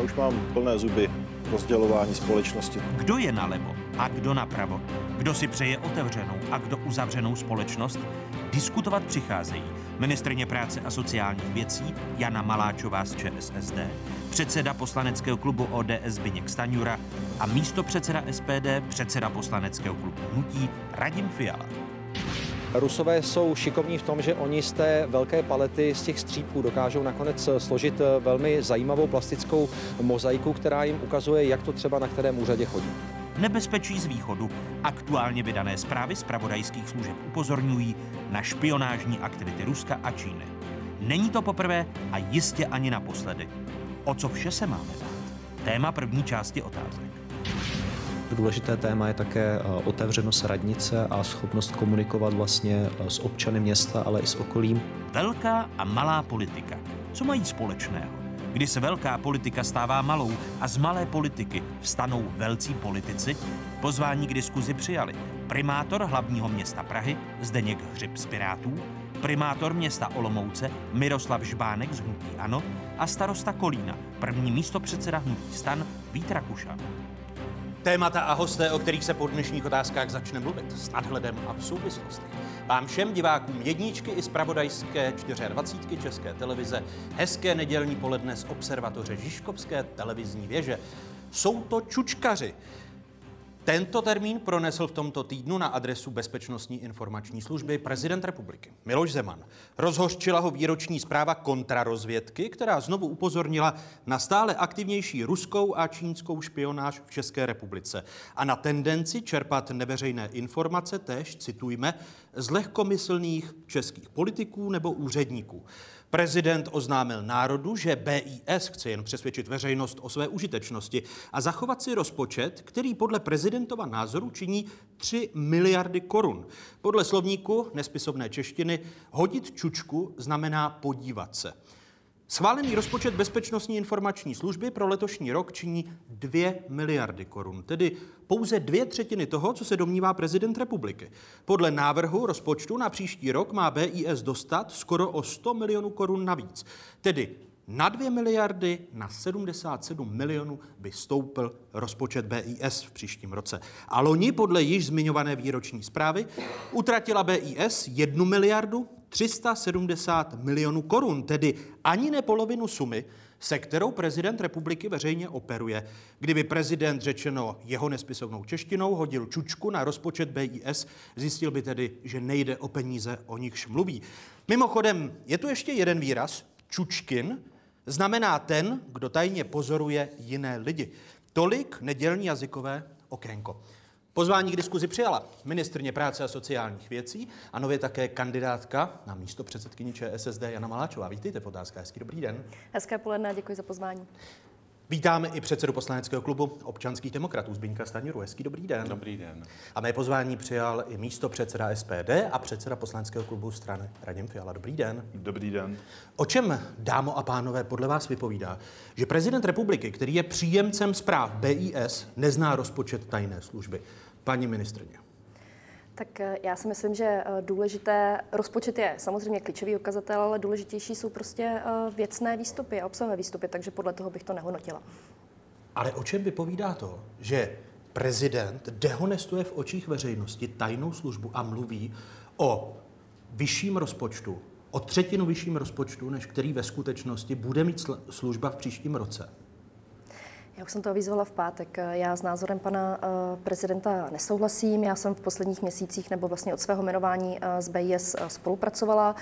už mám plné zuby rozdělování společnosti. Kdo je nalevo a kdo napravo? Kdo si přeje otevřenou a kdo uzavřenou společnost? Diskutovat přicházejí ministryně práce a sociálních věcí Jana Maláčová z ČSSD, předseda poslaneckého klubu ODS Zbyněk Stanjura a místopředseda SPD, předseda poslaneckého klubu Hnutí Radim Fiala. Rusové jsou šikovní v tom, že oni z té velké palety, z těch střípků dokážou nakonec složit velmi zajímavou plastickou mozaiku, která jim ukazuje, jak to třeba na kterém úřadě chodí. Nebezpečí z východu. Aktuálně vydané zprávy zpravodajských služeb upozorňují na špionážní aktivity Ruska a Číny. Není to poprvé a jistě ani naposledy. O co vše se máme dát? Téma první části otázek. Důležité téma je také otevřenost radnice a schopnost komunikovat vlastně s občany města, ale i s okolím. Velká a malá politika. Co mají společného? Kdy se velká politika stává malou a z malé politiky vstanou velcí politici? Pozvání k diskuzi přijali primátor hlavního města Prahy Zdeněk Hřib z Pirátů, primátor města Olomouce Miroslav Žbánek z Hnutí ANO a starosta Kolína, první místopředseda Hnutí STAN Vít Rakušan. Témata a hosté, o kterých se po dnešních otázkách začne mluvit s nadhledem a v souvislostech. Vám všem divákům jedničky i zpravodajské 24 České televize hezké nedělní poledne z observatoře Žižkovské televizní věže. Jsou to čučkaři. Tento termín pronesl v tomto týdnu na adresu Bezpečnostní informační služby prezident republiky Miloš Zeman. Rozhořčila ho výroční zpráva kontrarozvědky, která znovu upozornila na stále aktivnější ruskou a čínskou špionáž v České republice a na tendenci čerpat neveřejné informace též, citujme, z lehkomyslných českých politiků nebo úředníků. Prezident oznámil národu, že BIS chce jen přesvědčit veřejnost o své užitečnosti a zachovat si rozpočet, který podle prezidentova názoru činí 3 miliardy korun. Podle slovníku nespisovné češtiny hodit čučku znamená podívat se. Schválený rozpočet Bezpečnostní informační služby pro letošní rok činí 2 miliardy korun, tedy pouze 2/3 toho, co se domnívá prezident republiky. Podle návrhu rozpočtu na příští rok má BIS dostat skoro o 100 milionů korun navíc, tedy na 2 miliardy na 77 milionů by stoupl rozpočet BIS v příštím roce. A loni podle již zmiňované výroční zprávy utratila BIS 1 miliardu 370 milionů korun, tedy ani ne polovinu sumy, se kterou prezident republiky veřejně operuje. Kdyby prezident, řečeno jeho nespisovnou češtinou, hodil čučku na rozpočet BIS, zjistil by tedy, že nejde o peníze, o nichž mluví. Mimochodem, je tu ještě jeden výraz, čučkin, znamená ten, kdo tajně pozoruje jiné lidi. Tolik nedělní jazykové okénko. Pozvání k diskuzi přijala ministryně práce a sociálních věcí a nově také kandidátka na místo předsedkyni ČSSD Jana Maláčová. Vítejte v otázkách. Hezký dobrý den. Hezké poledne a děkuji za pozvání. Vítáme i předsedu poslaneckého klubu občanských demokratů Zbyňka Stanjuru. Hezký dobrý den. Dobrý den. A mé pozvání přijal i místopředseda SPD a předseda poslaneckého klubu strany Radim Fiala. Dobrý den. Dobrý den. O čem, dámo a pánové, podle vás vypovídá, že prezident republiky, který je příjemcem zpráv BIS, nezná rozpočet tajné služby? Paní ministryně. Tak já si myslím, že důležité, rozpočet je samozřejmě klíčový ukazatel, ale důležitější jsou prostě věcné výstupy a obsahové výstupy, takže podle toho bych to nehodnotila. Ale o čem vypovídá to, že prezident dehonestuje v očích veřejnosti tajnou službu a mluví o vyšším rozpočtu, o 1/3 vyšším rozpočtu, než který ve skutečnosti bude mít služba v příštím roce? Já už jsem to avizovala v pátek. Já s názorem pana prezidenta nesouhlasím. Já jsem v posledních měsících nebo vlastně od svého jmenování s BIS spolupracovala.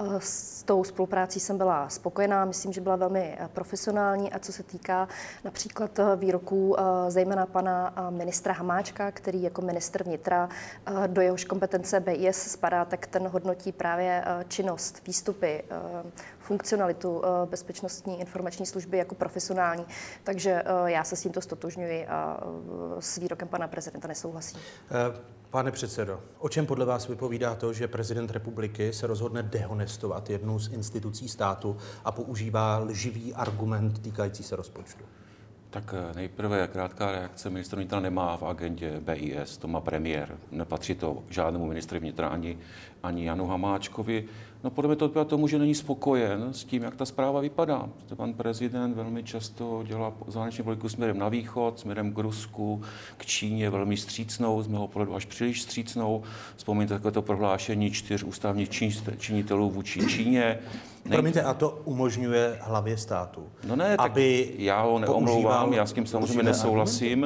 S tou spoluprácí jsem byla spokojená. Myslím, že byla velmi profesionální. A co se týká například výroků zejména pana ministra Hamáčka, který jako ministr vnitra do jehož kompetence BIS spadá, tak ten hodnotí právě činnost, výstupy, funkcionalitu Bezpečnostní informační služby jako profesionální. Takže já se s tímto stotožňuji a s výrokem pana prezidenta nesouhlasím. Pane předsedo, o čem podle vás vypovídá to, že prezident republiky se rozhodne dehonestovat jednu z institucí státu a používá lživý argument týkající se rozpočtu? Tak nejprve krátká reakce. Ministr vnitra nemá v agendě BIS, to má premiér. Nepatří to žádnému ministru vnitra ani Janu Hamáčkovi. No podle mě to odpovídá tomu, že není spokojen s tím, jak ta zpráva vypadá. Pan prezident velmi často dělá zahraniční politiku směrem na východ, směrem k Rusku, k Číně, velmi vstřícnou, z mého pohledu až příliš vstřícnou. Vzpomínte takové to prohlášení 4 ústavních činitelů vůči Číně. Promiňte, a to umožňuje hlavě státu? No ne, aby já ho neomlouvám, já s tím samozřejmě nesouhlasím.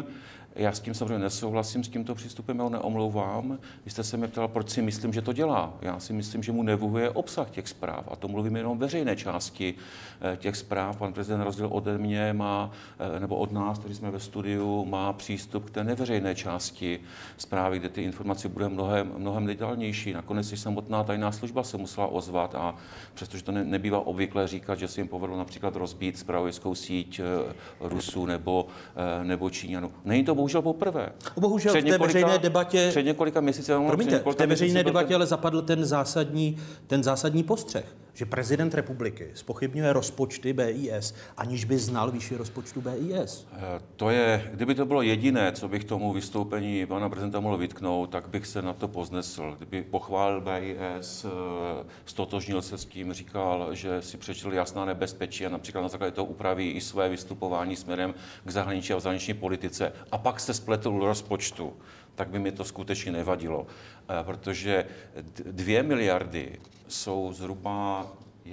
S tímto přístupem, já ho neomlouvám. Vy jste se mě ptal, proč si myslím, že to dělá. Já si myslím, že mu nevyhovuje obsah těch zpráv. A to mluvím jenom veřejné části těch zpráv. Pan prezident na rozdíl ode mě má, nebo od nás, kteří jsme ve studiu, má přístup k té neveřejné části zprávy, kde ty informace bude mnohem detailnější. Nakonec i samotná tajná služba se musela ozvat a přestože to nebývá obvykle říkat, že se jim povedlo například rozbít zpravodajskou síť Rusů nebo Číňanů. Není to bohužel poprvé. Bohužel v té veřejné debatě... Před několika měsíci... Promiňte, v té veřejné debatě ale zapadl ten zásadní postřeh, že prezident republiky zpochybňuje rozpočty BIS, aniž by znal výši rozpočtu BIS. Kdyby to bylo jediné, co bych tomu vystoupení pana prezidenta mohl vytknout, tak bych se na to povznesl. Kdyby pochválil BIS, stotožnil se s tím, říkal, že si přečetl jasná nebezpečí a například na základě toho upraví i své vystupování směrem k zahraničí a zahraniční politice a pak se spletl rozpočtu, tak by mi to skutečně nevadilo. Protože 2 miliardy jsou zhruba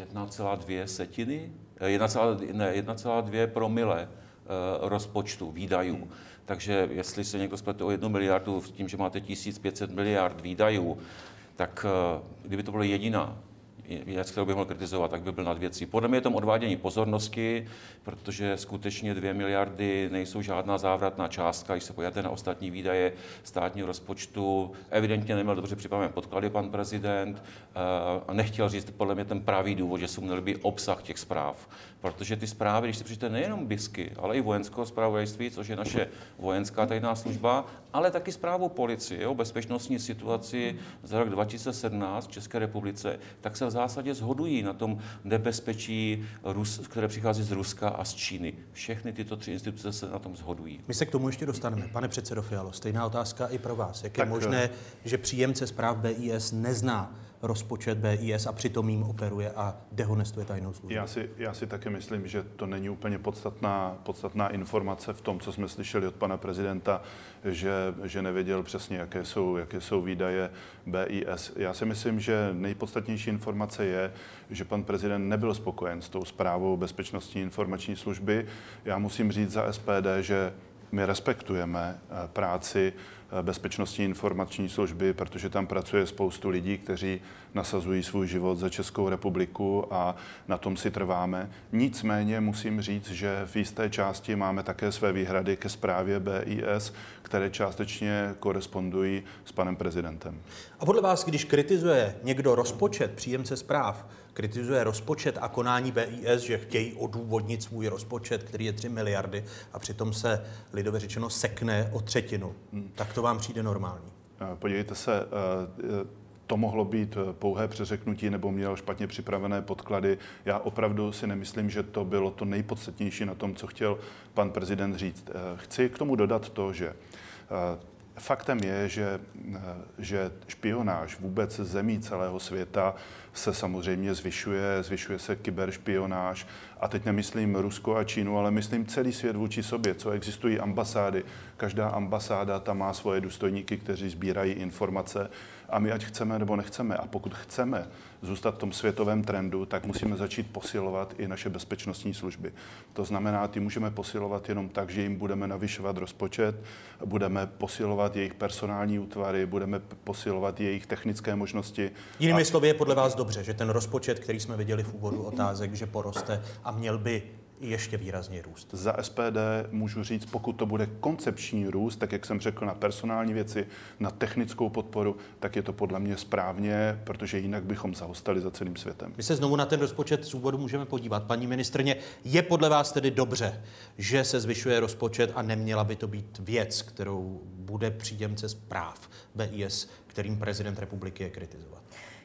1,2 promile rozpočtu výdajů. Takže jestli se někdo splete o 1 miliardu s tím, že máte 1500 miliard výdajů, tak kdyby to bylo jediná věc, kterou bych mohl kritizovat, tak by byl nad věcí. Podle mě je to odvádění pozornosti, protože skutečně 2 miliardy nejsou žádná závratná částka. Když se podíváte na ostatní výdaje státního rozpočtu, evidentně neměl dobře připravené podklady pan prezident a nechtěl říct podle mě ten pravý důvod, že se mu nelíbí obsah těch zpráv. Protože ty zprávy, když si přečtete nejenom BISky, ale i vojenského zpravodajství, což je naše vojenská tajná služba, ale taky zprávu policie o bezpečnostní situaci za rok 2017 v České republice, tak se v zásadě shodují na tom nebezpečí, které přichází z Ruska a z Číny. Všechny tyto 3 instituce se na tom shodují. My se k tomu ještě dostaneme. Pane předsedo Fialo, stejná otázka i pro vás. Jak je možné, že příjemce zpráv BIS nezná rozpočet BIS a přitom jim operuje a dehonestuje tajnou službu? Já si taky myslím, že to není úplně podstatná informace v tom, co jsme slyšeli od pana prezidenta, že nevěděl přesně, jaké jsou výdaje BIS. Já si myslím, že nejpodstatnější informace je, že pan prezident nebyl spokojen s tou zprávou Bezpečnostní informační služby. Já musím říct za SPD, že my respektujeme práci Bezpečnostní informační služby, protože tam pracuje spoustu lidí, kteří nasazují svůj život za Českou republiku a na tom si trváme. Nicméně musím říct, že v jisté části máme také své výhrady ke zprávě BIS, které částečně korespondují s panem prezidentem. A podle vás, když kritizuje někdo rozpočet, příjemce zpráv, kritizuje rozpočet a konání BIS, že chtějí odůvodnit svůj rozpočet, který je 3 miliardy a přitom se lidově řečeno sekne o 1/3, tak to vám přijde normální? Podívejte se, to mohlo být pouhé přeřeknutí nebo měl špatně připravené podklady. Já opravdu si nemyslím, že to bylo to nejpodstatnější na tom, co chtěl pan prezident říct. Chci k tomu dodat to, že faktem je, že špionáž vůbec zemí celého světa se samozřejmě zvyšuje se kyberšpionáž. A teď nemyslím Rusko a Čínu, ale myslím celý svět vůči sobě, co existují ambasády. Každá ambasáda tam má svoje důstojníky, kteří sbírají informace. A my ať chceme nebo nechceme, a pokud chceme zůstat v tom světovém trendu, tak musíme začít posilovat i naše bezpečnostní služby. To znamená, ty můžeme posilovat jenom tak, že jim budeme navyšovat rozpočet, budeme posilovat jejich personální útvary, budeme posilovat jejich technické možnosti. Jinými slovy je podle vás dobře, že ten rozpočet, který jsme viděli v úvodu otázek, že poroste a měl by ještě výrazně růst. Za SPD můžu říct, pokud to bude koncepční růst, tak jak jsem řekl, na personální věci, na technickou podporu, tak je to podle mě správně, protože jinak bychom zaostali za celým světem. My se znovu na ten rozpočet z úvodu můžeme podívat. Paní ministryně, je podle vás tedy dobře, že se zvyšuje rozpočet a neměla by to být věc, kterou bude příjemce zpráv BIS, kterým prezident republiky je kritizovat?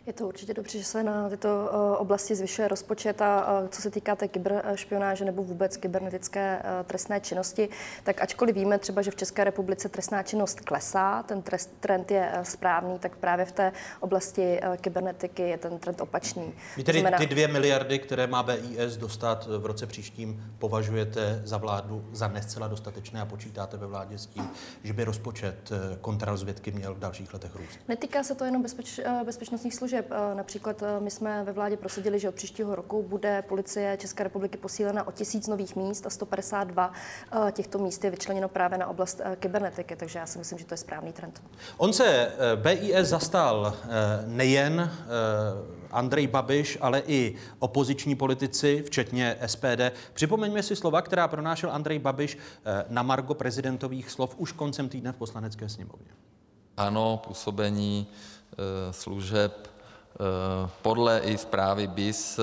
Je to určitě dobře, že se na tyto oblasti zvyšuje rozpočet a co se týká té kyberšpionáže nebo vůbec kybernetické trestné činnosti, tak ačkoliv víme třeba, že v České republice trestná činnost klesá, ten trend je správný, tak právě v té oblasti kybernetiky je ten trend opačný. Vy tedy ty 2 miliardy, které má BIS dostat v roce příštím, považujete za vládu za ne zcela dostatečné a počítáte ve vládě s tím, že by rozpočet kontrarozvědky měl v dalších letech růst? Netýká se to jenom bezpečnostních služeb. Například my jsme ve vládě prosadili, že od příštího roku bude policie České republiky posílena o 1000 nových míst a 152 těchto míst je vyčleněno právě na oblast kybernetiky, takže já si myslím, že to je správný trend. On se BIS zastal nejen Andrej Babiš, ale i opoziční politici, včetně SPD. Připomeňme si slova, která pronášel Andrej Babiš na margo prezidentových slov už koncem týdne v Poslanecké sněmovně. Ano, působení služeb podle i zprávy BIS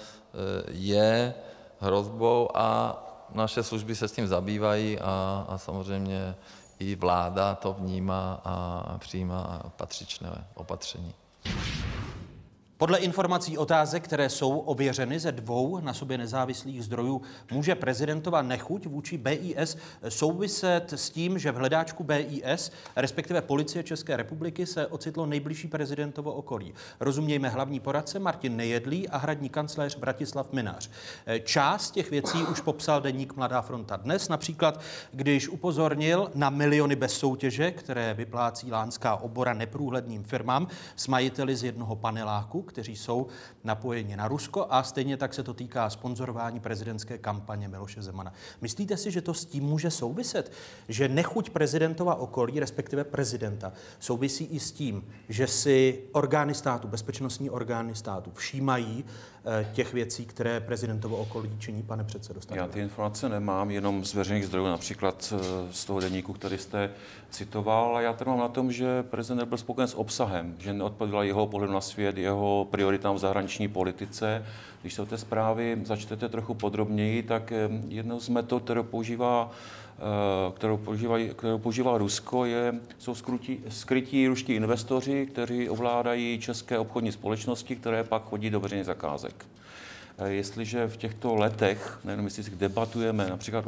je hrozbou a naše služby se s tím zabývají a samozřejmě i vláda to vnímá a přijímá patřičné opatření. Podle informací otázek, které jsou ověřeny ze 2 na sobě nezávislých zdrojů, může prezidentova nechuť vůči BIS souviset s tím, že v hledáčku BIS, respektive Policie České republiky, se ocitlo nejbližší prezidentovo okolí. Rozumějme hlavní poradce Martin Nejedlý a hradní kancléř Vratislav Mynář. Část těch věcí už popsal deník Mladá fronta dnes, například když upozornil na miliony bez soutěže, které vyplácí lánská obora neprůhledným firmám s majiteli z jednoho paneláku, kteří jsou napojeni na Rusko a stejně tak se to týká sponzorování prezidentské kampaně Miloše Zemana. Myslíte si, že to s tím může souviset? Že nechuť prezidentova okolí, respektive prezidenta, souvisí i s tím, že si orgány státu, bezpečnostní orgány státu všímají těch věcí, které prezidentovo okolí činí, pane předsedo? Já ty informace nemám, jenom z veřejných zdrojů, například z toho deníku, který jste citoval. A já trvám na tom, že prezident nebyl spokojen s obsahem, že neodpovídal jeho pohledu na svět, jeho prioritám v zahraniční politice. Když se o té zprávy začtete trochu podrobněji, tak jednou z metod, kterou používá Rusko, jsou skrytí ruští investoři, kteří ovládají české obchodní společnosti, které pak chodí do veřejných zakázek. Jestliže v těchto letech, nevím, jestli debatujeme například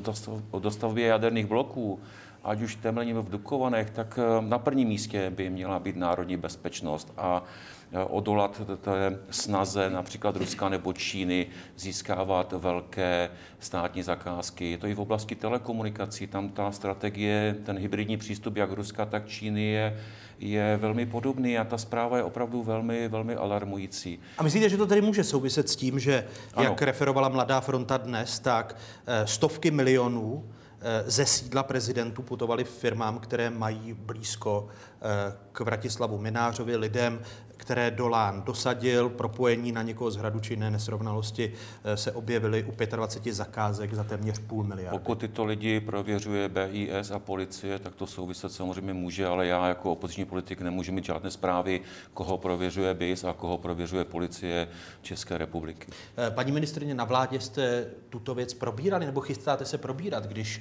o dostavbě jaderných bloků, ať už v Temelíně nebo v Dukovanech, tak na prvním místě by měla být národní bezpečnost a odolat té snaze například Ruska nebo Číny získávat velké státní zakázky. Je to i v oblasti telekomunikací, tam ta strategie, ten hybridní přístup jak Ruska, tak Číny je velmi podobný a ta zpráva je opravdu velmi, velmi alarmující. A myslíte, že to tedy může souviset s tím, že, jak referovala Mladá fronta dnes, tak stovky milionů ze sídla prezidentu putovali firmám, které mají blízko k Vratislavu Mynářovi, lidem, které Dolán dosadil, propojení na někoho z Hradu či jiné nesrovnalosti se objevily u 25 zakázek za téměř 500 miliardy. Pokud tyto lidi prověřuje BIS a policie, tak to souviset samozřejmě může, ale já jako opoziční politik nemůžu mít žádné zprávy, koho prověřuje BIS a koho prověřuje policie České republiky. Paní ministryně, na vládě jste tuto věc probírali nebo chystáte se probírat, když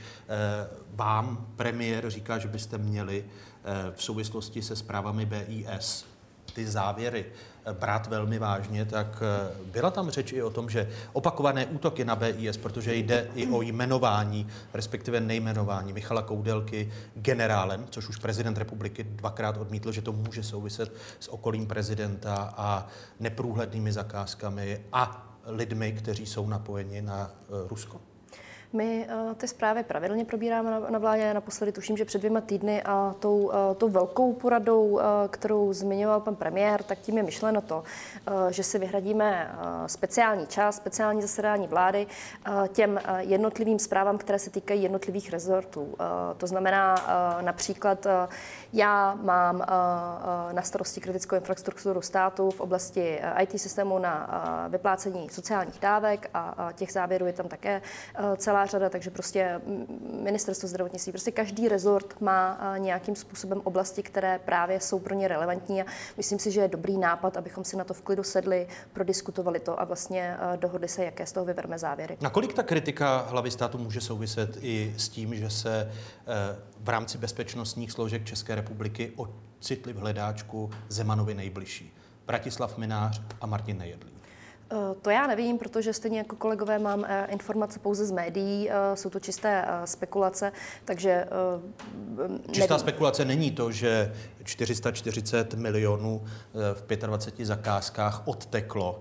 vám premiér říká, že byste měli v souvislosti se zprávami BIS ty závěry brát velmi vážně, tak byla tam řeč i o tom, že opakované útoky na BIS, protože jde i o jmenování, respektive nejmenování Michala Koudelky generálem, což už prezident republiky 2krát odmítl, že to může souviset s okolím prezidenta a neprůhlednými zakázkami a lidmi, kteří jsou napojeni na Rusko? My ty zprávy pravidelně probíráme na vládě. Naposledy tuším, že před 2 týdny a tou velkou poradou, kterou zmiňoval pan premiér, tak tím je myšleno to, že si vyhradíme speciální čas, speciální zasedání vlády těm jednotlivým zprávám, které se týkají jednotlivých rezortů. To znamená například, já mám na starosti kritickou infrastrukturu státu v oblasti IT systému na vyplácení sociálních dávek a těch závěrů je tam také celá řada, takže prostě ministerstvo zdravotnictví, prostě každý rezort má nějakým způsobem oblasti, které právě jsou pro ně relevantní a myslím si, že je dobrý nápad, abychom si na to v klidu sedli, prodiskutovali to a vlastně dohodli se, jaké z toho vybereme závěry. Nakolik ta kritika hlavy státu může souviset i s tím, že se v rámci bezpečnostních složek České republiky ocitli v hledáčku Zemanovi nejbližší? Bratislav Mynář a Martin Nejedlý? To já nevím, protože stejně jako kolegové mám informace pouze z médií, jsou to čisté spekulace, takže Čistá spekulace není to, že 440 milionů v 25 zakázkách odteklo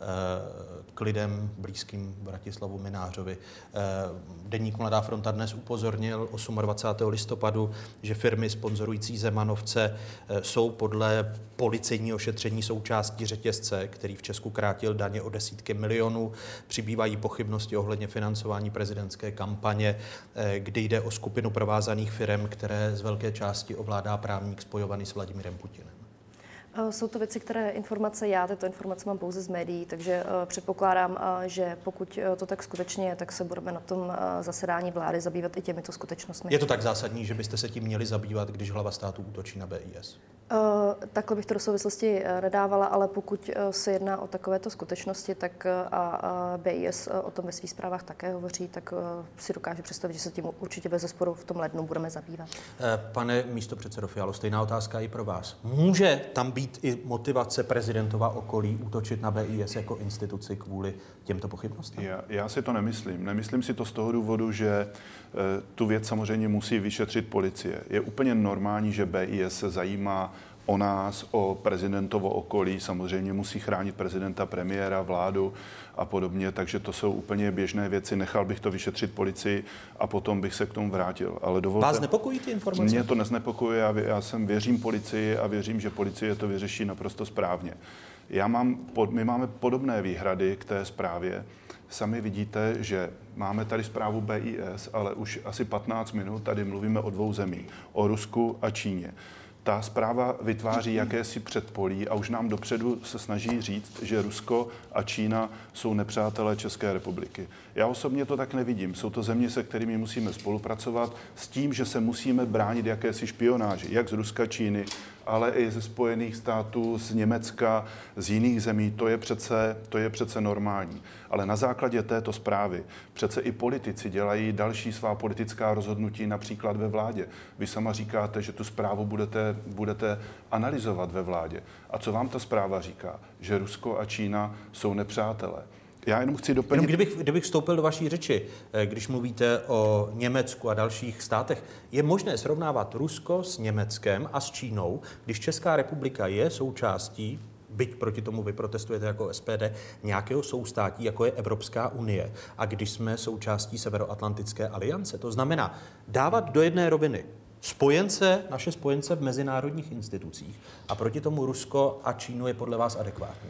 k lidem blízkým Bratislavu Mynářovi. Deník Mladá fronta dnes upozornil 28. listopadu, že firmy sponzorující Zemanovce jsou podle policejního šetření součástí řetězce, který v Česku krátil daně o desítky milionů. Přibývají pochybnosti ohledně financování prezidentské kampaně, kdy jde o skupinu provázaných firem, které z velké části ovládá právník spojovaný s Vladimírem Putinem. Jsou to věci, tyto informace mám pouze z médií, takže předpokládám, že pokud to tak skutečně je, tak se budeme na tom zasedání vlády zabývat i těmito skutečnostmi. Je to tak zásadní, že byste se tím měli zabývat, když hlava státu útočí na BIS? Takhle bych to do souvislosti nedávala, ale pokud se jedná o takovéto skutečnosti, tak a BIS o tom ve svých zprávách také hovoří, tak si dokážu představit, že se tím určitě bezesporu v tom lednu budeme zabývat. Pane místopředsedo Fialo, stejná otázka i pro vás. Může tam být i motivace prezidentova okolí útočit na BIS jako instituci kvůli těmto pochybnostem? Já si to nemyslím. Nemyslím si to z toho důvodu, že tu věc samozřejmě musí vyšetřit policie. Je úplně normální, že BIS se zajímá o nás, o prezidentovo okolí, samozřejmě musí chránit prezidenta, premiéra, vládu a podobně, takže to jsou úplně běžné věci. Nechal bych to vyšetřit policii a potom bych se k tomu vrátil. Ale dovolte, vás nepokojí ty informace? Mě to neznepokojuje, já věřím policii a věřím, že policie to vyřeší naprosto správně. My máme podobné výhrady k té zprávě. Sami vidíte, že máme tady zprávu BIS, ale už asi 15 minut tady mluvíme o dvou zemích, o Rusku a Číně. Ta zpráva vytváří jakési předpolí a už nám dopředu se snaží říct, že Rusko a Čína jsou nepřátelé České republiky. Já osobně to tak nevidím. Jsou to země, se kterými musíme spolupracovat s tím, že se musíme bránit jakési špionáži, jak z Ruska, Číny, ale i ze Spojených států, z Německa, z jiných zemí. To je přece normální. Ale na základě této zprávy přece i politici dělají další svá politická rozhodnutí, například ve vládě. Vy sama říkáte, že tu zprávu budete analyzovat ve vládě. A co vám ta zpráva říká? Že Rusko a Čína jsou nepřátelé. Já jenom chci doplnit... Kdybych vstoupil do vaší řeči, když mluvíte o Německu a dalších státech, je možné srovnávat Rusko s Německem a s Čínou, když Česká republika je součástí, byť proti tomu vy protestujete jako SPD, nějakého soustátí, jako je Evropská unie, a když jsme součástí Severoatlantické aliance. To znamená dávat do jedné roviny naše spojence v mezinárodních institucích a proti tomu Rusko a Čínu je podle vás adekvátní?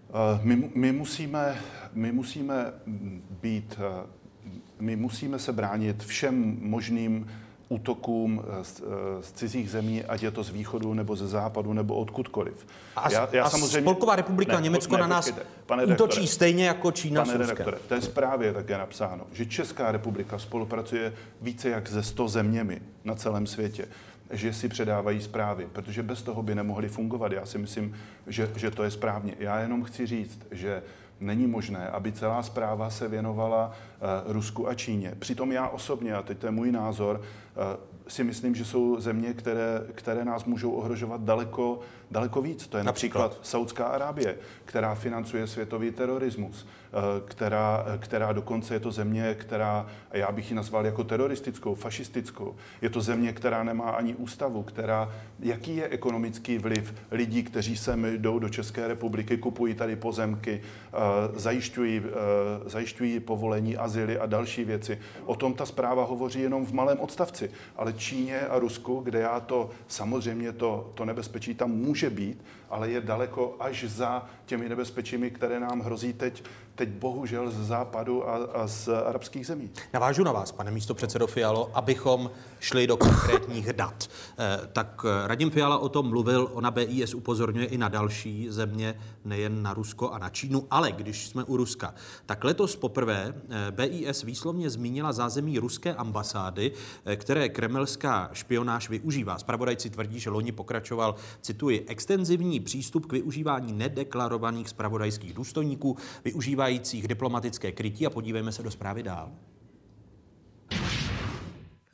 My musíme se bránit všem možným útokům z cizích zemí, ať je to z východu, nebo ze západu, nebo odkudkoliv. Já samozřejmě... Spolková republika Německo na nás útočí stejně jako Čína s Ruskem. V té zprávě je také napsáno, že Česká republika spolupracuje více jak se 100 zeměmi na celém světě, že si předávají zprávy, protože bez toho by nemohli fungovat. Já si myslím, že to je správně. Já jenom chci říct, že není možné, aby celá zpráva se věnovala Rusku a Číně. Přitom já osobně, a teď to je můj názor, si myslím, že jsou země, které nás můžou ohrožovat daleko víc. To je například Saudská Arábie, která financuje světový terorismus, která dokonce je to země, která, já bych ji nazval jako teroristickou, fašistickou. Je to země, která nemá ani ústavu, jaký je ekonomický vliv lidí, kteří sem jdou do České republiky, kupují tady pozemky, zajišťují povolení, azyly a další věci. O tom ta zpráva hovoří jenom v malém odstavci, ale Číně a Rusku, kde samozřejmě to nebezpečí tam může být, ale je daleko až za těmi nebezpečími, které nám hrozí teď bohužel z západu a z arabských zemí. Navážu na vás, pane místopředsedo Fialo, abychom šli do konkrétních dat. Tak Radim Fiala o tom mluvil, ona BIS upozorňuje i na další země, nejen na Rusko a na Čínu, ale když jsme u Ruska, tak letos poprvé BIS výslovně zmínila zázemí ruské ambasády, které kremelská špionáž využívá. Zpravodajci tvrdí, že loni pokračoval, cituji, extenzivní přístup k využívání nedeklarovaných zpravodajských důstojníků, využívajících diplomatické krytí, a podívejme se do zprávy dál.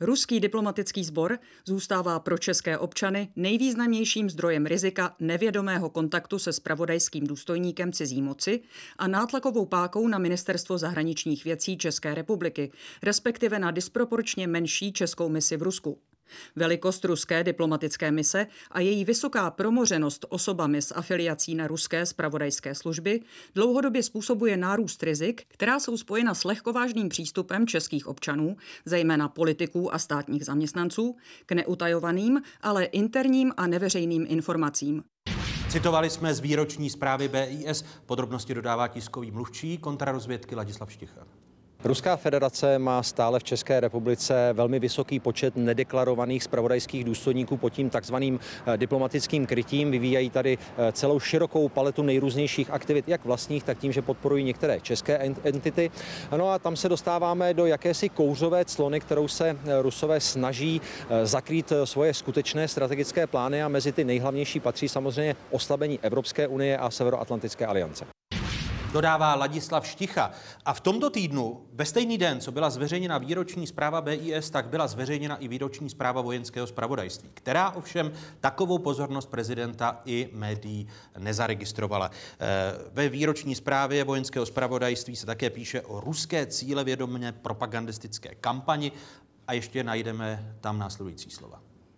Ruský diplomatický sbor zůstává pro české občany nejvýznamnějším zdrojem rizika nevědomého kontaktu se zpravodajským důstojníkem cizí moci a nátlakovou pákou na Ministerstvo zahraničních věcí České republiky, respektive na disproporčně menší českou misi v Rusku. Velikost ruské diplomatické mise a její vysoká promořenost osobami s afiliací na ruské zpravodajské služby dlouhodobě způsobuje nárůst rizik, která jsou spojena s lehkovážným přístupem českých občanů, zejména politiků a státních zaměstnanců, k neutajovaným, ale interním a neveřejným informacím. Citovali jsme z výroční zprávy BIS, podrobnosti dodává tiskový mluvčí kontrarozvědky Ladislav Šticha. Ruská federace má stále v České republice velmi vysoký počet nedeklarovaných zpravodajských důstojníků pod tím takzvaným diplomatickým krytím. Vyvíjají tady celou širokou paletu nejrůznějších aktivit, jak vlastních, tak tím, že podporují některé české entity. No a tam se dostáváme do jakési kouřové clony, kterou se Rusové snaží zakrýt svoje skutečné strategické plány a mezi ty nejhlavnější patří samozřejmě oslabení Evropské unie a Severoatlantické aliance. Dodává Ladislav Šticha. A v tomto týdnu, ve stejný den, co byla zveřejněna výroční zpráva BIS, tak byla zveřejněna i výroční zpráva Vojenského zpravodajství, která ovšem takovou pozornost prezidenta i médií nezaregistrovala. Ve výroční zprávě Vojenského zpravodajství se také píše o ruské cílevědomé propagandistické kampani a ještě najdeme tam následující slova.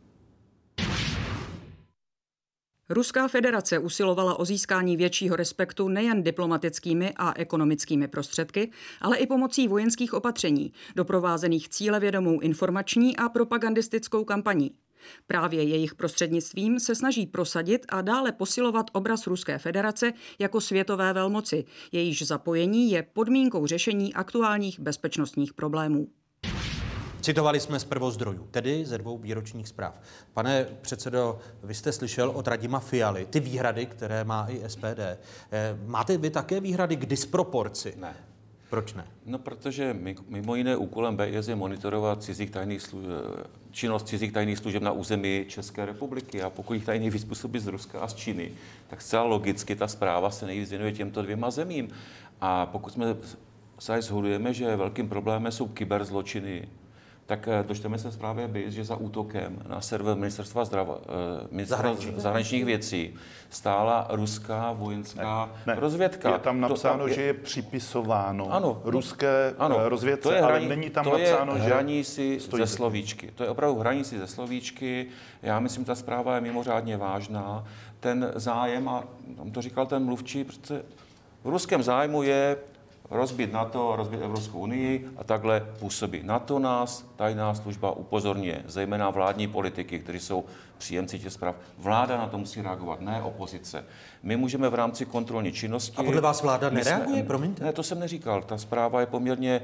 Ruská federace usilovala o získání většího respektu nejen diplomatickými a ekonomickými prostředky, ale i pomocí vojenských opatření, doprovázených cílevědomou informační a propagandistickou kampaní. Právě jejich prostřednictvím se snaží prosadit a dále posilovat obraz Ruské federace jako světové velmoci, jejíž zapojení je podmínkou řešení aktuálních bezpečnostních problémů. Citovali jsme z prvozdrojů, tedy ze 2 výročních zpráv. Pane předsedo, vy jste slyšel od Radima Fialy ty výhrady, které má i SPD. Máte vy také výhrady k disproporci? Ne. Proč ne? No, protože mimo jiné úkolem BIS je monitorovat činnost cizích tajných služeb na území České republiky. A pokud jich tady nejvíc působí z Ruska a z Číny, tak zcela logicky ta zpráva se nejvíc věnuje těmto 2 zemím. A pokud jsme se shodujeme, že velkým problémem jsou kyberzločiny, tak dočteme se zprávě BIS, že za útokem na server Ministerstva zahraničních věcí stála ruská vojenská rozvědka. Je tam napsáno, že je připisováno ruské rozvědce, ale není tam napsáno, že hraní si ze slovíčky. To je opravdu hraní si ze slovíčky. Já myslím, ta zpráva je mimořádně vážná. Ten zájem, a tam to říkal ten mluvčí, protože v ruském zájmu je rozbít NATO, rozbít Evropskou unii a takhle působí. Na to nás tajná služba upozorňuje, zejména vládní politiky, kteří jsou příjemci těch zpráv. Vláda na to musí reagovat, ne opozice. My můžeme v rámci kontrolní činnosti... A podle vás vláda nereaguje? Promiňte. Ne, to jsem neříkal. Ta zpráva je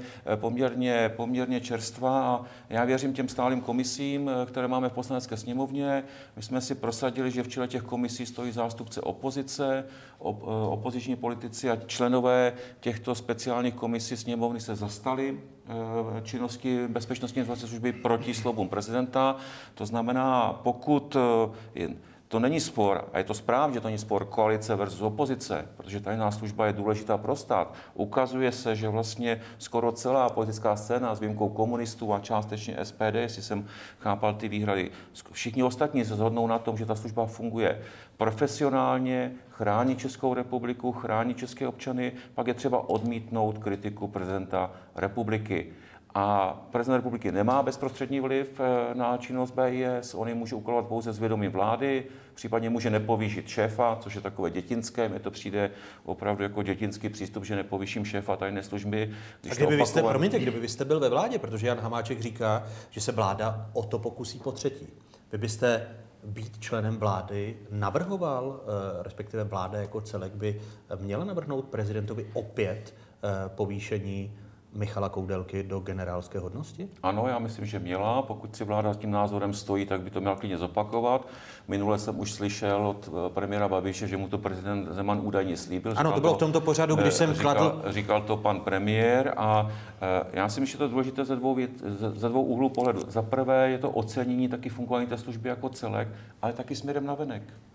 poměrně čerstvá a já věřím těm stálým komisím, které máme v Poslanecké sněmovně. My jsme si prosadili, že v čele těch komisí stojí zástupce opozice, opoziční politici a členové těchto speciálních komisí sněmovny se zastali činnosti bezpečnostní informační služby proti slovům prezidenta. To znamená, pokud to není spor, a je to správně, že to není spor koalice versus opozice, protože tajná služba je důležitá pro stát. Ukazuje se, že vlastně skoro celá politická scéna s výjimkou komunistů a částečně SPD, jestli jsem chápal ty výhrady, všichni ostatní se shodnou na tom, že ta služba funguje profesionálně, chrání Českou republiku, chrání české občany, pak je třeba odmítnout kritiku prezidenta republiky. A prezident republiky nemá bezprostřední vliv na činnost BIS, on ji může úkolovat pouze s vědomím vlády, případně může nepovýšit šéfa, což je takové dětinské, mně to přijde opravdu jako dětinský přístup, že nepovýším šéfa tajné služby. A kdyby vy jste byl ve vládě, protože Jan Hamáček říká, že se vláda o to pokusí po třetí. Vy byste být členem vlády navrhoval, respektive vláda jako celek by měla navrhnout prezidentovi opět povýšení Michala Koudelky do generálské hodnosti? Ano, já myslím, že měla. Pokud si vláda s tím názorem stojí, tak by to měla klidně zopakovat. Minule jsem už slyšel od premiéra Babiše, že mu to prezident Zeman údajně slíbil. Ano, to bylo v tomto pořadu, když jsem kladl... Říkal to pan premiér a já si myslím, že to je důležité ze dvou úhlů pohledu. Za prvé je to ocenění taky fungování té služby jako celek, ale taky směrem navenek.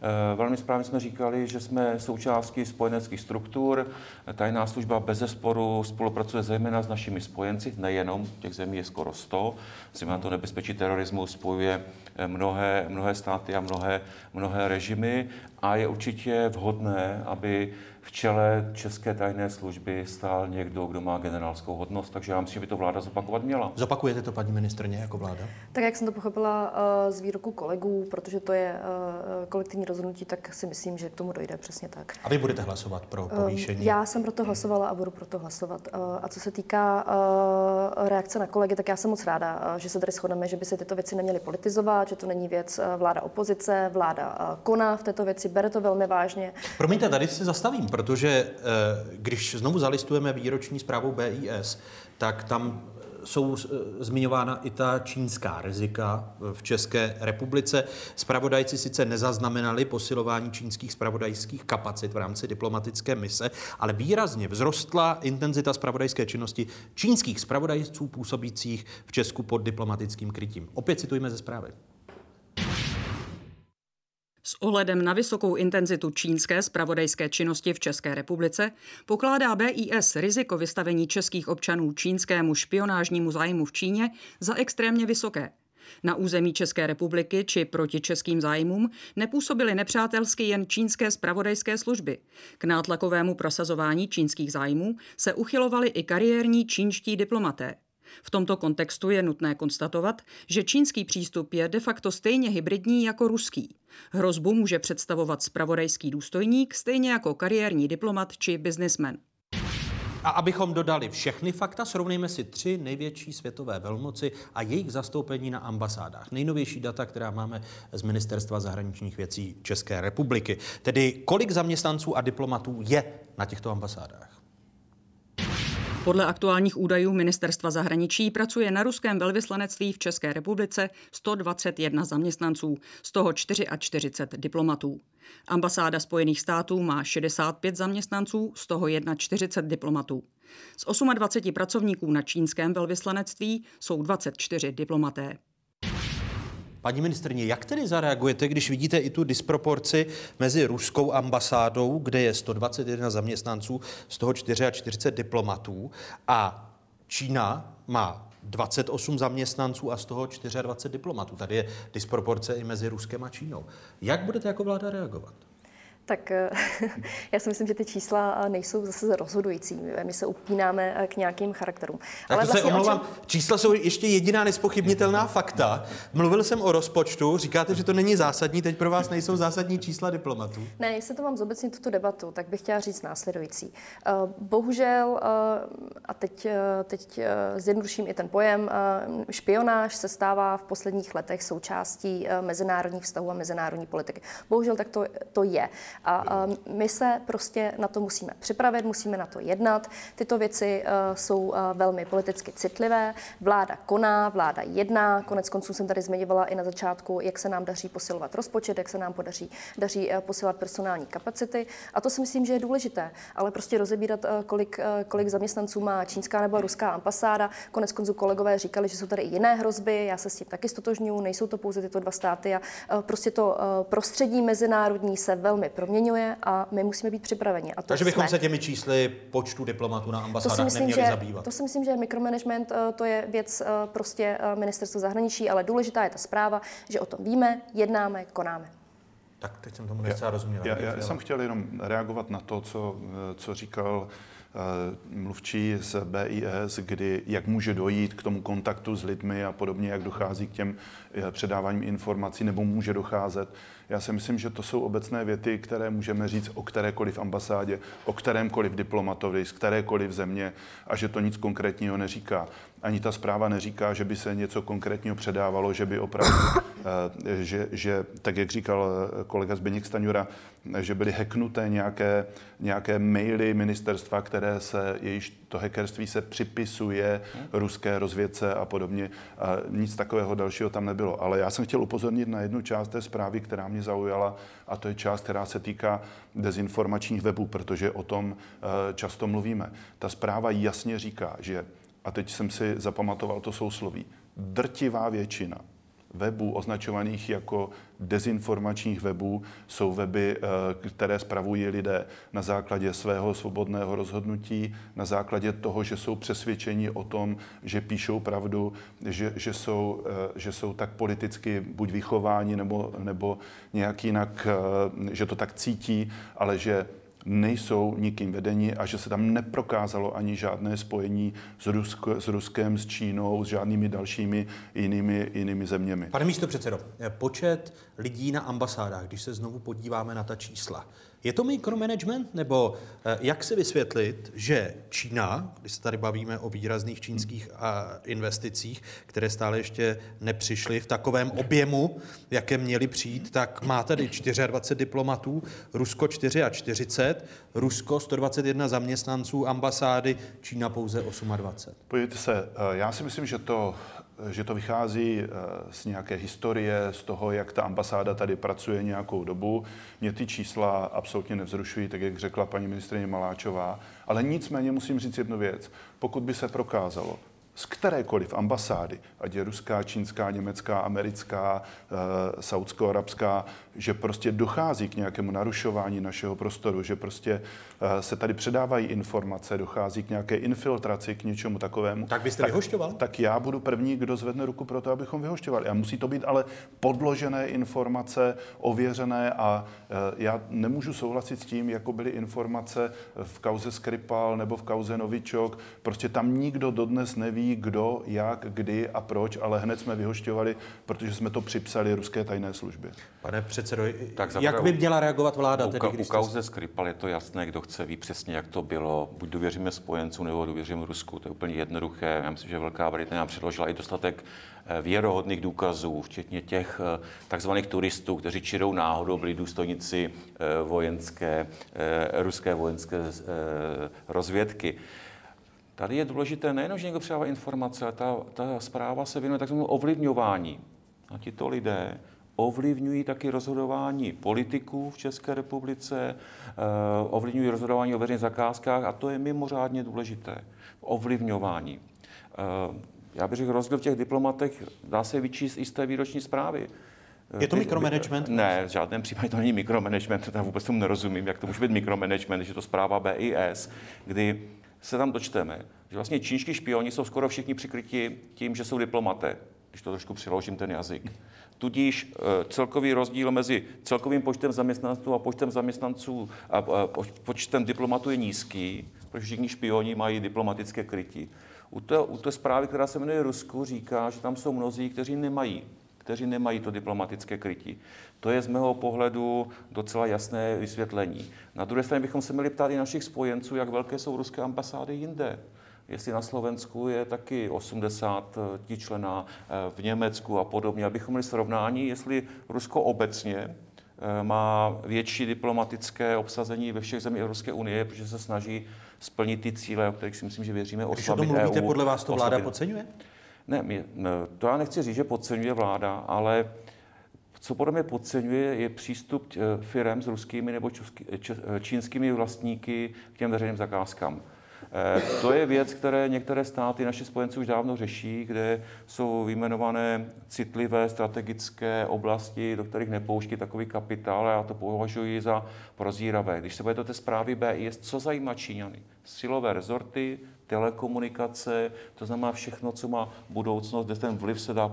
Velmi správně jsme říkali, že jsme součástí spojeneckých struktur. Tajná služba bezesporu spolupracuje zejména s našimi spojenci, nejenom, těch zemí je skoro 100. Zejména to nebezpečí terorismu spojuje mnohé státy a mnohé režimy a je určitě vhodné, aby v čele české tajné služby stál někdo, kdo má generálskou hodnost, takže já myslím, že by to vláda zopakovat měla. Zopakujete to, paní ministryně, jako vláda? Tak jak jsem to pochopila z výroku kolegů, protože to je kolektivní rozhodnutí, tak si myslím, že k tomu dojde přesně tak. A vy budete hlasovat pro povýšení? Já jsem pro to hlasovala a budu pro to hlasovat. A co se týká reakce na kolegy, tak já jsem moc ráda, že se tady shodneme, že by se tyto věci neměly politizovat, že to není věc vláda opozice, vláda koná v této věci, bere to velmi vážně. Promiňte, tady se zastavím, protože když znovu zalistujeme výroční zprávu BIS, tak tam jsou zmiňována i ta čínská rizika v České republice. Zpravodajci sice nezaznamenali posilování čínských zpravodajských kapacit v rámci diplomatické mise, ale výrazně vzrostla intenzita zpravodajské činnosti čínských zpravodajců působících v Česku pod diplomatickým krytím. Opět citujme ze zprávy. S ohledem na vysokou intenzitu čínské zpravodajské činnosti v České republice pokládá BIS riziko vystavení českých občanů čínskému špionážnímu zájmu v Číně za extrémně vysoké. Na území České republiky či proti českým zájmům nepůsobily nepřátelsky jen čínské zpravodajské služby. K nátlakovému prosazování čínských zájmů se uchylovali i kariérní čínští diplomaté. V tomto kontextu je nutné konstatovat, že čínský přístup je de facto stejně hybridní jako ruský. Hrozbu může představovat zpravodajský důstojník, stejně jako kariérní diplomat či biznismen. A abychom dodali všechny fakta, srovnejme si 3 největší světové velmoci a jejich zastoupení na ambasádách. Nejnovější data, která máme z Ministerstva zahraničních věcí České republiky. Tedy kolik zaměstnanců a diplomatů je na těchto ambasádách? Podle aktuálních údajů Ministerstva zahraničí pracuje na ruském velvyslanectví v České republice 121 zaměstnanců, z toho 44 diplomatů. Ambasáda Spojených států má 65 zaměstnanců, z toho 41 diplomatů. Z 28 pracovníků na čínském velvyslanectví jsou 24 diplomaté. Paní ministryně, jak tedy zareagujete, když vidíte i tu disproporci mezi ruskou ambasádou, kde je 121 zaměstnanců, z toho 44 diplomatů, a Čína má 28 zaměstnanců a z toho 24 diplomatů. Tady je disproporce i mezi Ruskem a Čínou. Jak budete jako vláda reagovat? Tak já si myslím, že ty čísla nejsou zase rozhodující. My se upínáme k nějakým charakterům. Tak ale to vlastně se omlouvám, čísla jsou ještě jediná nespochybnitelná fakta. Mluvil jsem o rozpočtu, říkáte, že to není zásadní, teď pro vás nejsou zásadní čísla diplomatů. Ne, jestli to mám zobecnit tuto debatu, tak bych chtěla říct následující. Bohužel, a teď zjednoduším i ten pojem, špionáž se stává v posledních letech součástí mezinárodních vztahů a mezinárodní politiky. Bohužel tak to je. A my se prostě na to musíme připravit, musíme na to jednat. Tyto věci jsou velmi politicky citlivé. Vláda koná, vláda jedná. Konec konců jsem tady zmiňovala i na začátku, jak se nám daří posilovat rozpočet, jak se nám daří posilovat personální kapacity. A to si myslím, že je důležité. Ale prostě rozebírat, kolik zaměstnanců má čínská nebo ruská ambasáda. Konec konců kolegové říkali, že jsou tady i jiné hrozby. Já se s tím taky stotožňuji. Nejsou to pouze tyto dva státy. A prostě to prostředí mezinárodní se velmi proměňuje a my musíme být připraveni. Takže bychom se těmi čísly počtu diplomatů na ambasádách neměli zabývat. To si myslím, že mikromanagement to je věc prostě ministerstva zahraničí, ale důležitá je ta zpráva, že o tom víme, jednáme, konáme. Tak teď jsem tomu necela rozuměl. Já jsem chtěl jenom reagovat na to, co říkal mluvčí z BIS, jak může dojít k tomu kontaktu s lidmi a podobně, jak dochází k těm předáváním informací, nebo může docházet. Já si myslím, že to jsou obecné věty, které můžeme říct o kterékoliv ambasádě, o kterémkoliv diplomatovi z kterékoliv země a že to nic konkrétního neříká. Ani ta zpráva neříká, že by se něco konkrétního předávalo, že by opravdu, že tak, jak říkal kolega Zbyněk Stanjura, že byly hacknuté nějaké maily ministerstva, jejíž to hackerství se připisuje ruské rozvědce a podobně. A nic takového dalšího tam nebylo. Ale já jsem chtěl upozornit na jednu část té zprávy, která mě zaujala, a to je část, která se týká dezinformačních webů, protože o tom často mluvíme. Ta zpráva jasně říká, že, a teď jsem si zapamatoval to sousloví, drtivá většina webů označovaných jako dezinformačních webů jsou weby, které spravují lidé na základě svého svobodného rozhodnutí, na základě toho, že jsou přesvědčeni o tom, že píšou pravdu, že jsou tak politicky buď vychováni nebo nějak jinak, že to tak cítí, ale že nejsou nikým vedeni a že se tam neprokázalo ani žádné spojení s Ruskem, s Čínou, s žádnými dalšími jinými zeměmi. Pane místopředsedo, počet lidí na ambasádách, když se znovu podíváme na ta čísla, je to micromanagement, nebo jak si vysvětlit, že Čína, když se tady bavíme o výrazných čínských investicích, které stále ještě nepřišly v takovém objemu, v jakém měly přijít, tak má tady 24 diplomatů, Rusko 44, Rusko 121 zaměstnanců ambasády, Čína pouze 28. Podívejte se, já si myslím, že to vychází z nějaké historie, z toho, jak ta ambasáda tady pracuje nějakou dobu. Mě ty čísla absolutně nevzrušují, tak jak řekla paní ministryně Maláčová, ale nicméně musím říct jednu věc. Pokud by se prokázalo z kterékoliv ambasády, ať je ruská, čínská, německá, americká, saúdsko-arabská, že prostě dochází k nějakému narušování našeho prostoru, že prostě se tady předávají informace, dochází k nějaké infiltraci, k něčemu takovému. Tak byste vyhošťoval? Tak já budu první, kdo zvedne ruku pro to, abychom vyhošťovali. A musí to být ale podložené informace, ověřené a já nemůžu souhlasit s tím, jako byly informace v kauze Skripal nebo v kauze Novičok. Prostě tam nikdo dodnes neví, kdo, jak, kdy a proč, ale hned jsme vyhošťovali, protože jsme to připsali ruské tajné službě. Pane předsedo, jak by měla reagovat vláda? U kauze Skripal je to jasné, kdo chce ví přesně, jak to bylo. Buď důvěříme spojencům, nebo důvěříme Rusku. To je úplně jednoduché. Já myslím, že Velká Británie předložila i dostatek věrohodných důkazů, včetně těch takzvaných turistů, kteří čirou náhodou byli důstojníci ruské vojenské rozvědky. Tady je důležité nejen, že někdo předává informace, ale ta zpráva se věnuje takzvanému ovlivňování. A tito lidé ovlivňují taky rozhodování politiků v České republice, ovlivňují rozhodování o veřejných zakázkách a to je mimořádně důležité. Ovlivňování. Já bych řekl, rozdíl v těch diplomatech dá se vyčíst i z té výroční zprávy. Je to mikromanagement? Ne, v žádném případě to není mikromanagement, já vůbec tomu nerozumím, jak to může být mikromanagement, když je to zpráva BIS, kdy se tam dočteme, že vlastně čínští špioni jsou skoro všichni přikryti tím, že jsou diplomaté, když to trošku přeložím ten jazyk. Tudíž celkový rozdíl mezi celkovým počtem zaměstnanců a počtem zaměstnanců a počtem diplomatů je nízký, protože všichni špioni mají diplomatické krytí. U té zprávy, která se jmenuje Rusko, říká, že tam jsou mnozí, kteří nemají to diplomatické krytí. To je z mého pohledu docela jasné vysvětlení. Na druhé straně bychom se měli ptát i našich spojenců, jak velké jsou ruské ambasády jinde. Jestli na Slovensku je taky 80 členů, v Německu a podobně, abychom měli srovnání, jestli Rusko obecně má větší diplomatické obsazení ve všech zemích Evropské unie, protože se snaží splnit ty cíle, o kterých si myslím, že věříme, oslabit EU. Když o tom mluvíte, podle vás to vláda podceňuje? Ne, to já nechci říct, že podceňuje vláda, ale co podle mě podceňuje, je přístup firem s ruskými nebo čínskými vlastníky k těm veřejným zakázkám. To je věc, které některé státy, naši spojenci už dávno řeší, kde jsou vyjmenované citlivé strategické oblasti, do kterých nepouští takový kapitál, a já to považuji za prozíravé. Když se bude do té zprávy BIS, co zajímá Číňany? Silové rezorty, telekomunikace, to znamená všechno, co má budoucnost, kde ten vliv se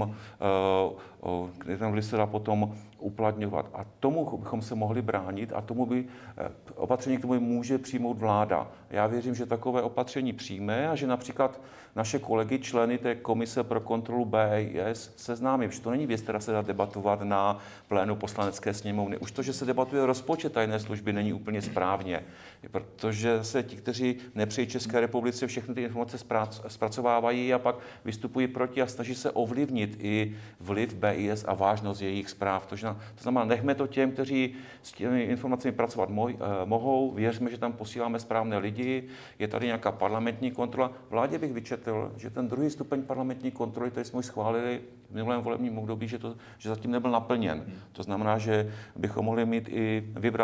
dá potom uplatňovat. A tomu bychom se mohli bránit a tomu by opatření k tomu může přijmout vláda. Já věřím, že takové opatření přijme a že například naše kolegy, členy té komise pro kontrolu BIS seznámí, že to není věc, která se dá debatovat na plénu Poslanecké sněmovny. Už to, že se debatuje rozpočet tajné služby, není úplně správně, protože se ti, kteří nepřejí České republice, všechny ty informace zpracovávají a pak vystupují proti a snaží se ovlivnit i vliv BIS a vážnost jejich zpráv. To znamená, nechme to těm, kteří s těmi informacemi pracovat mohou, věřme, že tam posíláme správné lidi, je tady nějaká parlamentní kontrola. Vládě bych vyčetl, že ten druhý stupeň parlamentní kontroly, který jsme už schválili v minulém volebním období, že zatím nebyl naplněn. To znamená, že bychom mohli mít i vybrat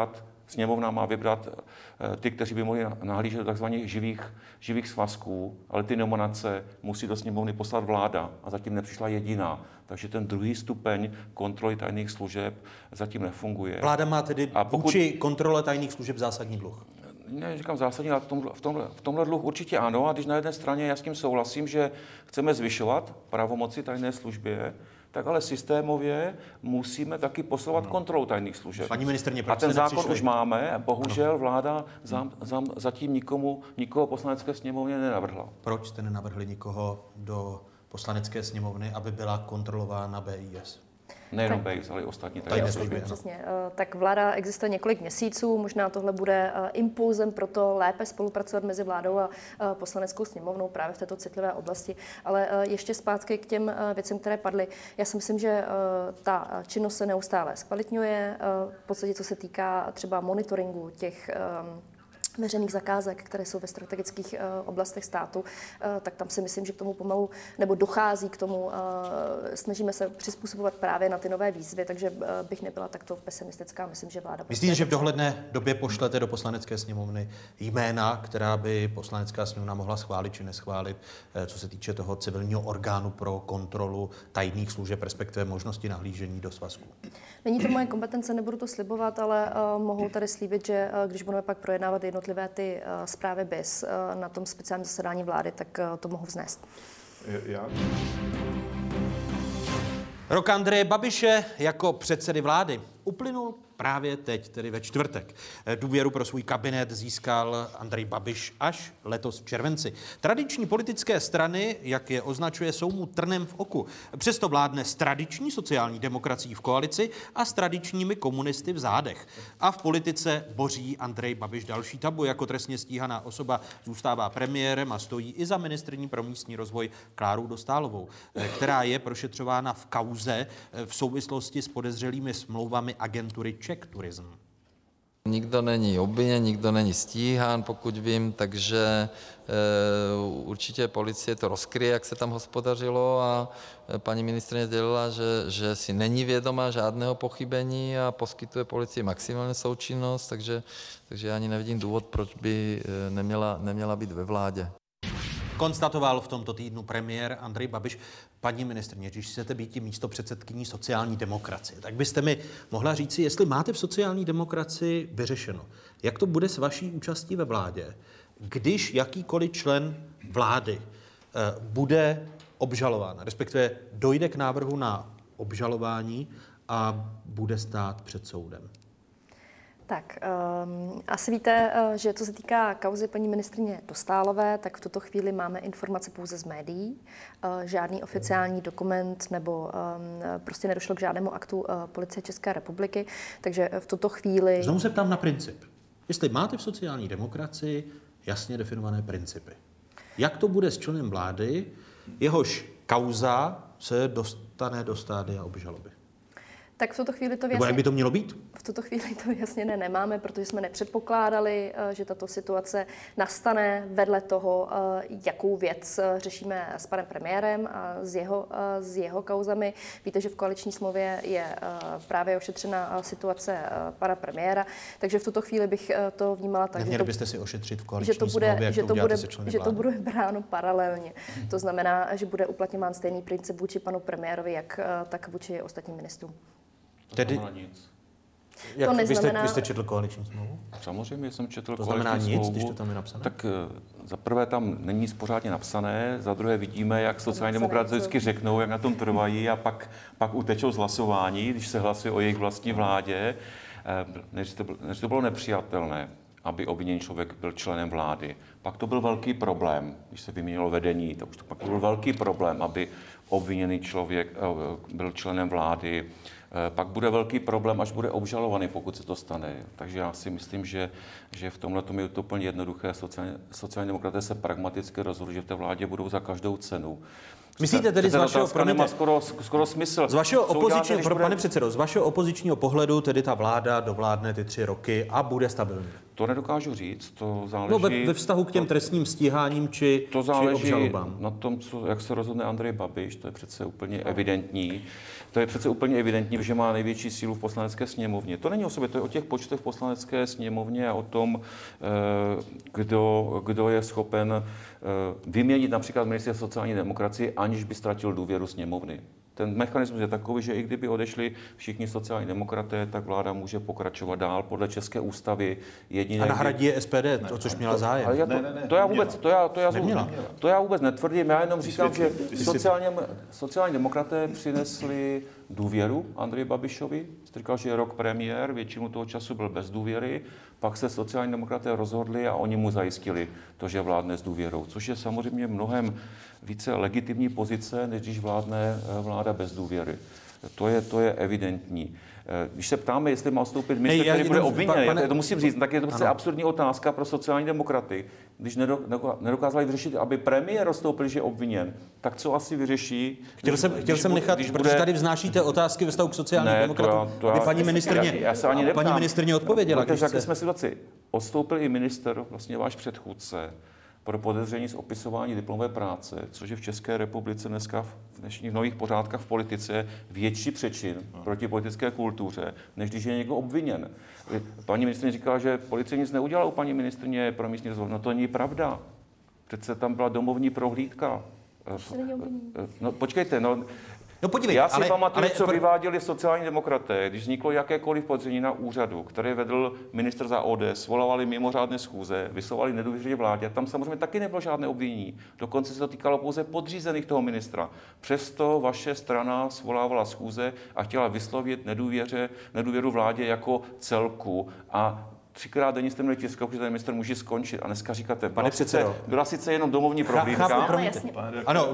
Sněmovna má vybrat ty, kteří by mohli nahlížet do tzv. živých svazků, ale ty nominace musí do Sněmovny poslat vláda a zatím nepřišla jediná. Takže ten druhý stupeň kontroly tajných služeb zatím nefunguje. Vláda má tedy vůči kontrole tajných služeb zásadní dluh. Ne, říkám zásadně, ale v tomhle dluh určitě ano. A když na jedné straně já s tím souhlasím, že chceme zvyšovat pravomoci tajné službě, tak ale systémově musíme taky posouvat kontrolu tajných služeb. Paní ministryně, a ten zákon už máme, bohužel vláda zatím nikoho Poslanecké sněmovně nenavrhla. Proč jste nenavrhli nikoho do Poslanecké sněmovny, aby byla kontrolována BIS? Nejenom BIS, ale i ostatní tajné služby. Přesně. Tak vláda existuje několik měsíců, možná tohle bude impulzem pro to lépe spolupracovat mezi vládou a Poslaneckou sněmovnou právě v této citlivé oblasti. Ale ještě zpátky k těm věcem, které padly. Já si myslím, že ta činnost se neustále zkvalitňuje. V podstatě, co se týká třeba monitoringu těch veřejných zakázek, které jsou ve strategických oblastech státu, tak tam si myslím, že k tomu pomalu, nebo dochází k tomu, snažíme se přizpůsobovat právě na ty nové výzvy, takže bych nebyla takto pesimistická. Myslím, že vláda... Myslíte, že v dohledné době pošlete do Poslanecké sněmovny jména, která by Poslanecká sněmovna mohla schválit či neschválit, co se týče toho civilního orgánu pro kontrolu tajných služeb, respektive možnosti nahlížení do svazků? Není to moje kompetence, nebudu to slibovat, ale mohu tady slíbit, že když budeme pak projednávat jednotlivé ty zprávy BIS na tom speciálním zasedání vlády, tak to mohu vznést. Rok Andreje Babiše jako předsedy vlády uplynul právě teď, tedy ve čtvrtek. Důvěru pro svůj kabinet získal Andrej Babiš až letos v červenci. Tradiční politické strany, jak je označuje, jsou mu trnem v oku. Přesto vládne s tradiční sociální demokracií v koalici a s tradičními komunisty v zádech. A v politice boří Andrej Babiš další tabu. Jako trestně stíhaná osoba zůstává premiérem a stojí i za ministryní pro místní rozvoj Klárou Dostálovou, která je prošetřována v kauze v souvislosti s podezřelými smlouvami agentury Czech Tourism. Nikdo není obviněn, nikdo není stíhán, pokud vím, takže určitě policie to rozkryje, jak se tam hospodařilo, a paní ministryně sdělila, že si není vědoma žádného pochybení a poskytuje policii maximální součinnost, takže já ani nevidím důvod, proč by neměla být ve vládě. Konstatoval v tomto týdnu premiér Andrej Babiš. Paní ministryně, když chcete být místopředsedkyní sociální demokracie, tak byste mi mohla říci, jestli máte v sociální demokracii vyřešeno, jak to bude s vaší účastí ve vládě, když jakýkoliv člen vlády bude obžalován, respektive dojde k návrhu na obžalování a bude stát před soudem. Tak, asi víte, že co se týká kauzy paní ministryně Dostálové, tak v tuto chvíli máme informace pouze z médií. Žádný oficiální dokument nebo prostě nedošlo k žádnému aktu Policie České republiky, takže v tuto chvíli... Znovu se ptám na princip. Jestli máte v sociální demokracii jasně definované principy. Jak to bude s členem vlády, jehož kauza se dostane do stádia obžaloby? Tak v tuto chvíli to Nebo jak by to mělo být? V tuto chvíli to jasně nemáme, protože jsme nepředpokládali, že tato situace nastane vedle toho, jakou věc řešíme s panem premiérem a s jeho kauzami. Víte, že v koaliční smlouvě je právě ošetřena situace pana premiéra, takže v tuto chvíli bych to vnímala tak, Neměli byste si ošetřit v koaliční smlouvě, jak to uděláte se členy že vlády? to bude bráno paralelně. To znamená, že bude uplatňován stejný princip vůči panu premiérovi, tak vůči ostatním ministrům. Tedy Nic. Jak, to neznamená... vy jste četl koaliční smlouvu? Samozřejmě jsem četl To koaliční znamená smlouvu. nic, když to tam je napsané? Tak za prvé tam není nic pořádně napsané, za druhé vidíme, jak sociální demokraté vždycky řeknou, jak na tom trvají a pak utečou z hlasování, když se hlasuje o jejich vlastní vládě. Než to bylo nepřijatelné, aby obviněný člověk byl členem vlády. Pak to byl velký problém, když se vyměnilo vedení, tak už to pak byl velký problém, aby obviněný člověk byl členem vlády. Pak bude velký problém, až bude obžalovaný, pokud se to stane. Takže já si myslím, že v tomhle je to úplně jednoduché. Sociální demokraté se pragmaticky rozhodli, že v té vládě budou za každou cenu. Myslíte tedy z vašeho, nemá skoro smysl. Z vašeho opozičního, pane předsedo, z vašeho opozičního pohledu tedy ta vláda dovládne ty 3 roky a bude stabilní? To nedokážu říct, to záleží... No ve vztahu k těm trestním stíháním či obžalobám. Na tom, jak se rozhodne Andrej Babiš, to je přece úplně evidentní. To je přece úplně evidentní, že má největší sílu v Poslanecké sněmovně. To není o sobě, to je o těch počtech v Poslanecké sněmovně a o tom, kdo je schopen vyměnit například ministra sociální demokracie, aniž by ztratil důvěru sněmovny. Ten mechanismus je takový, že i kdyby odešli všichni sociální demokraté, tak vláda může pokračovat dál podle české ústavy. A nahradí je SPD, o což měla zájem. To já vůbec netvrdím, já jenom říkám, že sociální demokraté přinesli důvěru Andreji Babišovi. Jste říkal, že je rok premiér, většinu toho času byl bez důvěry, pak se sociální demokraté rozhodli a oni mu zajistili to, že vládne s důvěrou, což je samozřejmě mnohem více legitimní pozice, než když vládne vláda bez důvěry. To je evidentní. Když se ptáme, jestli má odstoupit ministr, který bude obviněn, to musím říct, tak je to prostě absurdní otázka pro sociální demokraty. Když nedokázali vyřešit, aby premiér odstoupil, že je obviněn, tak co asi vyřeší? Chtěl jsem nechat, protože tady vznášíte otázky ve vztahu k sociálním demokratům. Paní ministryně odpověděla. Jaké jsme situaci? Odstoupil i ministr, vlastně váš předchůdce, pro podezření z opisování diplomové práce, což je v České republice dneska v dnešních nových pořádkách v politice větší přečin proti politické kultuře, než když je někdo obviněn. Paní ministryně říkala, že policie nic neudělala u paní ministryně pro místní rozvoj. No to není pravda. Přece tam byla domovní prohlídka. No počkejte, já si pamatuju, co vyváděli sociální demokraté, když vzniklo jakékoliv podezření na úřadu, který vedl ministr za ODS, svolávali mimořádné schůze, vyslovali nedůvěření vládě, tam samozřejmě taky nebylo žádné obvinění. Dokonce se to týkalo pouze podřízených toho ministra. Přesto vaše strana svolávala schůze a chtěla vyslovit nedůvěru vládě jako celku. A 3krát denně jste měli tiskovku, že ten ministr může skončit. A dneska říkáte, pane předsedo, byla sice jenom domovní prohlídka. Ano,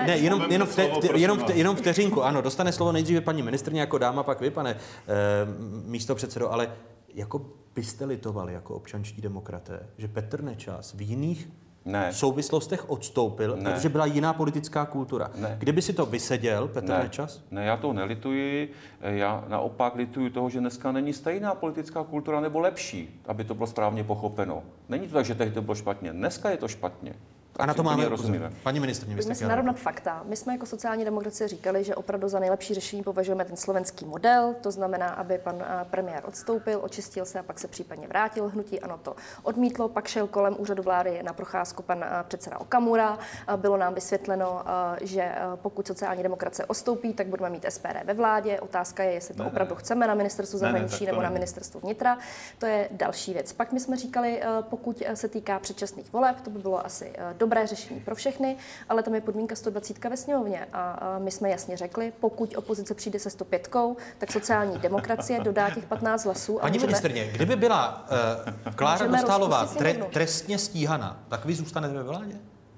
jenom vteřinku. Ano, dostane slovo nejdříve paní ministryně jako dáma, pak vy, pane místopředsedo, ale jako byste litovali jako občanští demokraté, že Petr Nečas v jiných souvislostech odstoupil, protože byla jiná politická kultura. Kdyby si to vyseděl Petr Nečas? Ne, já to nelituji. Já naopak lituji toho, že dneska není stejná politická kultura nebo lepší, aby to bylo správně pochopeno. Není to tak, že tehdy to bylo špatně. Dneska je to špatně. A na to máme rozumíme. Paní ministryně, Pojďme si narovnat fakta. My jsme jako sociální demokracie říkali, že opravdu za nejlepší řešení považujeme ten slovenský model, to znamená, aby pan premiér odstoupil, očistil se a pak se případně vrátil. Hnutí ANO to odmítlo, pak šel kolem úřadu vlády na procházku pan předseda Okamura. Bylo nám vysvětleno, že pokud sociální demokracie odstoupí, tak budeme mít SPD ve vládě. Otázka je, jestli to opravdu chceme na ministerstvu zahraničí nebo na ministerstvu vnitra. To je další věc. Pak my jsme říkali, pokud se týká předčasných voleb, to by bylo asi dobré řešení pro všechny, ale tam je podmínka 120 ve sněmovně a my jsme jasně řekli, pokud opozice přijde se 105, tak sociální demokracie dodá těch 15 hlasů. Paní ministryně, kdyby byla Klára Dostálová trestně stíhaná, tak vy zůstanete ve vládě?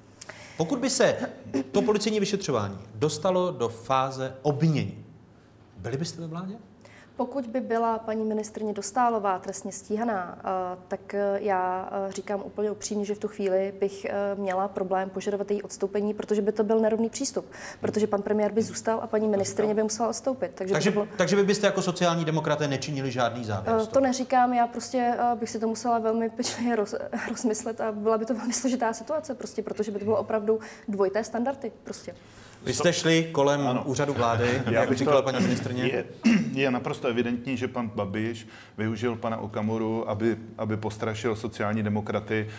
Pokud by se to policejní vyšetřování dostalo do fáze obvinění, byli byste ve vládě? Pokud by byla paní ministryně Dostálová trestně stíhaná, tak já říkám úplně upřímně, že v tu chvíli bych měla problém požadovat její odstoupení, protože by to byl nerovný přístup. Protože pan premiér by zůstal a paní ministryně by musela odstoupit. Takže vy byste jako sociální demokraté nečinili žádný závěr? To neříkám, já prostě bych si to musela velmi pečlivě rozmyslet a byla by to velmi složitá situace, prostě, protože by to bylo opravdu dvojité standardy. Prostě. Vy jste šli kolem úřadu vlády, jak říkala paní ministryně? Je naprosto evidentní, že pan Babiš využil pana Okamuru, aby postrašil sociální demokraty,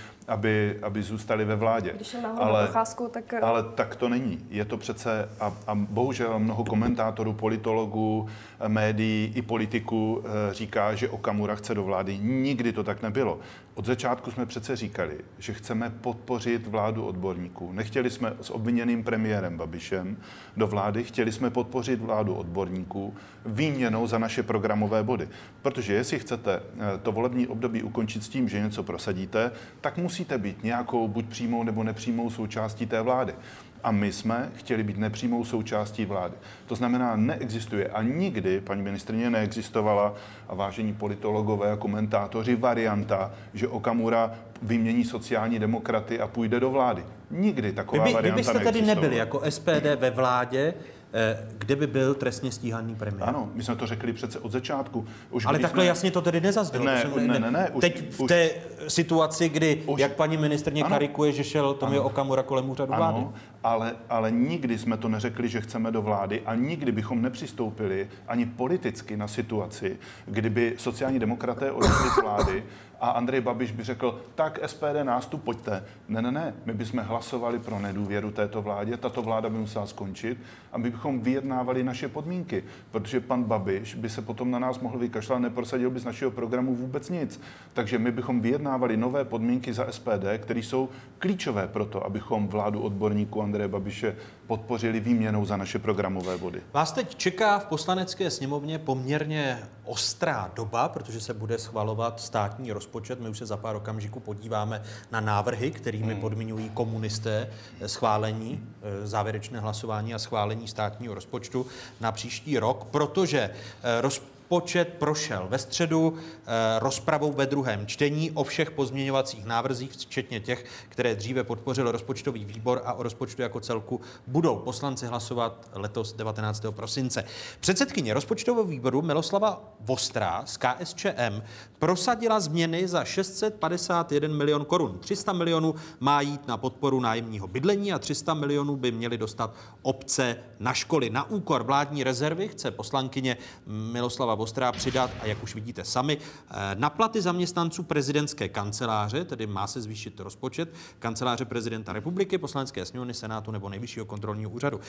aby zůstali ve vládě. Když šel náhodou na procházku, tak... Ale tak to není. Je to přece, a bohužel mnoho komentátorů, politologů, médií i politiků říká, že Okamura chce do vlády. Nikdy to tak nebylo. Od začátku jsme přece říkali, že chceme podpořit vládu odborníků. Nechtěli jsme s obviněným premiérem Babišem do vlády, chtěli jsme podpořit vládu odborníků, výměr výměnou za naše programové body. Protože jestli chcete to volební období ukončit s tím, že něco prosadíte, tak musíte být nějakou buď přímou nebo nepřímou součástí té vlády. A my jsme chtěli být nepřímou součástí vlády. To znamená, neexistuje a nikdy, paní ministryně, neexistovala, a vážení politologové a komentátoři, varianta, že Okamura vymění sociální demokraty a půjde do vlády. Nikdy taková varianta neexistovala. Vy byste tedy nebyli jako SPD ve vládě, kde by byl trestně stíhaný premiér. Ano, my jsme to řekli přece od začátku. Ale takhle jasně to tedy nezaznělo. Ne. Teď v té situaci, kdy, jak paní ministrně karikuje, že šel Tomio Okamura kolem úřadu vlády. Ale nikdy jsme to neřekli, že chceme do vlády a nikdy bychom nepřistoupili ani politicky na situaci, kdyby sociální demokraté odešli z vlády a Andrej Babiš by řekl, tak SPD nástup, pojďte. Ne, my bychom hlasovali pro nedůvěru této vládě, tato vláda by musela skončit a my bychom vyjednávali naše podmínky, protože pan Babiš by se potom na nás mohl vykašlat, neprosadil by z našeho programu vůbec nic. Takže my bychom vyjednávali nové podmínky za SPD, které jsou klíčové pro to, abychom vládu odborníků Andreje Babiše podpořili výměnou za naše programové body. Vás teď čeká v Poslanecké sněmovně poměrně ostrá doba, protože se bude schvalovat státní rozpočet. My už se za pár okamžiků podíváme na návrhy, kterými podmiňují komunisté schválení, závěrečné hlasování a schválení státního rozpočtu na příští rok, protože rozpočet prošel ve středu rozpravou ve druhém čtení o všech pozměňovacích návrzích, včetně těch, které dříve podpořil rozpočtový výbor, a o rozpočtu jako celku budou poslanci hlasovat letos 19. prosince. Předsedkyně rozpočtového výboru Miloslava Vostrá z KSČM prosadila změny za 651 milion korun. 300 milionů má jít na podporu nájemního bydlení a 300 milionů by měly dostat obce na školy. Na úkor vládní rezervy chce poslankyně Miloslava Vostrá přidat, a jak už vidíte sami, na platy zaměstnanců prezidentské kanceláře, tedy má se zvýšit rozpočet kanceláře prezidenta republiky, poslanecké sněmovny, senátu nebo nejvyššího kontrolního úřadu.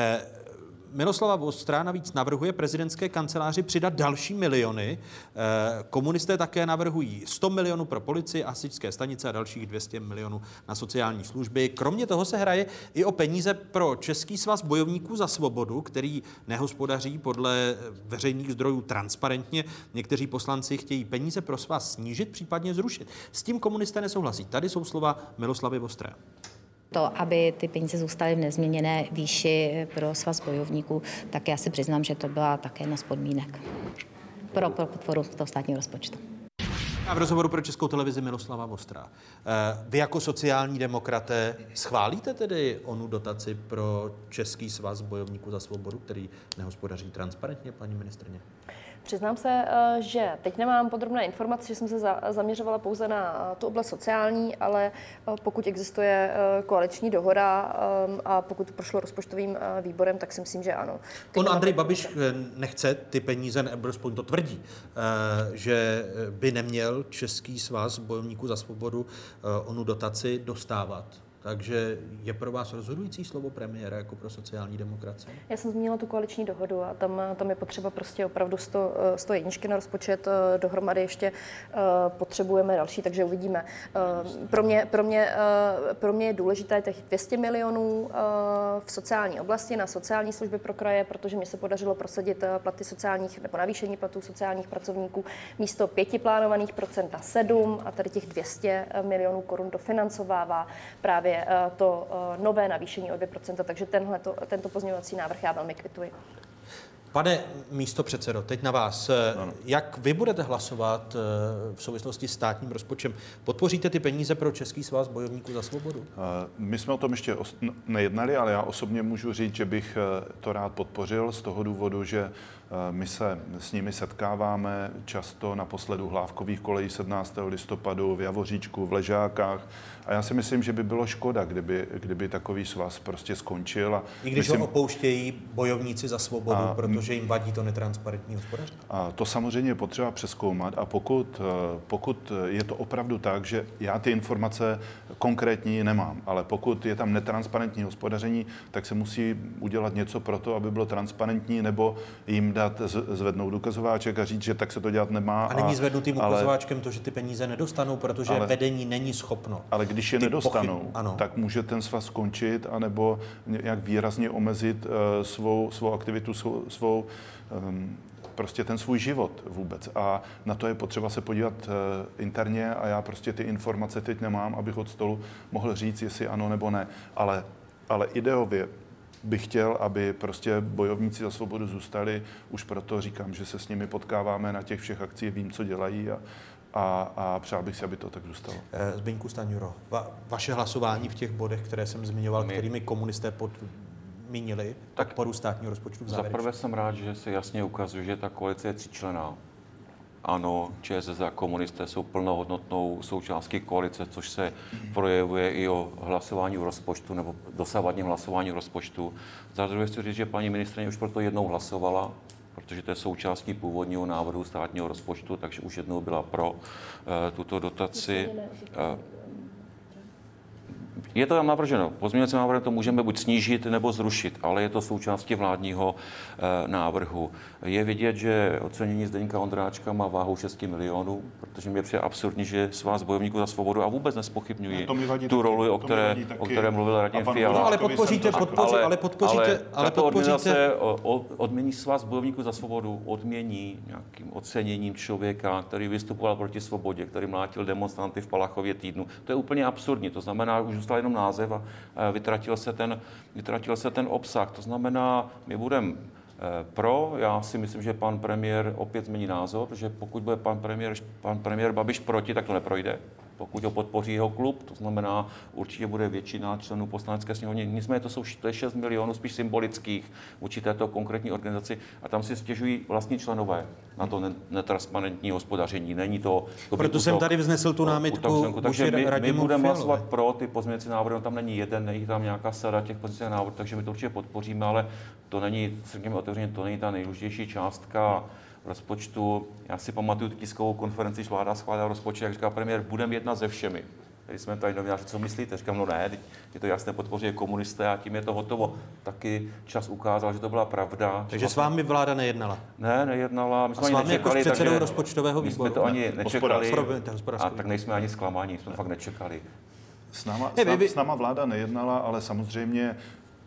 Miloslava Vostrá navíc navrhuje prezidentské kanceláři přidat další miliony. Komunisté také navrhují 100 milionů pro policii, hasičské stanice a dalších 200 milionů na sociální služby. Kromě toho se hraje i o peníze pro Český svaz bojovníků za svobodu, který nehospodaří podle veřejných zdrojů transparentně. Někteří poslanci chtějí peníze pro svaz snížit, případně zrušit. S tím komunisté nesouhlasí. Tady jsou slova Miloslavy Vostré. To, aby ty peníze zůstaly v nezměněné výši pro svaz bojovníků, tak já si přiznám, že to byla také jedna z podmínek pro podporu toho státního rozpočtu. A v rozhovoru pro Českou televizi Miloslava Vostrá. Vy jako sociální demokraté schválíte tedy onu dotaci pro Český svaz bojovníků za svobodu, který nehospodaří transparentně, paní ministryně? Přiznám se, že teď nemám podrobné informace, že jsem se zaměřovala pouze na tu oblast sociální, ale pokud existuje koaliční dohoda a pokud to prošlo rozpočtovým výborem, tak si myslím, že ano. On Andrej Babiš nechce ty peníze, nebo aspoň to tvrdí, že by neměl Český svaz bojovníků za svobodu onu dotaci dostávat. Takže je pro vás rozhodující slovo premiéra jako pro sociální demokracii? Já jsem zmínila tu koaliční dohodu a tam je potřeba prostě opravdu 101 na rozpočet, dohromady ještě potřebujeme další, takže uvidíme. Pro mě je důležité těch 200 milionů v sociální oblasti na sociální služby pro kraje, protože mě se podařilo prosadit platy sociálních nebo navýšení platů sociálních pracovníků místo 5 plánovaných procenta 7 a tady těch 200 milionů korun dofinancovává právě to nové navýšení o 2%, takže tento pozměňovací návrh já velmi kvituji. Pane místopředsedo, teď na vás. Jak vy budete hlasovat v souvislosti s státním rozpočtem? Podpoříte ty peníze pro Český svaz bojovníků za svobodu? My jsme o tom ještě nejednali, ale já osobně můžu říct, že bych to rád podpořil z toho důvodu, že my se s nimi setkáváme často na posledu Hlávkových kolejí 17. listopadu v Javoříčku, v Ležákách. A já si myslím, že by bylo škoda, kdyby takový svaz prostě skončil. I když ho opouštějí bojovníci za svobodu, protože jim vadí to netransparentní hospodaření? A to samozřejmě je potřeba přezkoumat. A pokud je to opravdu tak, že já ty informace konkrétní nemám, ale pokud je tam netransparentní hospodaření, tak se musí udělat něco pro to, aby bylo transparentní, nebo jim dát zvednout ukazováček a říct, že tak se to dělat nemá. A není zvednutým ukazováčkem to, že ty peníze nedostanou, protože vedení není schopno. Ale když je nedostanou, tak může ten svaz skončit, anebo nějak výrazně omezit svou aktivitu, svou prostě ten svůj život vůbec. A na to je potřeba se podívat interně a já prostě ty informace teď nemám, abych od stolu mohl říct, jestli ano nebo ne. Ale ideově bych chtěl, aby prostě bojovníci za svobodu zůstali. Už proto říkám, že se s nimi potkáváme na těch všech akcích, vím, co dělají a přál bych si, aby to tak zůstalo. Zbyňku Stanjuro, vaše hlasování v těch bodech, které jsem zmiňoval, kterými komunisté podmínili podporu státního rozpočtu v závěrečném. Za prvé jsem rád, že se jasně ukazuje, že ta koalice je tříčlenná. Ano, ČSSD a komunisté jsou plnohodnotnou součástí koalice, což se projevuje i o hlasování o rozpočtu nebo dosavadním hlasování o rozpočtu. Za druhé chci říct, že paní ministryně už proto jednou hlasovala, protože to je součástí původního návrhu státního rozpočtu, takže už jednou byla pro tuto dotaci. Je to tam navrženo. Pozměňovacím návrhem to můžeme buď snížit nebo zrušit, ale je to součástí vládního návrhu. Je vidět, že ocenění Zdeňka Ondráčka má váhu 6 milionů, protože mě přijde absurdní, že Svaz bojovníků za svobodu a vůbec nespochybňuji tu roli, o které mluvil Radim Fiala. Ale podpoříte. Tato organizace odmění Svaz bojovníků za svobodu, odmění nějakým oceněním člověka, který vystupoval proti svobodě, který mlátil demonstranty v Palachově týdnu. To je úplně absurdní. To znamená, už zůstal jenom název a vytratil se ten obsah. To znamená, my budeme pro. Já si myslím, že pan premiér opět změní názor, že pokud bude pan premiér Babiš proti, tak to neprojde. Pokud ho podpoří jeho klub, to znamená, určitě bude většina členů poslanecké sněmovny. Nicméně to je 6 milionů spíš symbolických vůči této konkrétní organizaci a tam si stěžují vlastní členové na to netransparentní hospodaření. Není to... Proto jsem tady vznesl tu námitku. Takže my budeme hlasovat pro ty pozměňovací návrhy, tam není jeden, není tam nějaká sada těch pozměňovacích návrhů, takže my to určitě podpoříme, ale to není, řekněme otevřeně, to není ta nejdůležitější částka rozpočtu. Já si pamatuju tiskovou konferenci, když vláda schválila rozpočet, jak říká premiér, budeme jednat se všemi. Když jsme tady novináři, co myslíte? Říkám, no ne, je to jasné, podpoří komunisté a tím je to hotovo. Taky čas ukázal, že to byla pravda. Takže s vámi vláda nejednala? Ne, nejednala. My jsme ani nečekali, jako s předsedou rozpočtového výboru? My jsme to ani nečekali. A tak nejsme ani zklamáni, jsme fakt nečekali. S náma vláda nejednala, ale samozřejmě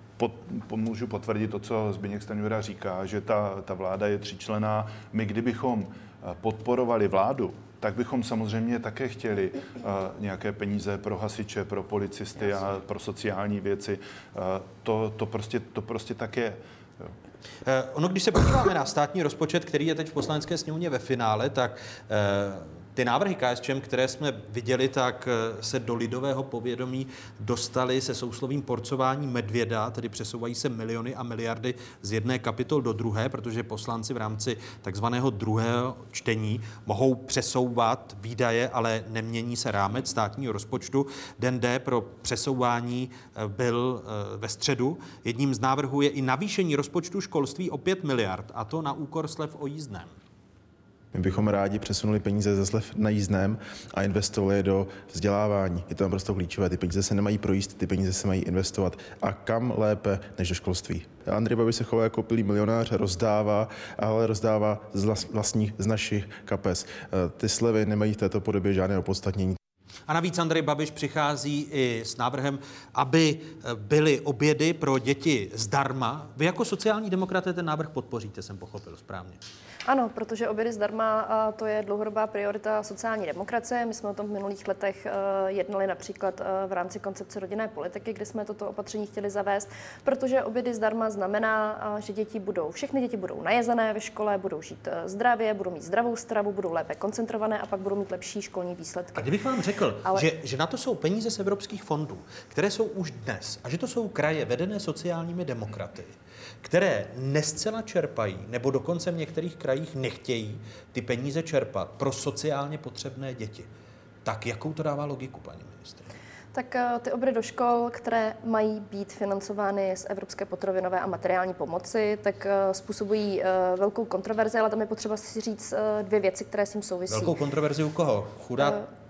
můžu potvrdit to, co Zbyněk Stanjura říká, že ta vláda je tříčlenná. My, kdybychom podporovali vládu, tak bychom samozřejmě také chtěli nějaké peníze pro hasiče, pro policisty a pro sociální věci. To prostě tak je. Ono, když se podíváme na státní rozpočet, který je teď v Poslanecké sněmovně ve finále, tak ty návrhy KSČM, které jsme viděli, tak se do lidového povědomí dostaly se souslovím porcování medvěda, tedy přesouvají se miliony a miliardy z jedné kapitol do druhé, protože poslanci v rámci takzvaného druhého čtení mohou přesouvat výdaje, ale nemění se rámec státního rozpočtu. Den D pro přesouvání byl ve středu. Jedním z návrhů je i navýšení rozpočtu školství o 5 miliard, a to na úkor slev o jízdném. My bychom rádi přesunuli peníze ze slev na jízdném a investovali je do vzdělávání. Je to naprosto klíčové. Ty peníze se nemají projíst, ty peníze se mají investovat. A kam lépe než do školství? Andrej Babiš se chová jako pilý milionář, rozdává, ale rozdává z našich kapes. Ty slevy nemají v této podobě žádné opodstatnění. A navíc Andrej Babiš přichází i s návrhem, aby byly obědy pro děti zdarma. Vy jako sociální demokraté ten návrh podpoříte, jsem pochopil správně. Ano, protože obědy zdarma, to je dlouhodobá priorita sociální demokracie. My jsme o tom v minulých letech jednali například v rámci koncepce rodinné politiky, kde jsme toto opatření chtěli zavést, protože obědy zdarma znamená, že všechny děti budou najezené ve škole, budou žít zdravě, budou mít zdravou stravu, budou lépe koncentrované a pak budou mít lepší školní výsledky. A kdybych vám řekl, že na to jsou peníze z evropských fondů, které jsou už dnes, a že to jsou kraje vedené sociálními demokraty, které nescela čerpají, nebo dokonce v některých krajích nechtějí ty peníze čerpat pro sociálně potřebné děti. Tak jakou to dává logiku, paní ministryně? Tak ty obědy do škol, které mají být financovány z Evropské potravinové a materiální pomoci, tak způsobují velkou kontroverzi, ale tam je potřeba si říct dvě věci, které s tím souvisí. Velkou kontroverzi u koho?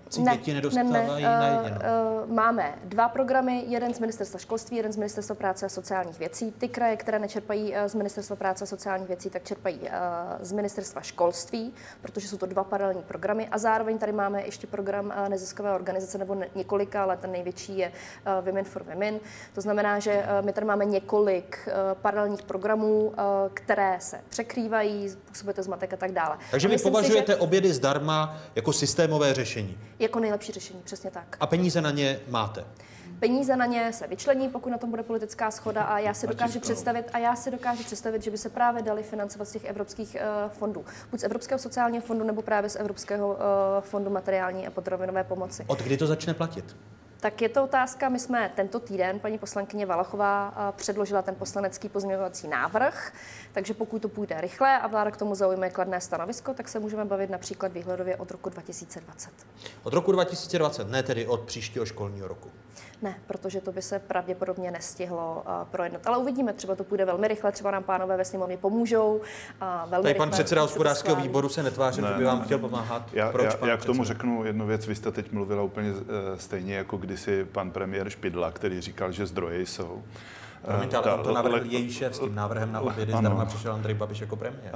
děti nedostávají na jedinou? Máme 2 programy, jeden z Ministerstva školství, jeden z Ministerstva práce a sociálních věcí. Ty kraje, které nečerpají z Ministerstva práce a sociálních věcí, tak čerpají z Ministerstva školství, protože jsou to 2 paralelní programy. A zároveň tady máme ještě program neziskové organizace, nebo několika, ale ten největší je Women for Women. To znamená, že my tady máme několik paralelních programů, které se překrývají, způsobuje to zmatek a tak dále. Takže vy považujete obědy zdarma jako systémové řešení? Jako nejlepší řešení, přesně tak. A peníze na ně máte? Peníze na ně se vyčlení, pokud na tom bude politická shoda, a já si dokážu představit, že by se právě dali financovat z těch evropských fondů. Buď z Evropského sociálního fondu, nebo právě z Evropského fondu materiální a potravinové pomoci. Od kdy to začne platit? Tak je to otázka, my jsme tento týden, paní poslankyně Valachová předložila ten poslanecký pozměňovací návrh, takže pokud to půjde rychle a vláda k tomu zaujme kladné stanovisko, tak se můžeme bavit například výhledově od roku 2020. Od roku 2020, ne tedy od příštího školního roku? Ne, protože to by se pravděpodobně nestihlo projednat. Ale uvidíme, třeba to půjde velmi rychle, třeba nám pánové ve sněmovně pomůžou. Tady pan předseda hospodářského výboru se netváří, že by vám chtěl pomáhat. Já k tomu řeknu jednu věc. Vy jste teď mluvila úplně stejně jako kdysi pan premiér Špidla, který říkal, že zdroje jsou. Promiňte, ale on to navrhl její šéf, s tím návrhem na obědy zdarma přišel Andrej Babiš jako premiér.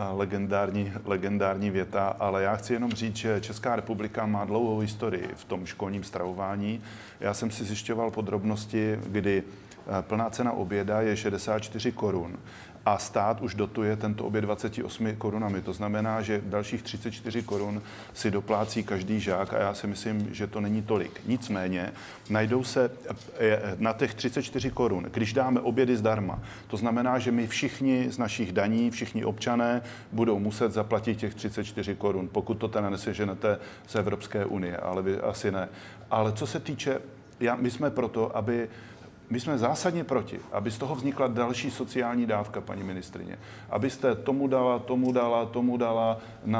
Legendární věta, ale já chci jenom říct, že Česká republika má dlouhou historii v tom školním stravování. Já jsem si zjišťoval podrobnosti, kdy plná cena oběda je 64 korun. A stát už dotuje tento oběd 28 korunami. To znamená, že dalších 34 korun si doplácí každý žák a já si myslím, že to není tolik. Nicméně najdou se na těch 34 korun, když dáme obědy zdarma. To znamená, že my všichni z našich daní, všichni občané budou muset zaplatit těch 34 korun, pokud to teda neseženete z Evropské unie, ale vy asi ne. Ale co se týče, my jsme proto, my jsme zásadně proti, aby z toho vznikla další sociální dávka, paní ministryně. Abyste tomu dala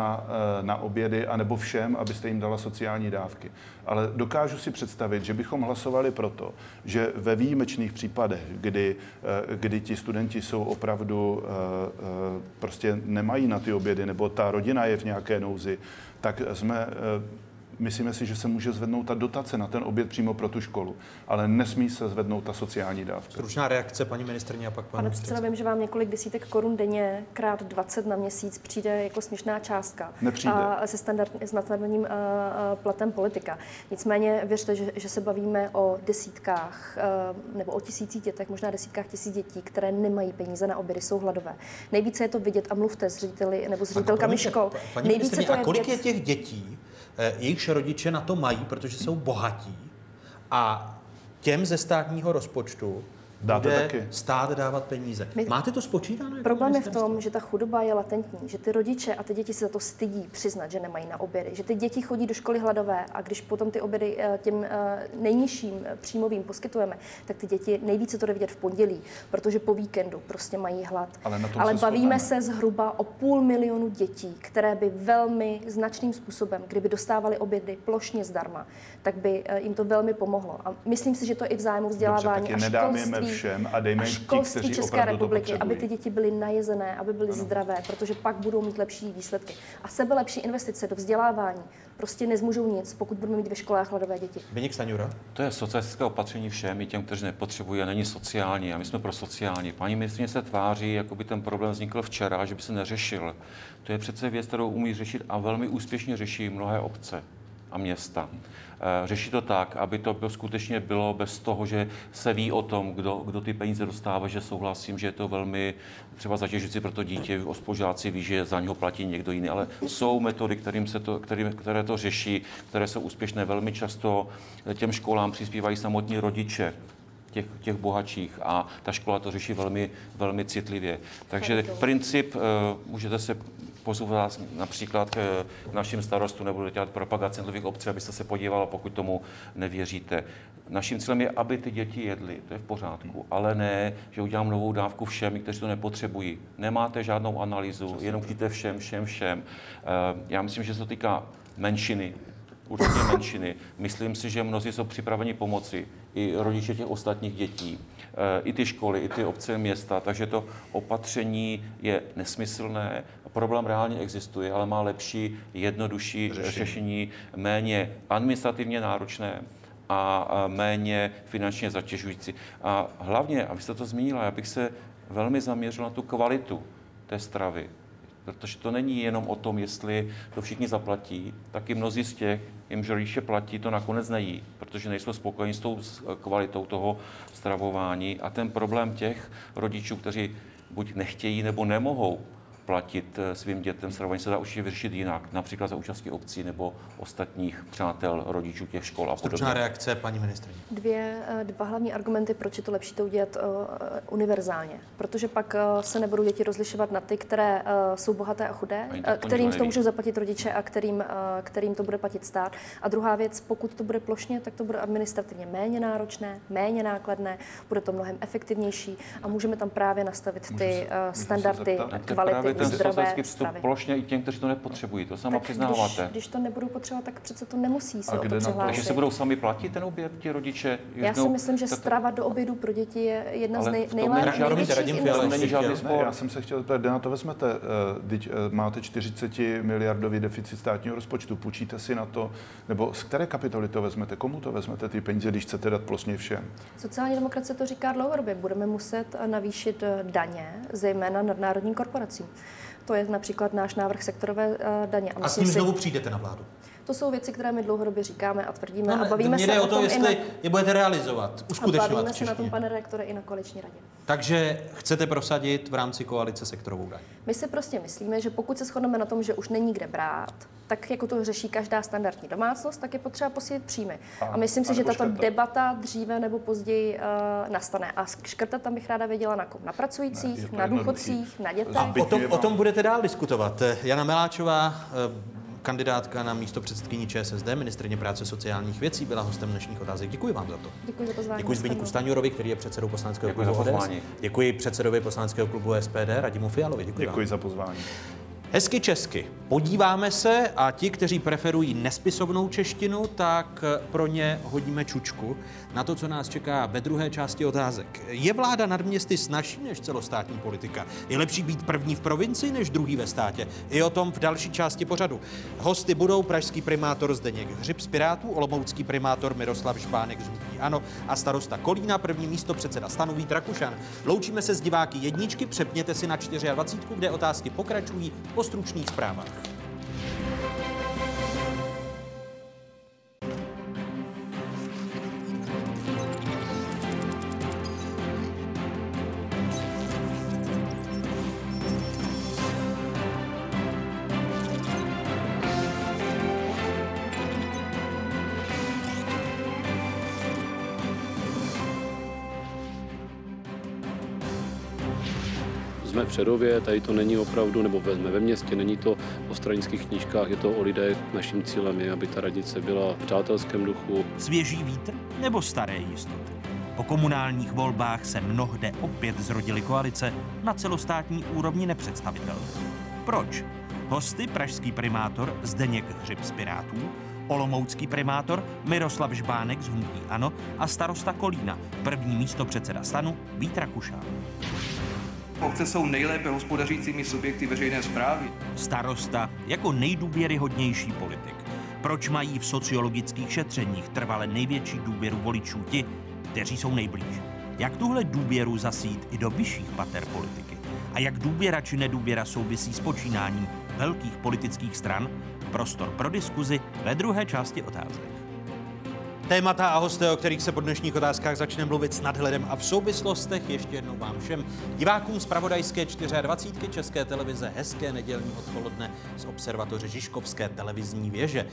na obědy, anebo všem, abyste jim dala sociální dávky. Ale dokážu si představit, že bychom hlasovali proto, že ve výjimečných případech, kdy ti studenti jsou opravdu prostě nemají na ty obědy, nebo ta rodina je v nějaké nouzi, tak myslíme si, že se může zvednout ta dotace na ten oběd přímo pro tu školu, ale nesmí se zvednout ta sociální dávka. Stručná reakce, paní ministryně, a pak Pane předsedo, vím, že vám několik desítek korun denně krát 20 na měsíc přijde jako směšná částka. Nepřijde. S nadstandardním platem politika. Nicméně věřte, že se bavíme o desítkách nebo o tisících dětech, možná desítkách tisíc dětí, které nemají peníze na obědy, jsou hladové. Nejvíce je to vidět a mluvte s řediteli nebo s ředitelkami škol. Paní ministryně, a kolik je těch dětí, jejichž rodiče na to mají, protože jsou bohatí, a těm ze státního rozpočtu bude stát dávat peníze. Máte to spočítáno? Problém je v tom, že ta chudoba je latentní, že ty rodiče a ty děti se za to stydí přiznat, že nemají na obědy, že ty děti chodí do školy hladové a když potom ty obědy těm nejnižším příjmovým poskytujeme, tak ty děti nejvíce to jde vidět v pondělí, protože po víkendu prostě mají hlad. Ale bavíme se zhruba o 500 000 dětí, které by velmi značným způsobem, kdyby dostávali obědy plošně zdarma, tak by jim to velmi pomohlo. A myslím si, že to i v zájmu vzdělávání a školství. Všem a dejme školství České republiky, aby ty děti byly najezené, aby byly zdravé, protože pak budou mít lepší výsledky. A sebelepší investice do vzdělávání prostě nezmůžou nic, pokud budeme mít ve školách hladové děti. Zbyněk Stanjura? To je socialistické opatření všem, i těm, kteří nepotřebují, a není sociální. A my jsme pro sociální. Paní ministryně se tváří, jako by ten problém vznikl včera, že by se neřešil. To je přece věc, kterou umí řešit a velmi úspěšně řeší mnohé obce a města. Řeší to tak, aby to skutečně bylo bez toho, že se ví o tom, kdo ty peníze dostává, že souhlasím, že je to velmi třeba zatěžující pro to dítě, spolužáci ví, že za něho platí někdo jiný, ale jsou metody, které to řeší, které jsou úspěšné. Velmi často těm školám přispívají samotní rodiče těch bohatších a ta škola to řeší velmi, velmi citlivě. Takže princip, můžete se pozvat například k našim starostům, nebudu dělat propagaci jednotlivých obcí, abyste se podívali, pokud tomu nevěříte. Naším cílem je, aby ty děti jedly, to je v pořádku, ale ne, že udělám novou dávku všem, kteří to nepotřebují. Nemáte žádnou analýzu, jenom chtíte všem. Já myslím, že se to týká menšiny určitě menšiny. Myslím si, že mnozí jsou připraveni pomoci, i rodiče těch ostatních dětí, i ty školy, i ty obce, města, takže to opatření je nesmyslné. Problém reálně existuje, ale má lepší, jednodušší řešení, méně administrativně náročné a méně finančně zatěžující. A hlavně, a vy jste to zmínila, já bych se velmi zaměřil na tu kvalitu té stravy. Protože to není jenom o tom, jestli to všichni zaplatí, taky mnozí z těch, jimž rodiče platí, to nakonec nejí, protože nejsou spokojeni s tou kvalitou toho stravování. A ten problém těch rodičů, kteří buď nechtějí nebo nemohou platit svým dětem stravování, se dá určitě vyřešit jinak, například za účastí obcí nebo ostatních přátel, rodičů těch škol a podobně. Stručná reakce, paní ministryně. Dva hlavní argumenty, proč je to lepší to udělat univerzálně. Protože pak se nebudou děti rozlišovat na ty, které jsou bohaté a chudé, kterým to můžou zaplatit rodiče a kterým to bude platit stát. A druhá věc, pokud to bude plošně, tak to bude administrativně méně náročné, méně nákladné, bude to mnohem efektivnější a můžeme tam právě nastavit ty standardy kvality zdravé stravy. Plošně i těm, kteří to nepotřebují, to sama přiznáváte. Když to nebudou potřebovat, tak přece to nemusí se o to přihlásit. Takže se budou sami platit ten oběd, ti rodiče? Já si myslím, že strava do obědu pro děti je jedna z nejlepších investic. Já jsem se chtěl zeptat, kde na to vezmete? Máte 40 miliardový deficit státního rozpočtu, půjčíte si na to, nebo z které kapitoly to vezmete? Komu to vezmete ty peníze, když chcete dát plošně všem? Sociální demokracie to říká dlouhodobě. Budeme muset navýšit daně, zejména nadnárodním korporacím. To je například náš návrh sektorové daně. A s ním znovu přijdete na vládu? To jsou věci, které my dlouhodobě říkáme a tvrdíme a bavíme se o tom, jestli je budete realizovat, uskutečňovat. A bavíme se na tom, pane rektore, i na koaliční radě. Takže chcete prosadit v rámci koalice sektorovou daň? My si prostě myslíme, že pokud se shodneme na tom, že už není kde brát, tak jako to řeší každá standardní domácnost, tak je potřeba posílit příjmy. A myslím si, že tato debata dříve nebo později nastane. A škrtat tam bych ráda věděla na kom? Na pracujících, na důchodcích, na dětech. A o tom budete dál diskutovat. Jana Meláčová, kandidátka na místo předsedkyní ČSSD, ministryně práce sociálních věcí, byla hostem dnešních otázek. Děkuji vám za to. Děkuji za pozvání. Děkuji Zbyňku Stanjurovi, který je předsedou poslaneckého klubu ODS. Děkuji předsedovi poslaneckého klubu SPD Radimu Fialovi. Děkuji za pozvání. Hezky česky. Podíváme se a ti, kteří preferují nespisovnou češtinu, tak pro ně hodíme čučku na to, co nás čeká ve druhé části otázek. Je vláda nad městy snazší než celostátní politika? Je lepší být první v provincii než druhý ve státě? I o tom v další části pořadu. Hosty budou pražský primátor Zdeněk Hřib z Pirátů, olomoucký primátor Miroslav Žbánek z hnutí ANO a starosta Kolína, první místopředseda STANu Vít Rakušan. Loučíme se s diváky jedničky, přepněte si na 24, kde otázky pokračují po stručných zprávách. Jsme v Přerově, tady to není opravdu, nebo jsme ve městě, není to o stranických knížkách, je to o lidech. Naším cílem je, aby ta radnice byla v přátelském duchu. Svěží vítr nebo staré jistoty? Po komunálních volbách se mnohde opět zrodily koalice na celostátní úrovni nepředstavitelné. Proč? Hosty pražský primátor Zdeněk Hřib z Pirátů, olomoucký primátor Miroslav Žbánek z hnutí ANO a starosta Kolína, první místopředseda STANu Vít Rakušan. Obce jsou nejlépe hospodařícími subjekty veřejné správy. Starosta jako nejdůvěryhodnější politik. Proč mají v sociologických šetřeních trvale největší důvěru voličů ti, kteří jsou nejblíž? Jak tuhle důvěru zasít i do vyšších pater politiky? A jak důvěra či nedůvěra souvisí s počínáním velkých politických stran? Prostor pro diskuzi ve druhé části otázek. Témata a hosté, o kterých se po dnešních otázkách začne mluvit s nadhledem a v souvislostech, ještě jednou vám všem divákům z pravodajské 24 České televize hezké nedělní odpoledne z observatoře Žižkovské televizní věže.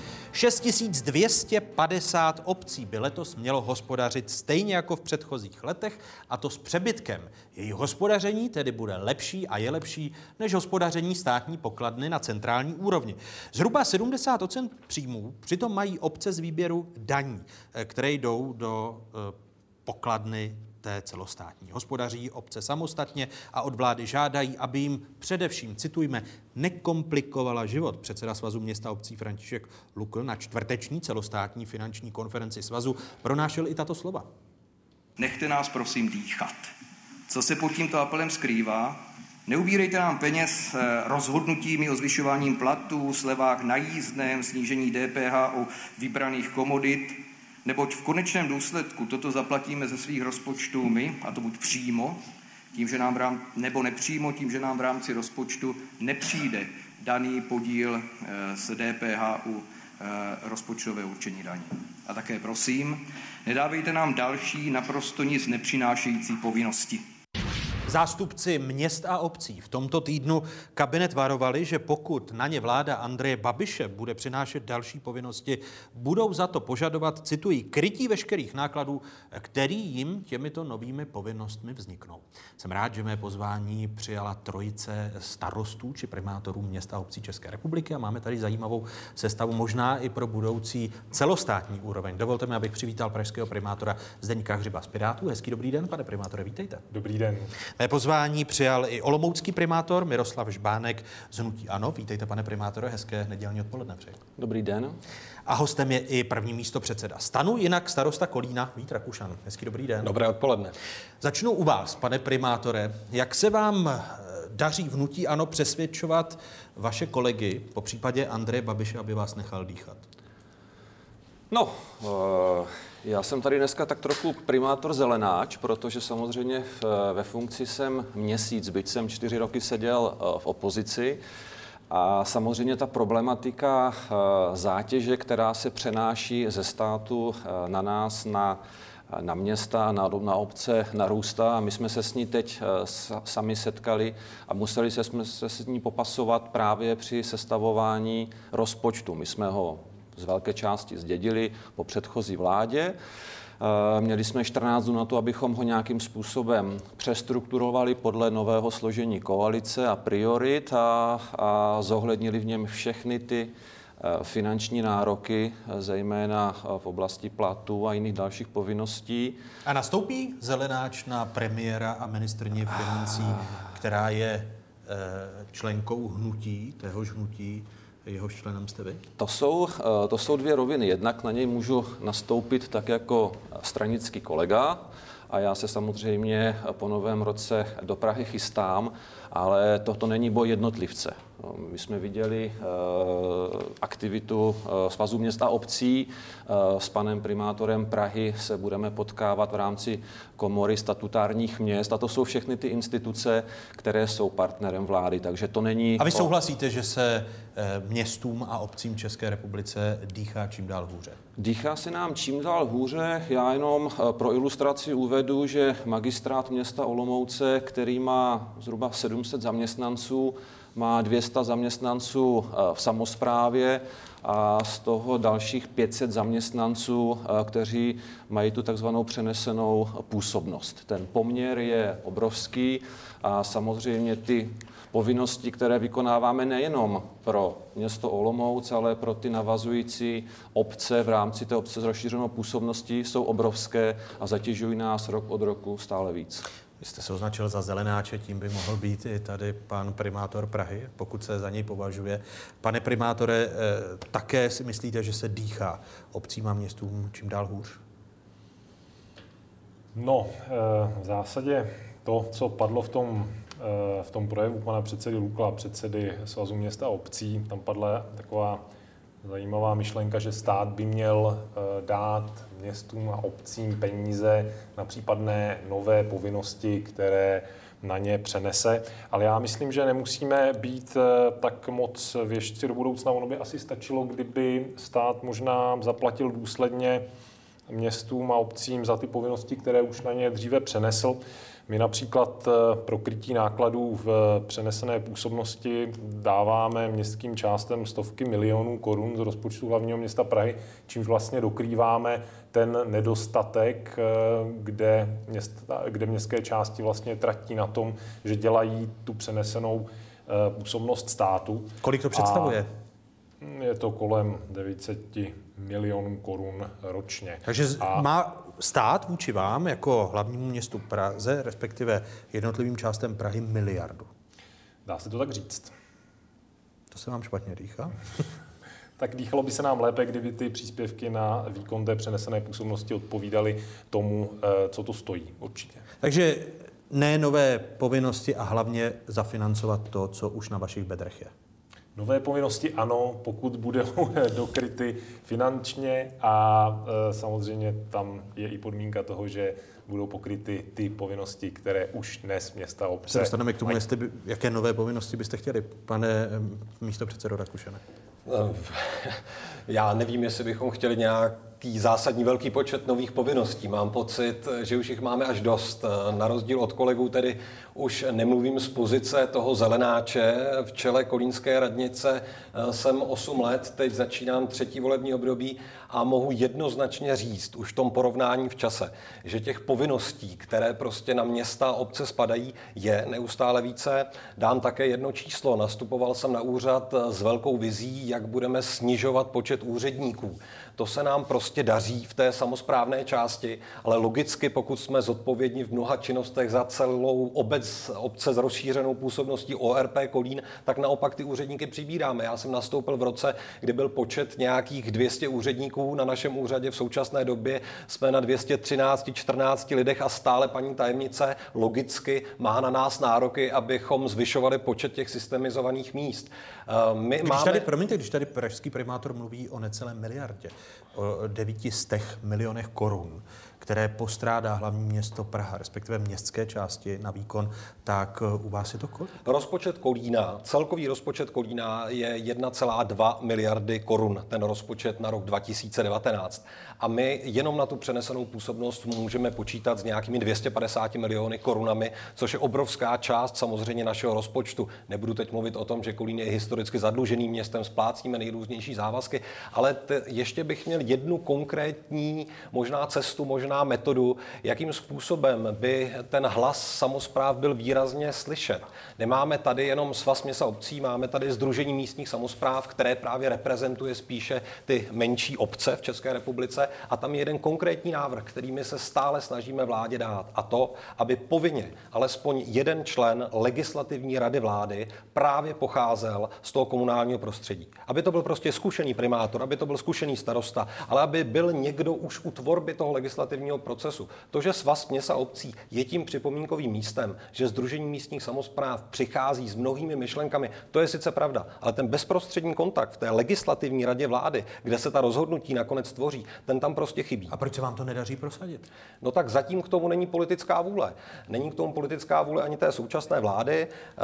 6250 obcí by letos mělo hospodařit stejně jako v předchozích letech, a to s přebytkem. Její hospodaření tedy bude lepší a je lepší než hospodaření státní pokladny na centrální úrovni. Zhruba 70% příjmů přitom mají obce z výběru daní, které jdou do pokladny té celostátní. Hospodaří obce samostatně a od vlády žádají, aby jim především, citujme, nekomplikovala život. Předseda Svazu měst a obcí František Lukl na čtvrteční celostátní finanční konferenci svazu pronášel i tato slova. Nechte nás prosím dýchat. Co se pod tímto apelem skrývá? Neubírejte nám peněz rozhodnutími o zvyšování platů, slevách na jízdném, snížení DPH u vybraných komodit, neboť v konečném důsledku toto zaplatíme ze svých rozpočtů my, a to buď přímo, tím, že nám nebo nepřímo, tím, že nám v rámci rozpočtu nepřijde daný podíl z DPH u rozpočtového určení daní. A také prosím, nedávejte nám další naprosto nic nepřinášející povinnosti. Zástupci měst a obcí v tomto týdnu kabinet varovali, že pokud na ně vláda Andreje Babiše bude přinášet další povinnosti, budou za to požadovat, cituji, krytí veškerých nákladů, který jim těmito novými povinnostmi vzniknou. Jsem rád, že mé pozvání přijala trojice starostů či primátorů měst a obcí České republiky a máme tady zajímavou sestavu, možná i pro budoucí celostátní úroveň. Dovolte mi, abych přivítal pražského primátora Zdeňka Hřiba z Pirátů. Hezký dobrý den, pane primátore, vítejte. Dobrý den. Mé pozvání přijal i olomoucký primátor Miroslav Žbánek z hnutí ANO. Vítejte, pane primátore, hezké nedělní odpoledne přeji. Dobrý den. A hostem je i první místopředseda STANu, jinak starosta Kolína Vít Rakušan. Hezký dobrý den. Dobré odpoledne. Začnu u vás, pane primátore. Jak se vám daří v hnutí ANO přesvědčovat vaše kolegy, po případě Andreje Babiše, aby vás nechal dýchat? No, já jsem tady dneska tak trochu primátor zelenáč, protože samozřejmě ve funkci jsem měsíc, byť jsem 4 roky seděl v opozici. A samozřejmě ta problematika zátěže, která se přenáší ze státu na nás, na města, na obce narůstá a my jsme se s ní teď sami setkali a museli jsme se s ní popasovat právě při sestavování rozpočtu. My jsme ho z velké části zdědili po předchozí vládě. Měli jsme 14 dnů na to, abychom ho nějakým způsobem přestrukturovali podle nového složení koalice a priorit a zohlednili v něm všechny ty finanční nároky, zejména v oblasti platů a jiných dalších povinností. A nastoupí zelenáč na premiéra a ministryni financí, která je členkou hnutí, téhož hnutí, jehož členem jste vy? To jsou dvě roviny. Jednak na něj můžu nastoupit tak jako stranický kolega a já se samozřejmě po novém roce do Prahy chystám, ale toto není boj jednotlivce. My jsme viděli aktivitu Svazu měst a obcí. S panem primátorem Prahy se budeme potkávat v rámci komory statutárních měst a to jsou všechny ty instituce, které jsou partnerem vlády, takže to není... A vy souhlasíte, že se městům a obcím České republice dýchá čím dál hůře? Dýchá se nám čím dál hůře. Já jenom pro ilustraci uvedu, že magistrát města Olomouce, který má zhruba 700 zaměstnanců, má 200 zaměstnanců v samosprávě a z toho dalších 500 zaměstnanců, kteří mají tu takzvanou přenesenou působnost. Ten poměr je obrovský a samozřejmě ty povinnosti, které vykonáváme nejenom pro město Olomouc, ale pro ty navazující obce v rámci té obce s rozšířenou působností jsou obrovské a zatěžují nás rok od roku stále víc. Vy jste se označil za zelenáče, tím by mohl být i tady pan primátor Prahy, pokud se za něj považuje. Pane primátore, také si myslíte, že se dýchá obcím a městům čím dál hůř? No, v zásadě to, co padlo v tom projevu pana předsedy Lukla, předsedy Svazu měst a obcí, tam padla taková zajímavá myšlenka, že stát by měl dát městům a obcím peníze na případné nové povinnosti, které na ně přenese. Ale já myslím, že nemusíme být tak moc věštci do budoucna. Ono by asi stačilo, kdyby stát možná zaplatil důsledně městům a obcím za ty povinnosti, které už na ně dříve přenesl. My například pro krytí nákladů v přenesené působnosti dáváme městským částem stovky milionů korun z rozpočtu hlavního města Prahy, čímž vlastně dokrýváme ten nedostatek, kde městské části vlastně tratí na tom, že dělají tu přenesenou působnost státu. Kolik to představuje? Je to kolem 900 milionů korun ročně. Takže má stát vůči vám jako hlavnímu městu Praze, respektive jednotlivým částem Prahy, miliardu? Dá se to tak říct. To se vám špatně dýchá? Tak dýchalo by se nám lépe, kdyby ty příspěvky na výkon té přenesené působnosti odpovídaly tomu, co to stojí, určitě. Takže ne nové povinnosti a hlavně zafinancovat to, co už na vašich bedrech je. Nové povinnosti ano, pokud budou dokryty finančně a samozřejmě tam je i podmínka toho, že budou pokryty ty povinnosti, které už dnes města obce. Se dostaneme k tomu, jaké nové povinnosti byste chtěli, pane místopředsedo Rakušane. Já nevím, jestli bychom chtěli nějaký zásadní velký počet nových povinností. Mám pocit, že už jich máme až dost. Na rozdíl od kolegů tedy už nemluvím z pozice toho zelenáče. V čele kolínské radnice jsem 8 let, teď začínám 3. volební období a mohu jednoznačně říct, už v tom porovnání v čase, že těch povinností, které prostě na města a obce spadají, je neustále více. Dám také jedno číslo. Nastupoval jsem na úřad s velkou vizí, jak budeme snižovat počet úředníků. To se nám prostě daří v té samosprávné části, ale logicky, pokud jsme zodpovědní v mnoha činnostech za celou obce s rozšířenou působností ORP Kolín, tak naopak ty úředníky přibíráme. Já jsem nastoupil v roce, kdy byl počet nějakých 200 úředníků na našem úřadě. V současné době jsme na 213-14 lidech a stále paní tajemnice logicky má na nás nároky, abychom zvyšovali počet těch systemizovaných míst. Když tady pražský primátor mluví o necelé miliardě, o 900 milionech korun, které postrádá hlavní město Praha, respektive městské části na výkon, tak u vás je to kolik? Rozpočet Kolína, celkový rozpočet Kolína je 1,2 miliardy korun, ten rozpočet na rok 2019. A my jenom na tu přenesenou působnost můžeme počítat s nějakými 250 miliony korunami, což je obrovská část samozřejmě našeho rozpočtu. Nebudu teď mluvit o tom, že Kolín je historicky zadluženým městem, splácíme nejrůznější závazky, ale ještě bych měl jednu konkrétní možná cestu, možná metodu, jakým způsobem by ten hlas samospráv byl výrazně slyšet. Nemáme tady jenom Svaz měst a obcí, máme tady Sdružení místních samospráv, které právě reprezentuje spíše ty menší obce v České republice a tam je jeden konkrétní návrh, kterými se stále snažíme vládě dát a to, aby povinně alespoň jeden člen legislativní rady vlády právě pocházel z toho komunálního prostředí. Aby to byl prostě zkušený primátor, aby to byl zkušený starosta, ale aby byl někdo už u tvorby toho legislativního procesu. To, že Svaz měst a obcí je tím připomínkovým místem, že Sdružení místních samospráv přichází s mnohými myšlenkami, to je sice pravda, ale ten bezprostřední kontakt v té legislativní radě vlády, kde se ta rozhodnutí nakonec tvoří, ten tam prostě chybí. A proč se vám to nedaří prosadit? No tak zatím k tomu není politická vůle. Není k tomu politická vůle ani té současné vlády.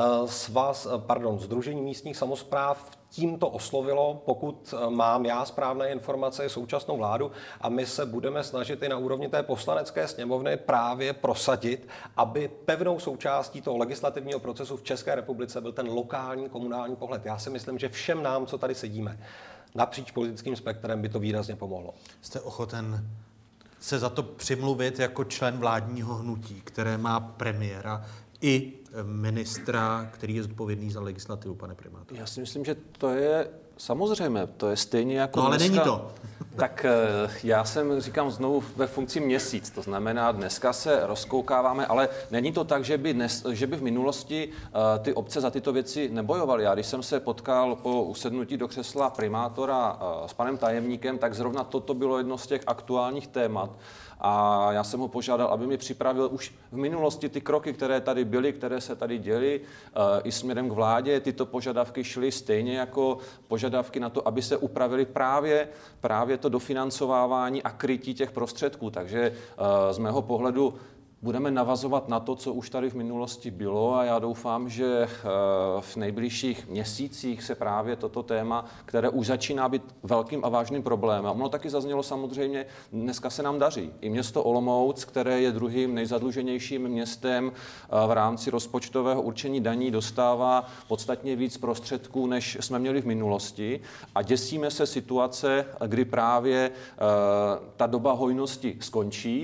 Sdružení místních samospráv tímto oslovilo, pokud mám já správné informace, současnou vládu a my se budeme snažit i na úrovni té poslanecké sněmovny právě prosadit, aby pevnou součástí toho legislativního procesu v České republice byl ten lokální komunální pohled. Já si myslím, že všem nám, co tady sedíme, napříč politickým spektrem by to výrazně pomohlo. Jste ochoten se za to přimluvit jako člen vládního hnutí, které má premiéra i ministra, který je zodpovědný za legislativu, pane primátor? Já si myslím, že to je samozřejmé, to je stejně jako ale dneska. Není to. Tak já jsem, říkám znovu, ve funkci měsíc, to znamená, dneska se rozkoukáváme, ale není to tak, že by v minulosti ty obce za tyto věci nebojovaly. Já když jsem se potkal po usednutí do křesla primátora s panem tajemníkem, tak zrovna toto bylo jedno z těch aktuálních témat. A já jsem ho požádal, aby mi připravil už v minulosti ty kroky, které tady byly, které se tady děly, i směrem k vládě. Tyto požadavky šly stejně jako požadavky na to, aby se upravili právě to dofinancovávání a krytí těch prostředků. Takže z mého pohledu budeme navazovat na to, co už tady v minulosti bylo a já doufám, že v nejbližších měsících se právě toto téma, které už začíná být velkým a vážným problémem. Ono taky zaznělo samozřejmě, dneska se nám daří. I město Olomouc, které je druhým nejzadluženějším městem v rámci rozpočtového určení daní, dostává podstatně víc prostředků, než jsme měli v minulosti a děsíme se situace, kdy právě ta doba hojnosti skončí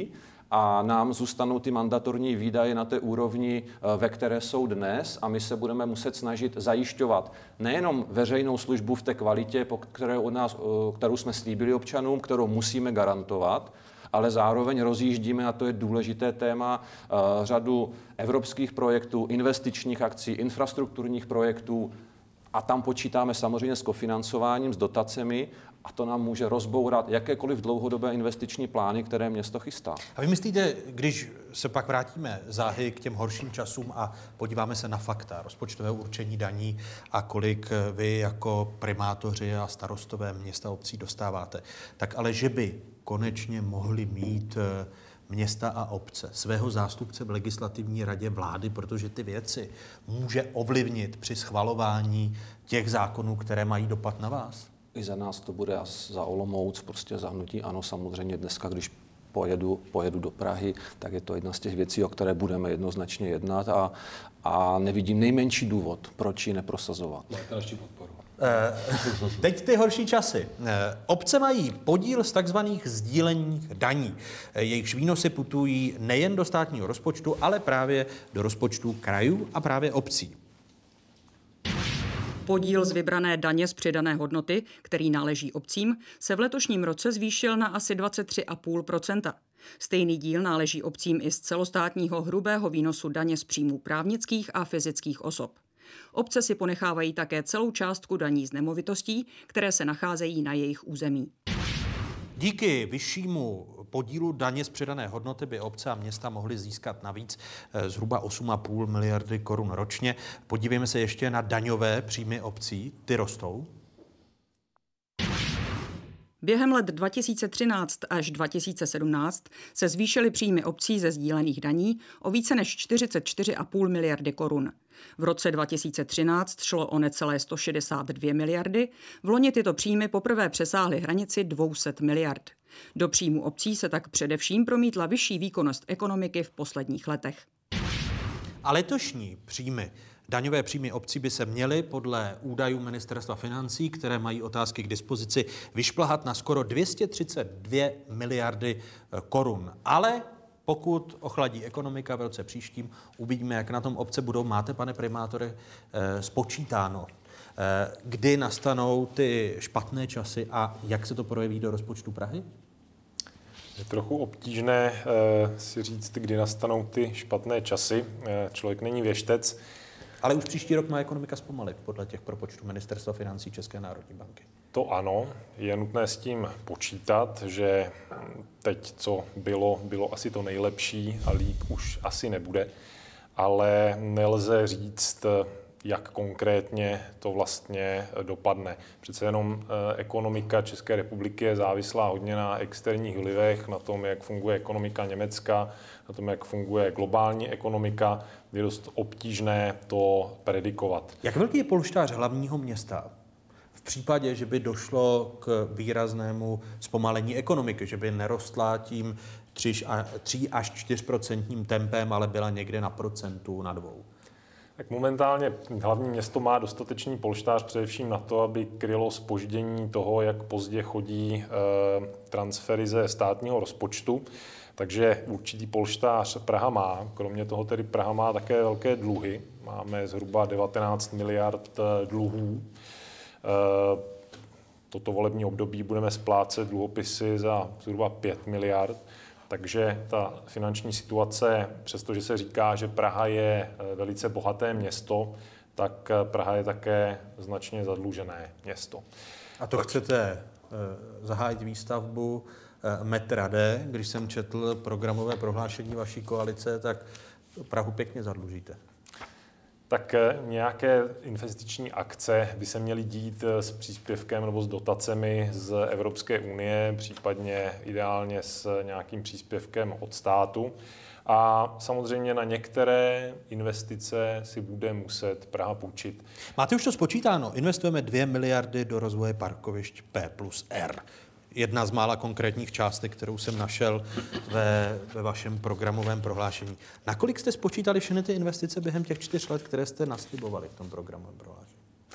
a nám zůstanou ty mandatorní výdaje na té úrovni, ve které jsou dnes, a my se budeme muset snažit zajišťovat nejenom veřejnou službu v té kvalitě, kterou jsme slíbili občanům, kterou musíme garantovat, ale zároveň rozjíždíme, a to je důležité téma, řadu evropských projektů, investičních akcí, infrastrukturních projektů, a tam počítáme samozřejmě s kofinancováním, s dotacemi, a to nám může rozbourat jakékoliv dlouhodobé investiční plány, které město chystá. A vy myslíte, když se pak vrátíme záhy k těm horším časům a podíváme se na fakta rozpočtového určení daní a kolik vy jako primátoři a starostové města a obcí dostáváte, tak ale že by konečně mohli mít města a obce svého zástupce v legislativní radě vlády, protože ty věci může ovlivnit při schvalování těch zákonů, které mají dopad na vás? I za nás to bude za Olomouc, prostě za hnutí ANO samozřejmě dneska, když pojedu do Prahy, tak je to jedna z těch věcí, o které budeme jednoznačně jednat a nevidím nejmenší důvod, proč ji neprosazovat. Máte naši podporu. Teď ty horší časy. Obce mají podíl z takzvaných sdílených daní. Jejichž výnosy putují nejen do státního rozpočtu, ale právě do rozpočtů krajů a právě obcí. Podíl z vybrané daně z přidané hodnoty, který náleží obcím, se v letošním roce zvýšil na asi 23,5%. Stejný díl náleží obcím i z celostátního hrubého výnosu daně z příjmů právnických a fyzických osob. Obce si ponechávají také celou částku daní z nemovitostí, které se nacházejí na jejich území. Díky vyššímu podílu daně z přidané hodnoty by obce a města mohly získat navíc zhruba 8,5 miliardy korun ročně. Podívejme se ještě na daňové příjmy obcí. Ty rostou? Během let 2013 až 2017 se zvýšily příjmy obcí ze sdílených daní o více než 44,5 miliardy korun. V roce 2013 šlo o necelé 162 miliardy, v loni tyto příjmy poprvé přesáhly hranici 200 miliard. Do příjmu obcí se tak především promítla vyšší výkonnost ekonomiky v posledních letech. A letošní příjmy, daňové příjmy obcí by se měly podle údajů Ministerstva financí, které mají otázky k dispozici, vyšplhat na skoro 232 miliardy korun. Ale pokud ochladí ekonomika v roce příštím, uvidíme, jak na tom obce budou. Máte, pane primátore, spočítáno, kdy nastanou ty špatné časy a jak se to projeví do rozpočtu Prahy? Je trochu obtížné si říct, kdy nastanou ty špatné časy. Člověk není věštec. Ale už příští rok má ekonomika zpomalit podle těch propočtů Ministerstva financí České národní banky. To ano, je nutné s tím počítat, že teď, co bylo asi to nejlepší a líp už asi nebude, ale nelze říct, jak konkrétně to vlastně dopadne. Přece jenom ekonomika České republiky je závislá hodně na externích vlivech, na tom, jak funguje ekonomika Německa, na tom, jak funguje globální ekonomika. Je dost obtížné to predikovat. Jak velký je polštář hlavního města v případě, že by došlo k výraznému zpomalení ekonomiky, že by nerostla tím 3 až 4% tempem, ale byla někde na procentu, na 2%? Tak momentálně hlavní město má dostatečný polštář především na to, aby krylo zpoždění toho, jak pozdě chodí transfery ze státního rozpočtu. Takže určitý polštář Praha má. Kromě toho tedy Praha má také velké dluhy. Máme zhruba 19 miliard dluhů. Toto volební období budeme splácet dluhopisy za zhruba 5 miliard. Takže ta finanční situace, přestože se říká, že Praha je velice bohaté město, tak Praha je také značně zadlužené město. A to chcete zahájit výstavbu metra D. Když jsem četl programové prohlášení vaší koalice, tak Prahu pěkně zadlužíte. Tak nějaké investiční akce by se měly dít s příspěvkem nebo s dotacemi z Evropské unie, případně ideálně s nějakým příspěvkem od státu. A samozřejmě na některé investice si bude muset Praha půjčit. Máte už to spočítáno? Investujeme 2 miliardy do rozvoje parkovišť P+R. Jedna z mála konkrétních částek, kterou jsem našel ve vašem programovém prohlášení. Nakolik jste spočítali všechny ty investice během těch 4 let, které jste naslibovali v tom programovém prohlášení?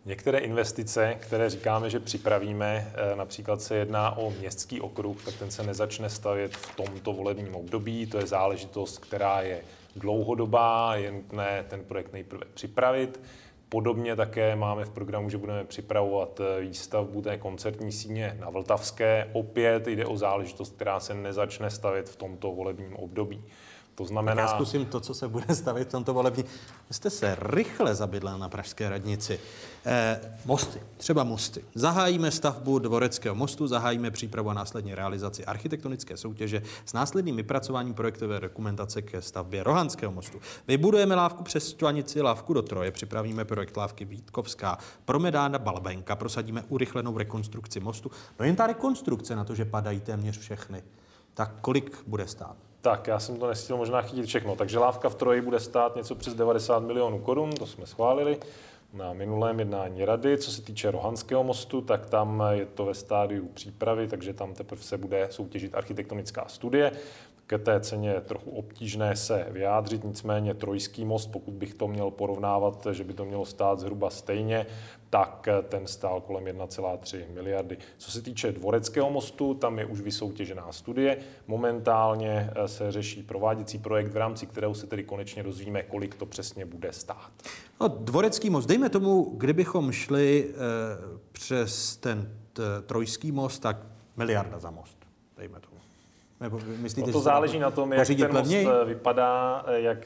Některé investice, které říkáme, že připravíme, například se jedná o městský okruh, tak ten se nezačne stavět v tomto volebním období. To je záležitost, která je dlouhodobá, je nutné ten projekt nejprve připravit. Podobně také máme v programu, že budeme připravovat výstavbu té koncertní síně na Vltavské. Opět jde o záležitost, která se nezačne stavět v tomto volebním období. To znamená... Tak já zkusím to, co se bude stavit v tomto volební. Vy jste se rychle zabydlel na pražské radnici. Mosty, třeba mosty. Zahájíme stavbu Dvoreckého mostu, zahájíme přípravu a následně realizaci architektonické soutěže s následným vypracováním projektové dokumentace ke stavbě Rohanského mostu. Vybudujeme lávku přes Štvanici, lávku do Troje, připravíme projekt lávky Vítkovská, promenáda Balbenka, prosadíme urychlenou rekonstrukci mostu. No jen ta rekonstrukce na to, že padají téměř všechny. Tak kolik bude stát? Tak, já jsem to nestihl možná chytit všechno. Takže lávka v Troji bude stát něco přes 90 milionů korun, to jsme schválili na minulém jednání rady. Co se týče Rohanského mostu, tak tam je to ve stádiu přípravy, takže tam teprve se bude soutěžit architektonická studie. Ke té ceně je trochu obtížné se vyjádřit, nicméně Trojský most, pokud bych to měl porovnávat, že by to mělo stát zhruba stejně, tak ten stál kolem 1,3 miliardy. Co se týče Dvoreckého mostu, tam je už vysoutěžená studie. Momentálně se řeší prováděcí projekt, v rámci kterého se tedy konečně dozvíme, kolik to přesně bude stát. No, Dvorecký most, dejme tomu, kdybychom šli přes ten Trojský most, tak miliarda za most, dejme tomu. Nebo myslíte, no to záleží na tom, jak ten most vypadá, jak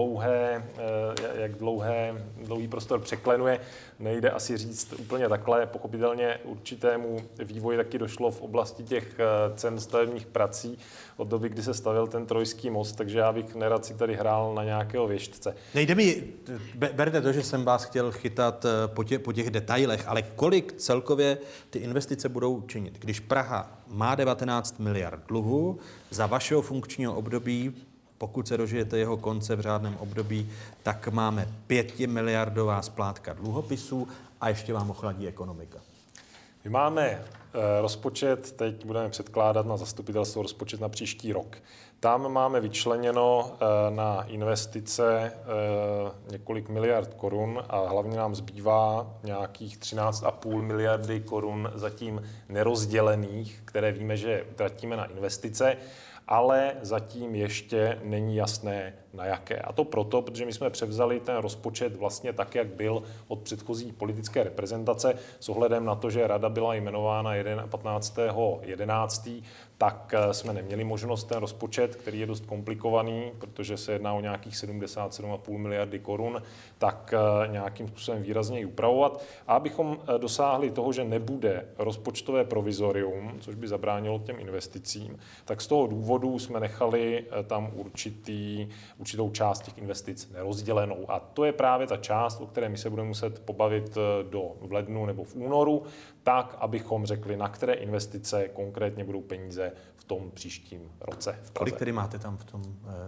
dlouhý prostor překlenuje. Nejde asi říct úplně takhle. Pochopitelně určitému vývoji taky došlo v oblasti těch cen stavebních prací od doby, kdy se stavěl ten Trojský most, takže já bych nerad si tady hrál na nějakého věštce. Nejde mi, berte to, že jsem vás chtěl chytat po těch detailech, ale kolik celkově ty investice budou činit? Když Praha má 19 miliard dluhu, za vašeho funkčního období, pokud se dožijete jeho konce v řádném období, tak máme 5 miliardová splátka dluhopisů a ještě vám ochladí ekonomika. My máme rozpočet, teď budeme předkládat na zastupitelstvo rozpočet na příští rok. Tam máme vyčleněno na investice několik miliard korun a hlavně nám zbývá nějakých 13,5 miliardy korun zatím nerozdělených, které víme, že utratíme na investice, ale zatím ještě není jasné, na jaké. A to proto, protože my jsme převzali ten rozpočet vlastně tak, jak byl od předchozí politické reprezentace, s ohledem na to, že rada byla jmenována 15.11., tak jsme neměli možnost ten rozpočet, který je dost komplikovaný, protože se jedná o nějakých 77,5 miliardy korun, tak nějakým způsobem výrazně upravovat. A abychom dosáhli toho, že nebude rozpočtové provizorium, což by zabránilo těm investicím, tak z toho důvodu jsme nechali tam určitou část těch investic nerozdělenou. A to je právě ta část, o které my se budeme muset pobavit v lednu nebo v únoru, tak, abychom řekli, na které investice konkrétně budou peníze v tom příštím roce v Praze. Kolik tedy máte tam v tom?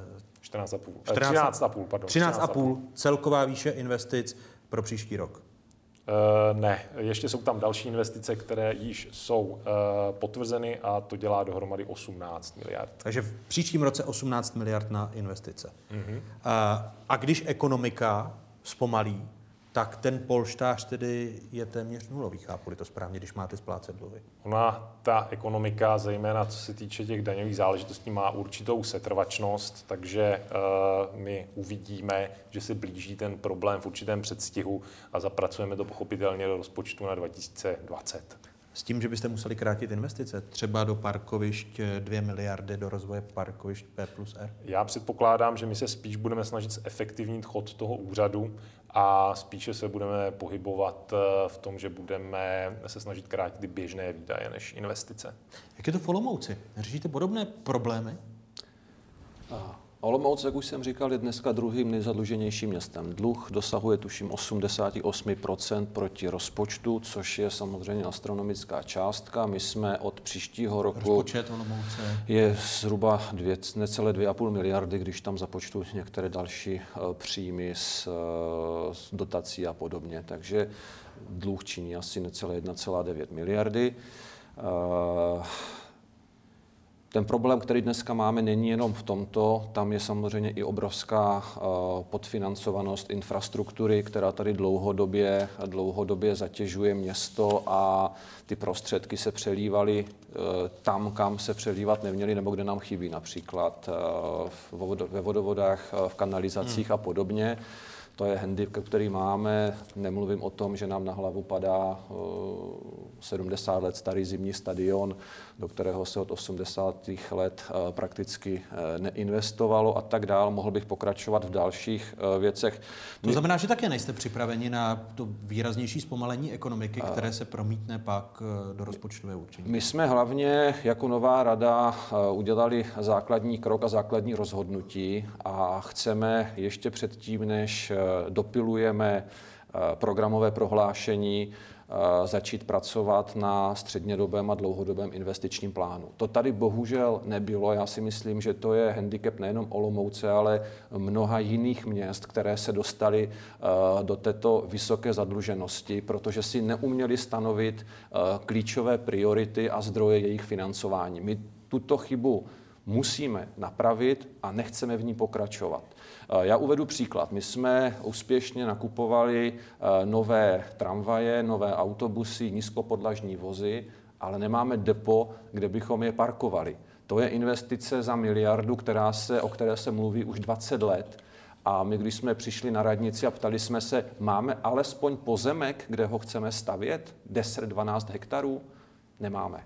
13,5 celková výše investic pro příští rok? Ne, ještě jsou tam další investice, které již jsou potvrzeny a to dělá dohromady 18 miliard. Takže v příštím roce 18 miliard na investice. Mm-hmm. A když ekonomika zpomalí, tak ten polštář tedy je téměř nulový, chápu-li to správně, když máte splácet dluhy. Ta ekonomika, zejména co se týče těch daňových záležitostí, má určitou setrvačnost, takže my uvidíme, že se blíží ten problém v určitém předstihu a zapracujeme to pochopitelně do rozpočtu na 2020. S tím, že byste museli krátit investice, třeba do parkovišť 2 miliardy do rozvoje parkovišť P+R? Já předpokládám, že my se spíš budeme snažit zefektivnit chod toho úřadu a spíše se budeme pohybovat v tom, že budeme se snažit krátit ty běžné výdaje než investice. Jak je to v Olomouci? Řešíte podobné problémy? Olomouc, jak už jsem říkal, je dneska druhým nejzadluženějším městem. Dluh dosahuje tuším 88% proti rozpočtu, což je samozřejmě astronomická částka. My jsme od příštího roku... Rozpočet Olomouce je zhruba necelé 2,5 miliardy, když tam započtu některé další příjmy z dotací a podobně. Takže dluh činí asi necelé 1,9 miliardy. Ten problém, který dneska máme, není jenom v tomto, tam je samozřejmě i obrovská podfinancovanost infrastruktury, která tady dlouhodobě zatěžuje město a ty prostředky se přelívaly tam, kam se přelívat neměly, nebo kde nám chybí, například ve vodovodách, v kanalizacích a podobně. To je handicap, který máme. Nemluvím o tom, že nám na hlavu padá 70 let starý zimní stadion, do kterého se od 80. let prakticky neinvestovalo a tak dál. Mohl bych pokračovat v dalších věcech. To znamená, že také nejste připraveni na to výraznější zpomalení ekonomiky, které se promítne pak do rozpočtového určení? My jsme hlavně jako nová rada udělali základní krok a základní rozhodnutí a chceme ještě předtím, než dopilujeme programové prohlášení, začít pracovat na střednědobém a dlouhodobém investičním plánu. To tady bohužel nebylo. Já si myslím, že to je handicap nejenom Olomouce, ale mnoha jiných měst, které se dostaly do této vysoké zadluženosti, protože si neuměli stanovit klíčové priority a zdroje jejich financování. My tuto chybu musíme napravit a nechceme v ní pokračovat. Já uvedu příklad. My jsme úspěšně nakupovali nové tramvaje, nové autobusy, nízkopodlažní vozy, ale nemáme depo, kde bychom je parkovali. To je investice za miliardu, o které se mluví už 20 let. A my, když jsme přišli na radnici a ptali jsme se, máme alespoň pozemek, kde ho chceme stavět, 10-12 hektarů? Nemáme.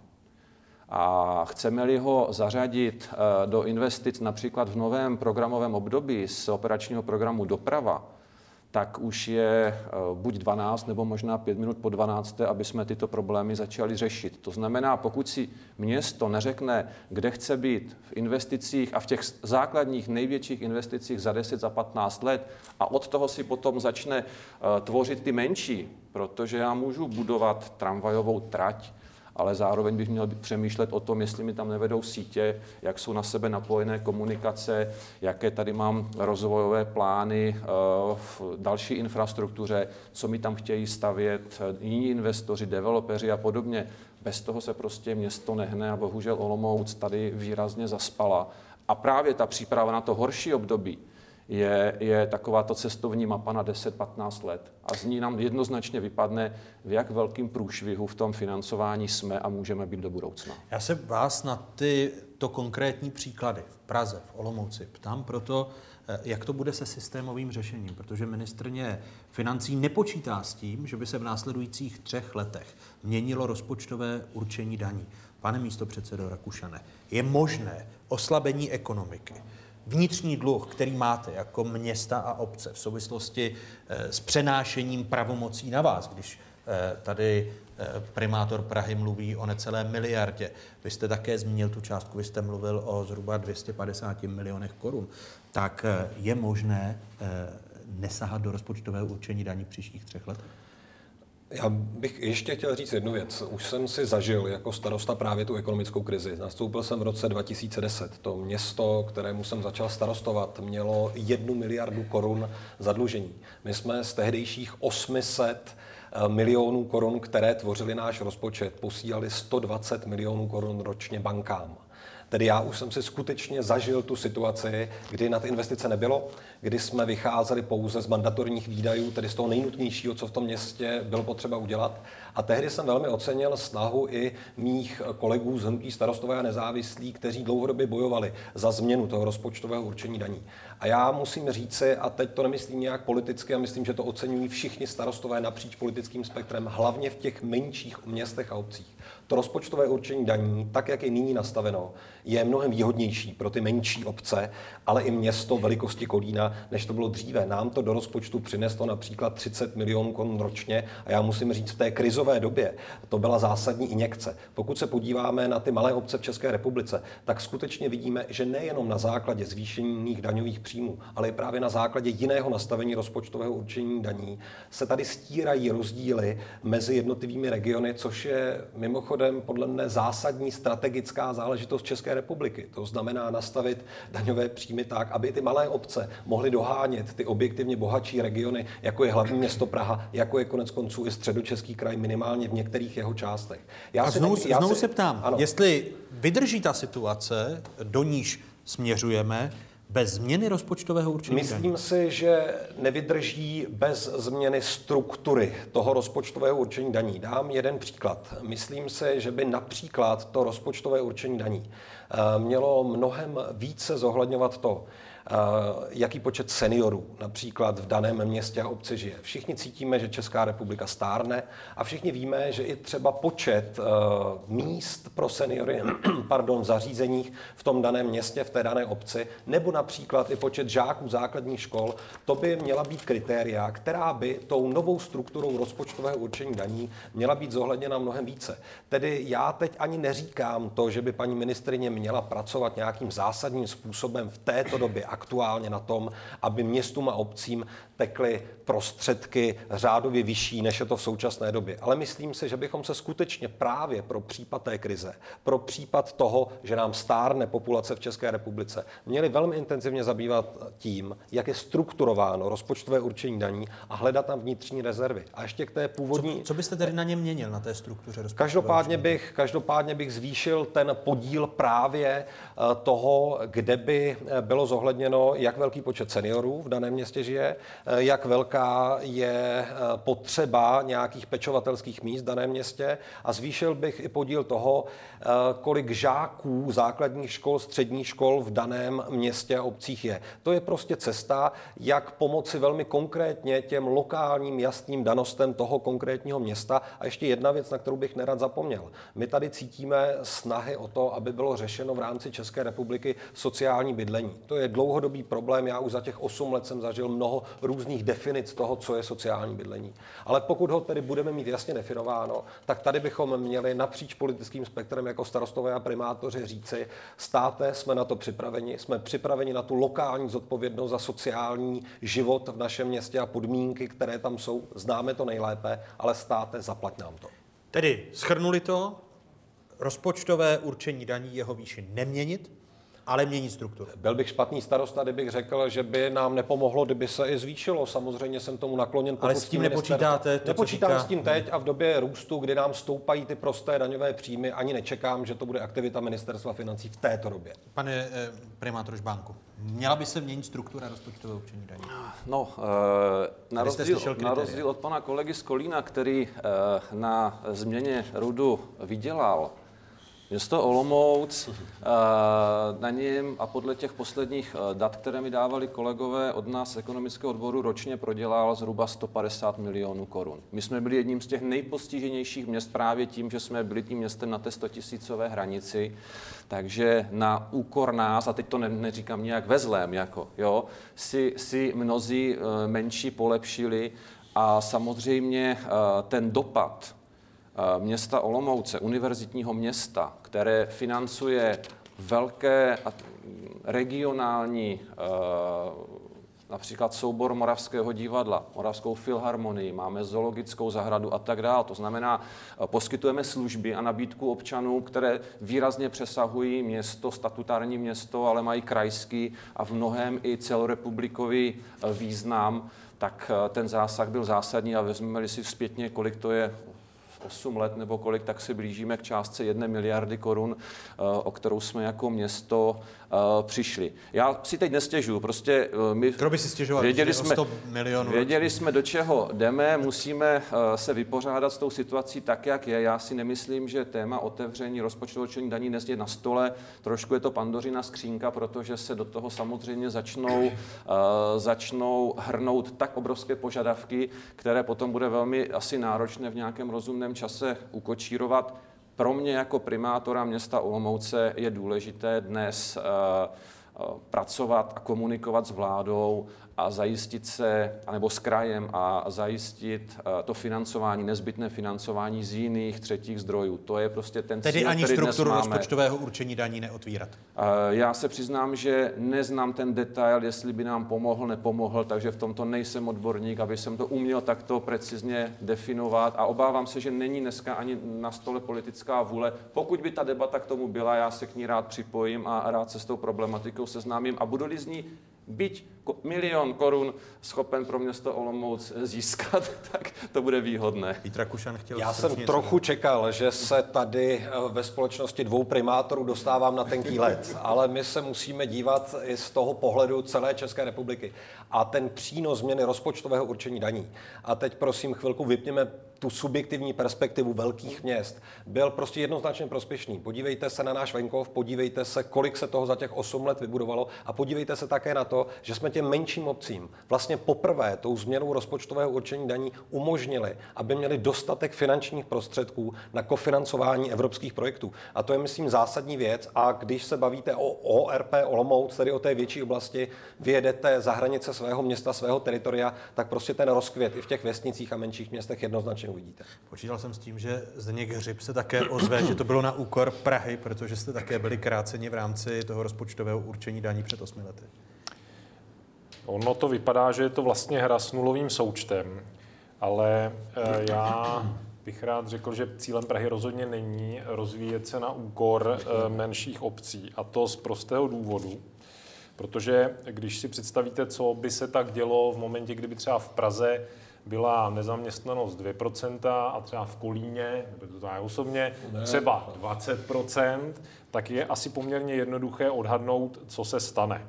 A chceme-li ho zařadit do investic například v novém programovém období z operačního programu Doprava, tak už je buď 12 nebo možná 5 minut po 12, aby jsme tyto problémy začali řešit. To znamená, pokud si město neřekne, kde chce být v investicích a v těch základních největších investicích za 10, za 15 let a od toho si potom začne tvořit ty menší, protože já můžu budovat tramvajovou trať, ale zároveň bych měl přemýšlet o tom, jestli mi tam nevedou sítě, jak jsou na sebe napojené komunikace, jaké tady mám rozvojové plány v další infrastruktuře, co mi tam chtějí stavět jiní investoři, developeři a podobně. Bez toho se prostě město nehne a bohužel Olomouc tady výrazně zaspala. A právě ta příprava na to horší období je takováto cestovní mapa na 10-15 let. A z ní nám jednoznačně vypadne, v jak velkým průšvihu v tom financování jsme a můžeme být do budoucna. Já se vás na tyto konkrétní příklady v Praze, v Olomouci ptám proto, jak to bude se systémovým řešením, protože ministryně financí nepočítá s tím, že by se v následujících 3 letech měnilo rozpočtové určení daní. Pane místopředsedo Rakušane, je možné oslabení ekonomiky, vnitřní dluh, který máte jako města a obce v souvislosti s přenášením pravomocí na vás, když tady primátor Prahy mluví o necelé miliardě. Vy jste také zmínil tu částku, vy jste mluvil o zhruba 250 milionech korun. Tak je možné nesahat do rozpočtového určení daní v příštích 3 letech? Já bych ještě chtěl říct jednu věc. Už jsem si zažil jako starosta právě tu ekonomickou krizi. Nastoupil jsem v roce 2010. To město, kterému jsem začal starostovat, mělo 1 miliardu korun zadlužení. My jsme z tehdejších 800 milionů korun, které tvořily náš rozpočet, posílali 120 milionů korun ročně bankám. Tedy já už jsem si skutečně zažil tu situaci, kdy na ty investice nebylo, kdy jsme vycházeli pouze z mandatorních výdajů, tedy z toho nejnutnějšího, co v tom městě bylo potřeba udělat. A tehdy jsem velmi ocenil snahu i mých kolegů z hnutí Starostové a nezávislí, kteří dlouhodobě bojovali za změnu toho rozpočtového určení daní. A já musím říci, a teď to nemyslím nějak politicky, a myslím, že to oceňují všichni starostové napříč politickým spektrem, hlavně v těch menších městech a obcích. To rozpočtové určení daní, tak jak je nyní nastaveno, je mnohem výhodnější pro ty menší obce, ale i město velikosti Kolína, než to bylo dříve. Nám to do rozpočtu přineslo například 30 milionů korun ročně a já musím říct, v té krizové době to byla zásadní injekce. Pokud se podíváme na ty malé obce v České republice, tak skutečně vidíme, že nejenom na základě zvýšených daňových příjmů, ale i právě na základě jiného nastavení rozpočtového určení daní se tady stírají rozdíly mezi jednotlivými regiony, což je mimochodem podle mne zásadní strategická záležitost České České republiky. To znamená nastavit daňové příjmy tak, aby ty malé obce mohly dohánět ty objektivně bohatší regiony, jako je hlavní město Praha, jako je koneckonců i Středočeský kraj, minimálně v některých jeho částech. Znovu se ptám, jestli vydrží ta situace, do níž směřujeme, bez změny rozpočtového určení daní? Myslím si, že nevydrží bez změny struktury toho rozpočtového určení daní. Dám jeden příklad. Myslím si, že by například to rozpočtové určení daní mělo mnohem více zohledňovat to, jaký počet seniorů například v daném městě a obci žije. Všichni cítíme, že Česká republika stárne a všichni víme, že i třeba počet míst pro seniory v zařízeních v tom daném městě, v té dané obci, nebo například i počet žáků základních škol, to by měla být kritéria, která by tou novou strukturou rozpočtového určení daní měla být zohledněna mnohem více. Tedy já teď ani neříkám to, že by paní ministryně měla pracovat nějakým zásadním způsobem v této době aktuálně na tom, aby městům a obcím tekly prostředky řádově vyšší, než je to v současné době. Ale myslím si, že bychom se skutečně právě pro případ té krize, pro případ toho, že nám stárne populace v České republice, měli velmi intenzivně zabývat tím, jak je strukturováno rozpočtové určení daní a hledat tam vnitřní rezervy. A ještě k té původní... Co byste tedy na něm měnil, na té struktuře rozpočtového Každopádně bych zvýšil ten podíl právě toho, kde by bylo zohledněno, jak velký počet seniorů v daném městě žije, jak velká je potřeba nějakých pečovatelských míst v daném městě a zvýšil bych i podíl toho, kolik žáků základních škol, středních škol v daném městě a obcích je. To je prostě cesta, jak pomoci velmi konkrétně těm lokálním jasným danostem toho konkrétního města. A ještě jedna věc, na kterou bych nerad zapomněl. My tady cítíme snahy o to, aby bylo řešeno v rámci České republiky sociální bydlení. To je dlouhodobý problém. Já už za těch 8 let jsem zažil mnoho různých definic toho, co je sociální bydlení. Ale pokud ho tedy budeme mít jasně definováno, tak tady bychom měli napříč politickým spektrem jako starostové a primátoři říci, státe, jsme na to připraveni, jsme připraveni na tu lokální zodpovědnost za sociální život v našem městě a podmínky, které tam jsou, známe to nejlépe, ale státe, zaplať nám to. Tedy shrnuli to, rozpočtové určení daní, jeho výši neměnit, ale měnit strukturu. Byl bych špatný starosta, kdybych řekl, že by nám nepomohlo, kdyby se i zvýšilo. Samozřejmě jsem tomu nakloněn. Ale s tím nepočítáte? Nepočítám s tím teď a v době růstu, kdy nám stoupají ty prosté daňové příjmy, ani nečekám, že to bude aktivita Ministerstva financí v této době. Pane primátor Žbánku, měla by se měnit struktura rozpočtového určení daní? No, na rozdíl od pana kolegy z Kolína, který na změně RUDu vydělal, město Olomouc na něm a podle těch posledních dat, které mi dávali kolegové od nás z ekonomického odboru, ročně prodělal zhruba 150 milionů korun. My jsme byli jedním z těch nejpostiženějších měst právě tím, že jsme byli tím městem na té 100 000 hranici, takže na úkor nás, a teď to neříkám nějak ve zlém, si mnozí menší polepšili a samozřejmě ten dopad města Olomouce, univerzitního města, které financuje velké regionální, například soubor Moravského divadla, Moravskou filharmonii, máme zoologickou zahradu a tak dále. To znamená, poskytujeme služby a nabídku občanům, které výrazně přesahují město, statutární město, ale mají krajský a v mnohém i celorepublikový význam, tak ten zásah byl zásadní a vezmeme-li si zpětně, kolik to je 8 let nebo kolik, tak si blížíme k částce 1 miliardy korun, o kterou jsme jako město přišli. Já si teď nestěžuju, prostě my věděli jsme, do čeho jdeme, musíme se vypořádat s tou situací tak, jak je. Já si nemyslím, že téma otevření rozpočtového určení daní dnes je na stole. Trošku je to Pandořina skřínka, protože se do toho samozřejmě začnou hrnout tak obrovské požadavky, které potom bude velmi asi náročné v nějakém rozumném čase ukočírovat. Pro mě jako primátora města Olomouce je důležité dnes pracovat a komunikovat s vládou a zajistit se, anebo s krajem a zajistit to financování, nezbytné financování z jiných třetích zdrojů. To je prostě ten cíl, tedy ani který strukturu dnes máme. rozpočtového určení daní neotvírat. Já se přiznám, že neznám ten detail, jestli by nám pomohl, nepomohl, takže v tomto nejsem odborník, aby jsem to uměl takto precizně definovat a obávám se, že není dneska ani na stole politická vůle. Pokud by ta debata k tomu byla, já se k ní rád připojím a rád se s tou problematikou seznámím a budu-li z ní byť 1 000 000 korun schopen pro město Olomouc získat, tak to bude výhodné. Vít Rakušan chtěl... Já jsem trochu čekal, že se tady ve společnosti 2 primátorů dostávám na tenký led, ale my se musíme dívat i z toho pohledu celé České republiky. A ten přínos změny rozpočtového určení daní, a teď prosím chvilku vypněme tu subjektivní perspektivu velkých měst, byl prostě jednoznačně prospěšný. Podívejte se na náš venkov, podívejte se, kolik se toho za těch 8 let vybudovalo a podívejte se také na to, že jsme těm menším obcím vlastně poprvé tou změnou rozpočtového určení daní umožnili, aby měli dostatek finančních prostředků na kofinancování evropských projektů. A to je, myslím, zásadní věc. A když se bavíte o ORP Olomouc, tedy o té větší oblasti, vyjedete za hranice svého města, svého teritoria, tak prostě ten rozkvět i v těch vesnicích a menších městech jednoznačně uvidíte. Počítal jsem s tím, že Zdeněk Hřib se také ozve, že to bylo na úkor Prahy, protože jste také byli kráceni v rámci toho rozpočtového určení daní před 8 lety. Ono to vypadá, že je to vlastně hra s nulovým součtem, ale já bych rád řekl, že cílem Prahy rozhodně není rozvíjet se na úkor menších obcí. A to z prostého důvodu, protože když si představíte, co by se tak dělo v momentě, kdyby třeba v Praze byla nezaměstnanost 2% a třeba v Kolíně, to já osobně, třeba 20%, tak je asi poměrně jednoduché odhadnout, co se stane.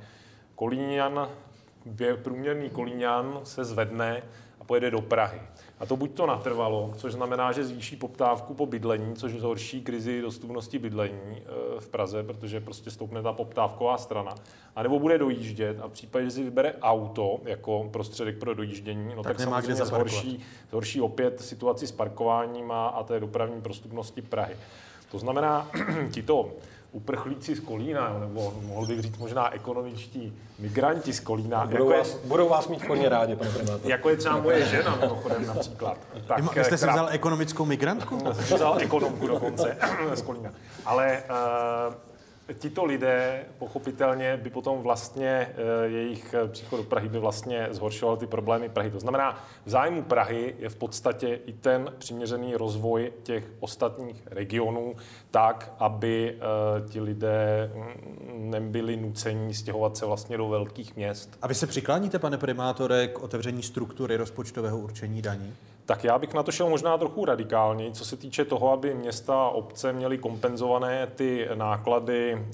Průměrný Kolíňan se zvedne a pojede do Prahy. A to buď to natrvalo, což znamená, že zvýší poptávku po bydlení, což zhorší krizi dostupnosti bydlení v Praze, protože prostě stoupne ta poptávková strana. A nebo bude dojíždět a v případě, že si vybere auto jako prostředek pro dojíždění, no tak samozřejmě zhorší opět situaci s parkováním a té dopravní prostupnosti Prahy. To znamená, tito uprchlíci z Kolína, nebo mohl bych říct možná ekonomičtí migranti z Kolína. Budou vás mít hodně rádi, pane primátor. Jako je třeba moje žena, mimochodem například. Jste si vzal ekonomickou migrantku? Já jsem si vzal ekonomku dokonce z Kolína. Ale tito lidé pochopitelně by potom vlastně jejich příchod do Prahy by vlastně zhoršoval ty problémy Prahy. To znamená, v zájmu Prahy je v podstatě i ten přiměřený rozvoj těch ostatních regionů tak, aby ti lidé nebyli nuceni stěhovat se vlastně do velkých měst. A vy se přikláníte, pane primátore, k otevření struktury rozpočtového určení daní? Tak já bych na to šel možná trochu radikálněji, co se týče toho, aby města a obce měly kompenzované ty náklady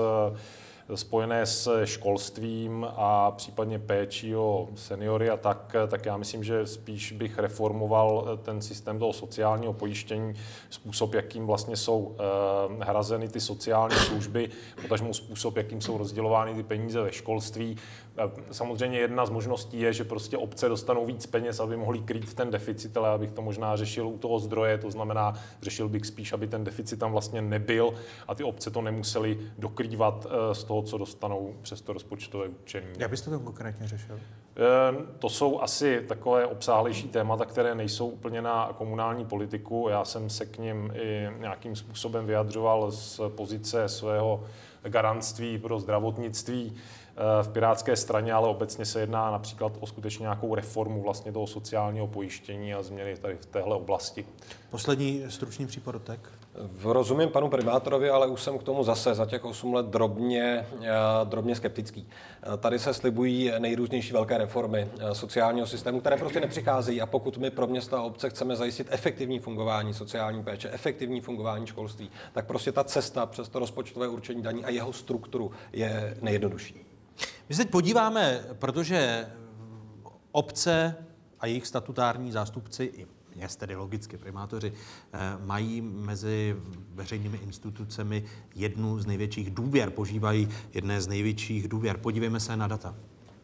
spojené s školstvím a případně péčí o seniory a tak já myslím, že spíš bych reformoval ten systém toho sociálního pojištění, způsob, jakým vlastně jsou hrazeny ty sociální služby, potažmo způsob, jakým jsou rozdělovány ty peníze ve školství. Samozřejmě jedna z možností je, že prostě obce dostanou víc peněz, aby mohly krýt ten deficit, ale abych to možná řešil u toho zdroje, to znamená, řešil bych spíš, aby ten deficit tam vlastně nebyl a ty obce to nemusely dokrývat z toho, co dostanou přes to rozpočtové určení. Jak byste to konkrétně řešil? To jsou asi takové obsáhlejší témata, které nejsou úplně na komunální politiku. Já jsem se k nim i nějakým způsobem vyjadřoval z pozice svého garantství pro zdravotnictví v Pirátské straně, ale obecně se jedná například o skutečně nějakou reformu vlastně toho sociálního pojištění a změny tady v téhle oblasti. Poslední stručný přípodotek. Rozumím panu primátorovi, ale už jsem k tomu zase za těch 8 let drobně skeptický. Tady se slibují nejrůznější velké reformy sociálního systému, které prostě nepřicházejí a pokud my pro města a obce chceme zajistit efektivní fungování sociální péče, efektivní fungování školství, tak prostě ta cesta přes to rozpočtové určení daní a jeho strukturu je nejjednodušší. My se teď podíváme, protože obce a jejich statutární zástupci i měst, tedy logicky primátoři, mají mezi veřejnými institucemi jednu z největších důvěr, požívají jedné z největších důvěr. Podívejme se na data.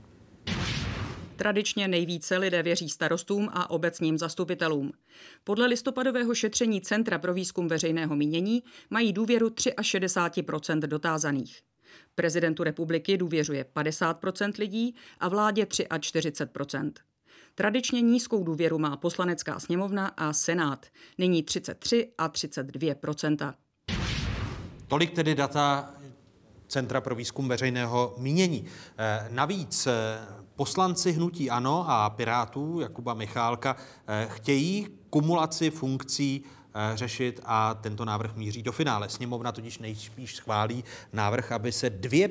Tradičně nejvíce lidé věří starostům a obecním zastupitelům. Podle listopadového šetření Centra pro výzkum veřejného mínění mají důvěru 63% dotázaných. Prezidentu republiky důvěřuje 50% lidí a vládě 43%. Tradičně nízkou důvěru má Poslanecká sněmovna a Senát, nyní 33 a 32%. Tolik tedy data Centra pro výzkum veřejného mínění. Navíc poslanci hnutí ANO a Pirátů Jakuba Michálka chtějí kumulaci funkcí řešit a tento návrh míří do finále. Sněmovna totiž nejspíš schválí návrh, aby se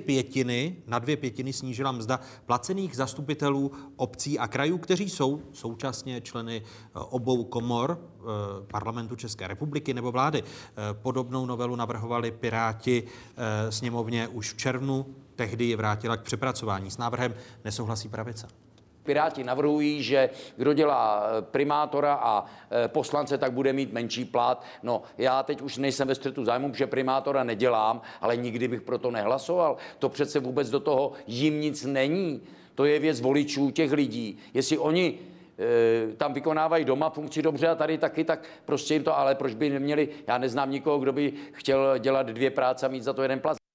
na 2/5 snížila mzda placených zastupitelů obcí a krajů, kteří jsou současně členy obou komor Parlamentu České republiky nebo vlády. Podobnou novelu navrhovali Piráti sněmovně už v červnu, tehdy je vrátila k přepracování. S návrhem nesouhlasí pravice. Piráti navrhují, že kdo dělá primátora a poslance, tak bude mít menší plat. No, já teď už nejsem ve střetu zájmu, že primátora nedělám, ale nikdy bych proto nehlasoval. To přece vůbec do toho jim nic není. To je věc voličů těch lidí. Jestli oni tam vykonávají doma funkci dobře a tady taky, tak prostě jim to, ale proč by neměli, já neznám nikoho, kdo by chtěl dělat 2 práce a mít za to 1 plat.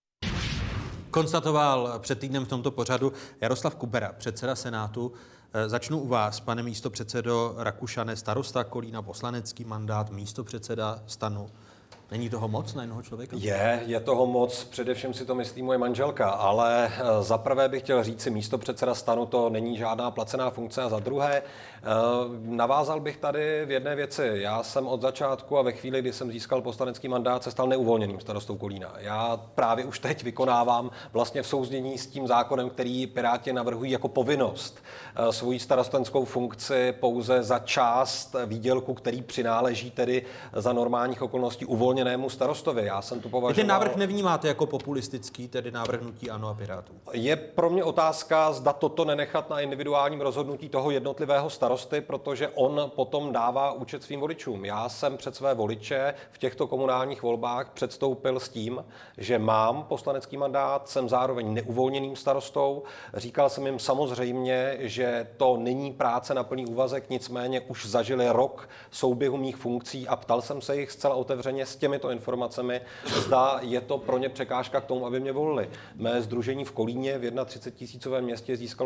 Konstatoval před týdnem v tomto pořadu Jaroslav Kubera, předseda Senátu. Začnu u vás, pane místopředsedo Rakušane, starosta Kolína, poslanecký mandát, místopředseda STANu. Není toho moc na jednoho člověka? Je toho moc, především si to myslí moje manželka, ale za prvé bych chtěl říct si, místopředseda STANu to není žádná placená funkce a za druhé navázal bych tady v jedné věci. Já jsem od začátku a ve chvíli, kdy jsem získal poslanecký mandát, se stal neuvolněným starostou Kolína. Já právě už teď vykonávám vlastně v souznění s tím zákonem, který Piráti navrhují jako povinnost svoji starostenskou funkci pouze za část výdělku, který přináleží tedy za normálních okolností uvolněnému starostovi. Já jsem tu považoval... Ten návrh nevnímáte jako populistický, tedy návrh hnutí ANO a Pirátů? Je pro mě otázka, zda toto nenechat na individuálním rozhodnutí toho jednotlivého starosty, protože on potom dává účet svým voličům. Já jsem před své voliče v těchto komunálních volbách předstoupil s tím, že mám poslanecký mandát, jsem zároveň neuvolněným starostou. Říkal jsem jim samozřejmě, že to není práce na plný úvazek, nicméně už zažili rok souběhu mých funkcí a ptal jsem se jich zcela otevřeně s těmito informacemi, zda je to pro ně překážka k tomu, aby mě volili. Mé sdružení v Kolíně v 31 000 městě získalo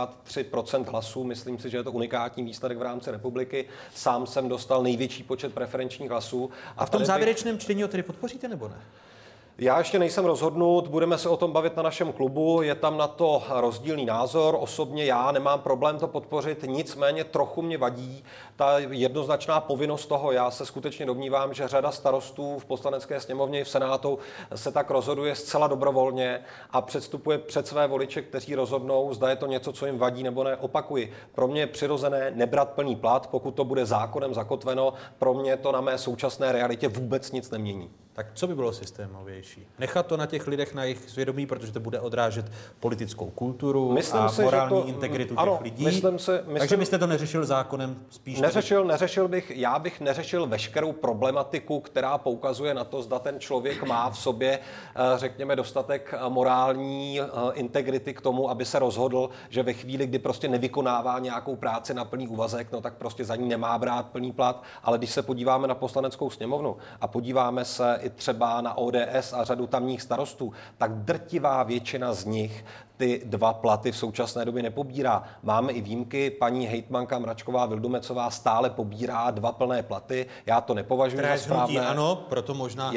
63% hlasů, myslím si, že je to unikátní výsledek v rámci republiky. Sám jsem dostal největší počet preferenčních hlasů. A v tom závěrečném čtení ho tedy podpoříte nebo ne? Já ještě nejsem rozhodnut, budeme se o tom bavit na našem klubu, je tam na to rozdílný názor, osobně já nemám problém to podpořit, nicméně trochu mě vadí ta jednoznačná povinnost toho. Já se skutečně domnívám, že řada starostů v Poslanecké sněmovně i v Senátu se tak rozhoduje zcela dobrovolně a předstupuje před své voliče, kteří rozhodnou, zda je to něco, co jim vadí nebo ne. Opakuji, pro mě je přirozené nebrat plný plat, pokud to bude zákonem zakotveno, pro mě to na mé současné realitě vůbec nic nemění. Tak co by bylo systémovější? Nechat to na těch lidech, na jejich svědomí, protože to bude odrážet politickou kulturu a morální integritu těch lidí. Takže byste to neřešil zákonem spíš? Neřešil bych, já bych neřešil veškerou problematiku, která poukazuje na to, zda ten člověk má v sobě, řekněme, dostatek morální integrity k tomu, aby se rozhodl, že ve chvíli, kdy prostě nevykonává nějakou práci na plný úvazek, no tak prostě za ní nemá brát plný plat. Ale když se podíváme na Poslaneckou sněmovnu a podíváme se i třeba na ODS a řadu tamních starostů, tak drtivá většina z nich ty 2 platy v současné době nepobírá. Máme i výjimky, paní hejtmanka Mračková Vildumecová stále pobírá 2 plné platy. Já to nepovažuji za správné. Ano, proto možná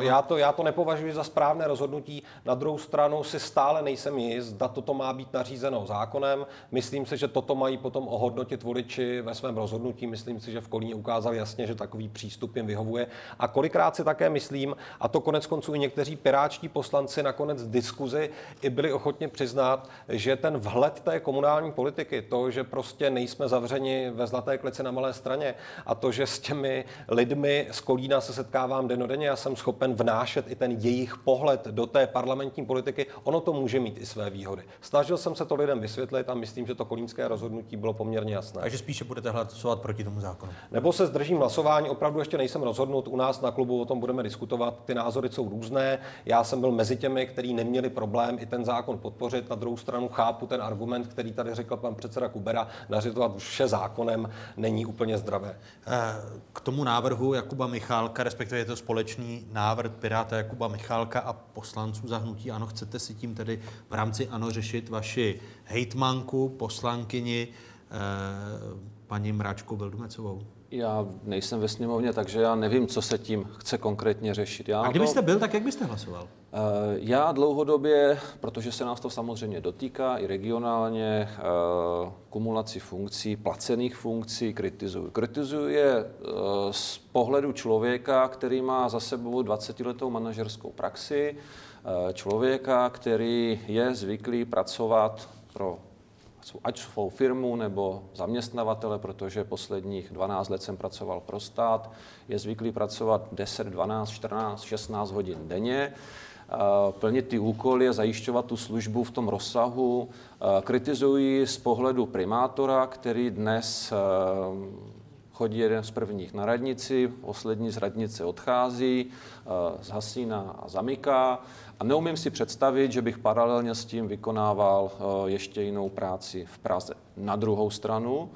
já to nepovažuji za správné rozhodnutí. Na druhou stranu si stále nejsem jist, zda toto má být nařízeno zákonem. Myslím si, že toto mají potom ohodnotit voliči ve svém rozhodnutí. Myslím si, že v Kolíně ukázal jasně, že takový přístup jim vyhovuje. A kolikrát si také myslím, a to konec konců i někteří pirátští poslanci nakonec v diskuzi i byli ochotni přiznat, že ten vhled té komunální politiky, to, že prostě nejsme zavřeni ve Zlaté kleci na Malé Straně a to, že s těmi lidmi z Kolína se setkávám dennodenně a jsem schopen vnášet i ten jejich pohled do té parlamentní politiky, ono to může mít i své výhody. Snažil jsem se to lidem vysvětlit a myslím, že to kolínské rozhodnutí bylo poměrně jasné. Takže spíše budete hlasovat proti tomu zákonu. Nebo se zdržím hlasování, opravdu ještě nejsem rozhodnut. U nás na klubu o tom budeme diskutovat. Ty názory jsou různé. Já jsem byl mezi těmi, kteří neměli problém i ten zákon podpořit. podpořit. Na druhou stranu chápu ten argument, který tady řekl pan předseda Kubera, nařizovat vše zákonem není úplně zdravé. K tomu návrhu Jakuba Michálka, respektive je to společný návrh Piráta Jakuba Michálka a poslanců za hnutí ANO, chcete si tím tedy v rámci ANO řešit vaši hejtmanku, poslankyni, paní Mráčku Vildumetzovou? Já nejsem ve sněmovně, takže já nevím, co se tím chce konkrétně řešit. A kdybyste byl, tak jak byste hlasoval? Já dlouhodobě, protože se nás to samozřejmě dotýká i regionálně, kumulaci funkcí, placených funkcí kritizuju. Kritizuju je z pohledu člověka, který má za sebou 20letou manažerskou praxi, člověka, který je zvyklý pracovat pro ať svou firmu nebo zaměstnavatele, protože posledních 12 let jsem pracoval pro stát, je zvyklý pracovat 10, 12, 14, 16 hodin denně, plnit ty úkoly a zajišťovat tu službu v tom rozsahu. Kritizuji z pohledu primátora, který dnes chodí jeden z prvních na radnici, poslední z radnice odchází, z Hasína a zamyká. A neumím si představit, že bych paralelně s tím vykonával ještě jinou práci v Praze. Na druhou stranu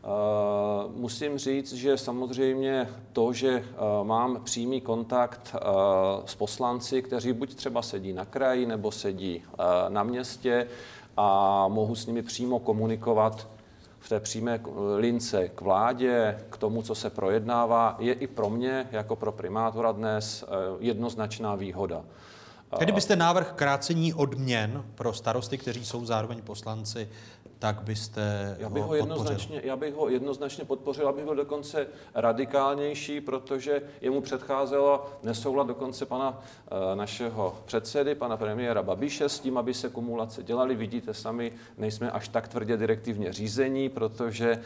musím říct, že samozřejmě to, že mám přímý kontakt s poslanci, kteří buď třeba sedí na kraji nebo sedí na městě a mohu s nimi přímo komunikovat v té přímé lince k vládě, k tomu, co se projednává, je i pro mě, jako pro primátora dnes, jednoznačná výhoda. Kdybyste návrh krácení odměn pro starosty, kteří jsou zároveň poslanci, tak byste Já bych ho jednoznačně podpořil, abych byl dokonce radikálnější, protože jemu předcházelo nesoulad dokonce pana našeho předsedy, pana premiéra Babiše, s tím, aby se kumulace dělaly. Vidíte sami, nejsme až tak tvrdě direktivně řízení, protože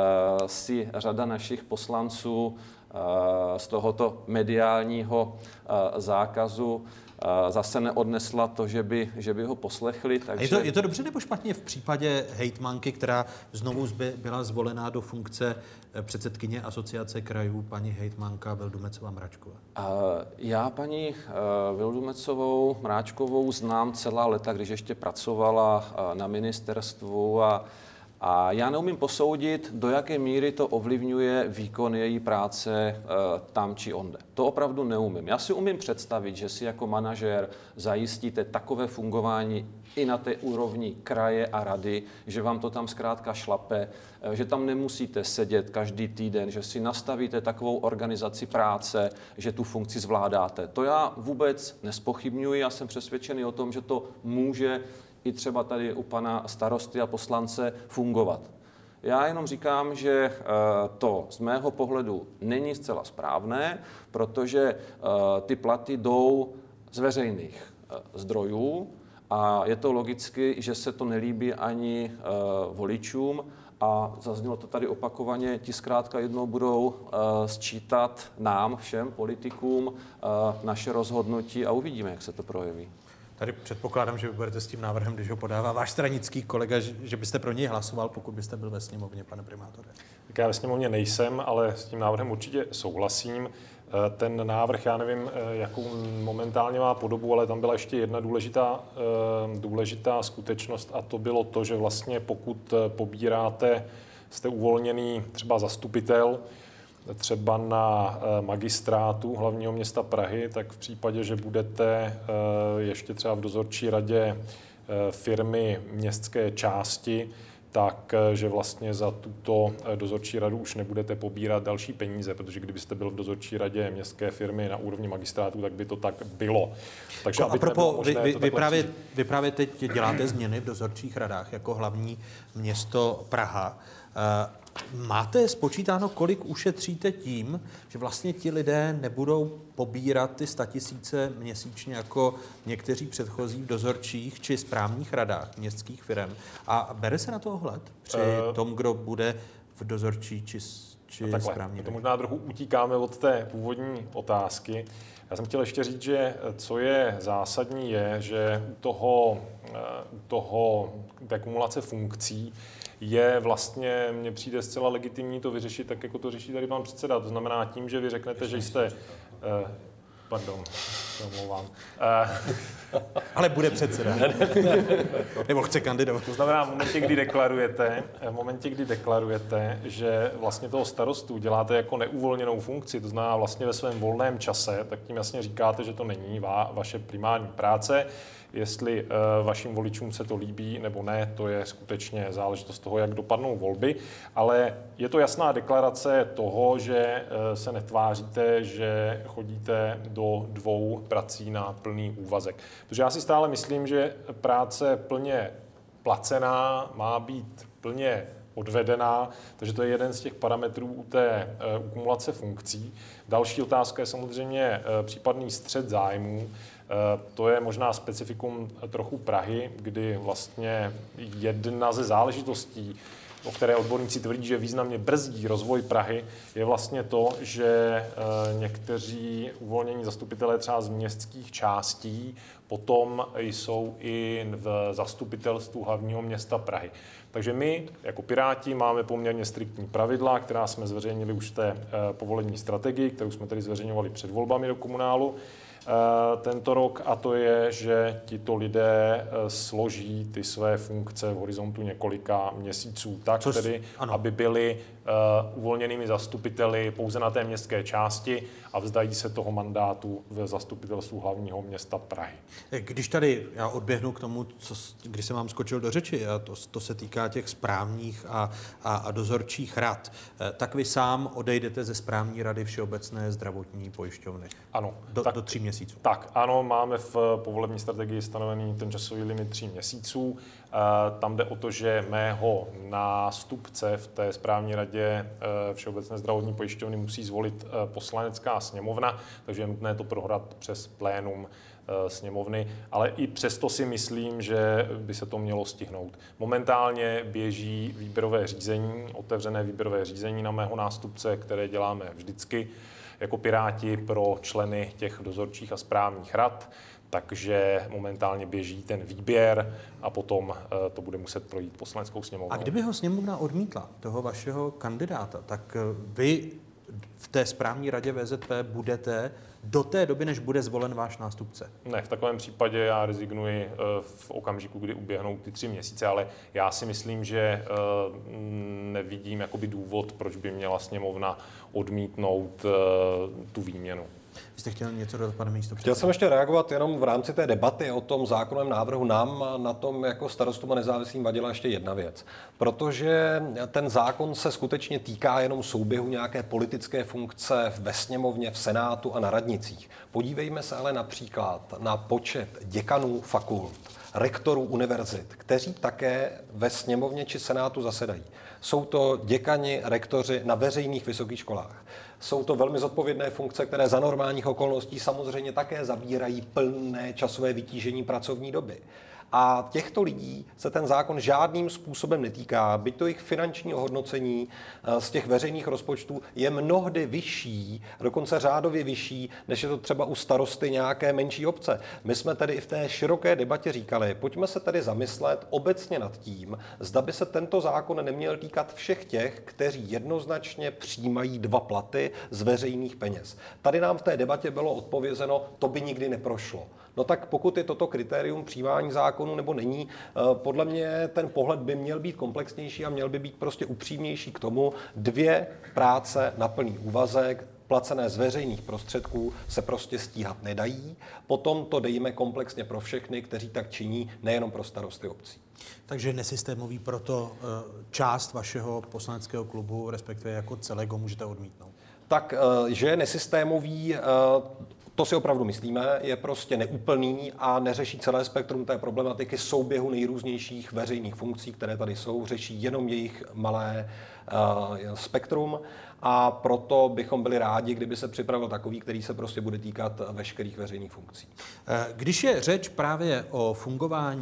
si řada našich poslanců z tohoto mediálního zákazu zase neodnesla to, že by ho poslechli. Takže... Je to dobře nebo špatně v případě hejtmanky, která znovu byla zvolená do funkce předsedkyně Asociace krajů, paní hejtmanka Vildumetzová Mráčková? Já paní Vildumetzovou Mráčkovou znám celá léta, když ještě pracovala na ministerstvu a já neumím posoudit, do jaké míry to ovlivňuje výkon její práce tam či onde. To opravdu neumím. Já si umím představit, že si jako manažer zajistíte takové fungování i na té úrovni kraje a rady, že vám to tam zkrátka šlape, že tam nemusíte sedět každý týden, že si nastavíte takovou organizaci práce, že tu funkci zvládáte. To já vůbec nespochybňuji, já jsem přesvědčený o tom, že to může i třeba tady u pana starosty a poslance fungovat. Já jenom říkám, že to z mého pohledu není zcela správné, protože ty platy jdou z veřejných zdrojů a je to logicky, že se to nelíbí ani voličům a zaznělo to tady opakovaně, ti zkrátka jednou budou sčítat nám, všem politikům, naše rozhodnutí a uvidíme, jak se to projeví. Tady předpokládám, že vy budete s tím návrhem, když ho podává váš stranický kolega, že byste pro něj hlasoval, pokud byste byl ve sněmovně, pane primátore. Tak já ve sněmovně nejsem, ale s tím návrhem určitě souhlasím. Ten návrh, já nevím, jakou momentálně má podobu, ale tam byla ještě jedna důležitá skutečnost a to bylo to, že vlastně pokud jste uvolněný třeba zastupitel, třeba na magistrátu hlavního města Prahy, tak v případě, že budete ještě třeba v dozorčí radě firmy městské části, tak že vlastně za tuto dozorčí radu už nebudete pobírat další peníze, protože kdybyste byl v dozorčí radě městské firmy na úrovni magistrátu, tak by to tak bylo. Takže a propos, vy právě teď děláte změny v dozorčích radách jako hlavní město Praha. Máte spočítáno, kolik ušetříte tím, že vlastně ti lidé nebudou pobírat ty 100 000 měsíčně jako někteří předchozí v dozorčích či správních radách městských firem? A bere se na to ohled při tom, kdo bude v dozorčí či správní radě? To možná trochu utíkáme od té původní otázky. Já jsem chtěl ještě říct, že co je zásadní je, že u té kumulace funkcí je vlastně, mně přijde zcela legitimní to vyřešit tak, jako to řeší tady pan předseda. To znamená tím, že vy řeknete, že jste... se omlouvám. Ale bude předseda. Nebo chce kandidovat. To znamená, v momentě, kdy deklarujete, že vlastně toho starostu děláte jako neuvolněnou funkci, to znamená vlastně ve svém volném čase, tak tím jasně říkáte, že to není vaše primární práce. Jestli vašim voličům se to líbí nebo ne, to je skutečně záležitost toho, jak dopadnou volby, ale je to jasná deklarace toho, že se netváříte, že chodíte do 2 prací na plný úvazek. Protože já si stále myslím, že práce plně placená má být plně odvedená, takže to je jeden z těch parametrů u té kumulace funkcí. Další otázka je samozřejmě případný střet zájmů. To je možná specifikum trochu Prahy, kdy vlastně jedna ze záležitostí, o které odborníci tvrdí, že významně brzdí rozvoj Prahy, je vlastně to, že někteří uvolnění zastupitelé třeba z městských částí potom jsou i v zastupitelstvu hlavního města Prahy. Takže my jako Piráti máme poměrně striktní pravidla, která jsme zveřejnili už v té povolební strategii, kterou jsme tedy zveřejňovali před volbami do komunálu tento rok, a to je, že tito lidé složí ty své funkce v horizontu několika měsíců, tak tedy, aby byli uvolněnými zastupiteli pouze na té městské části a vzdají se toho mandátu v zastupitelstvu hlavního města Prahy. Když tady já odběhnu k tomu, když jsem vám skočil do řeči, a to se týká těch správních a dozorčích rad, tak vy sám odejdete ze správní rady Všeobecné zdravotní pojišťovny. Ano. Do 3 měsíců. Tak, ano, máme v povolební strategii stanovený ten časový limit 3 měsíců. Tam jde o to, že mého nástupce v té správní radě Všeobecné zdravotní pojišťovny musí zvolit Poslanecká sněmovna, takže je nutné to prohrát přes plénum sněmovny, ale i přesto si myslím, že by se to mělo stihnout. Momentálně běží výběrové řízení, otevřené výběrové řízení na mého nástupce, které děláme vždycky jako Piráti pro členy těch dozorčích a správních rad, takže momentálně běží ten výběr a potom to bude muset projít Poslaneckou sněmovnou. A kdyby ho sněmovna odmítla, toho vašeho kandidáta, tak vy v té správní radě VZP budete do té doby, než bude zvolen váš nástupce? Ne, v takovém případě já rezignuji v okamžiku, kdy uběhnou ty 3 měsíce, ale já si myslím, že nevidím jakoby důvod, proč by měla sněmovna odmítnout tu výměnu. Vy jste chtěl něco dodat, pane místopředsedo? Chtěl jsem ještě reagovat jenom v rámci té debaty o tom zákonném návrhu. Nám na tom jako starostům a nezávislým vadila ještě jedna věc. Protože ten zákon se skutečně týká jenom souběhu nějaké politické funkce ve sněmovně, v senátu a na radnicích. Podívejme se ale například na počet děkanů fakult, rektorů univerzit, kteří také ve sněmovně či senátu zasedají. Jsou to děkani, rektoři na veřejných vysokých školách. Jsou to velmi zodpovědné funkce, které za normálních okolností samozřejmě také zabírají plné časové vytížení pracovní doby. A těchto lidí se ten zákon žádným způsobem netýká, byť to jejich finanční ohodnocení z těch veřejných rozpočtů je mnohdy vyšší, dokonce řádově vyšší, než je to třeba u starosty nějaké menší obce. My jsme tedy i v té široké debatě říkali, pojďme se tedy zamyslet obecně nad tím, zda by se tento zákon neměl týkat všech těch, kteří jednoznačně přijímají 2 platy z veřejných peněz. Tady nám v té debatě bylo odpovězeno, to by nikdy neprošlo. No tak pokud je toto kritérium přijímání zákonu nebo není, podle mě ten pohled by měl být komplexnější a měl by být prostě upřímnější k tomu. 2 práce na plný úvazek, placené z veřejných prostředků, se prostě stíhat nedají. Potom to dejme komplexně pro všechny, kteří tak činí, nejenom pro starosty obcí. Takže nesystémový, proto část vašeho poslaneckého klubu, respektive jako celého, můžete odmítnout. Tak, že je nesystémový, to si opravdu myslíme, je prostě neúplný a neřeší celé spektrum té problematiky souběhu nejrůznějších veřejných funkcí, které tady jsou, řeší jenom jejich malé spektrum a proto bychom byli rádi, kdyby se připravil takový, který se prostě bude týkat veškerých veřejných funkcí. Když je řeč právě o fungování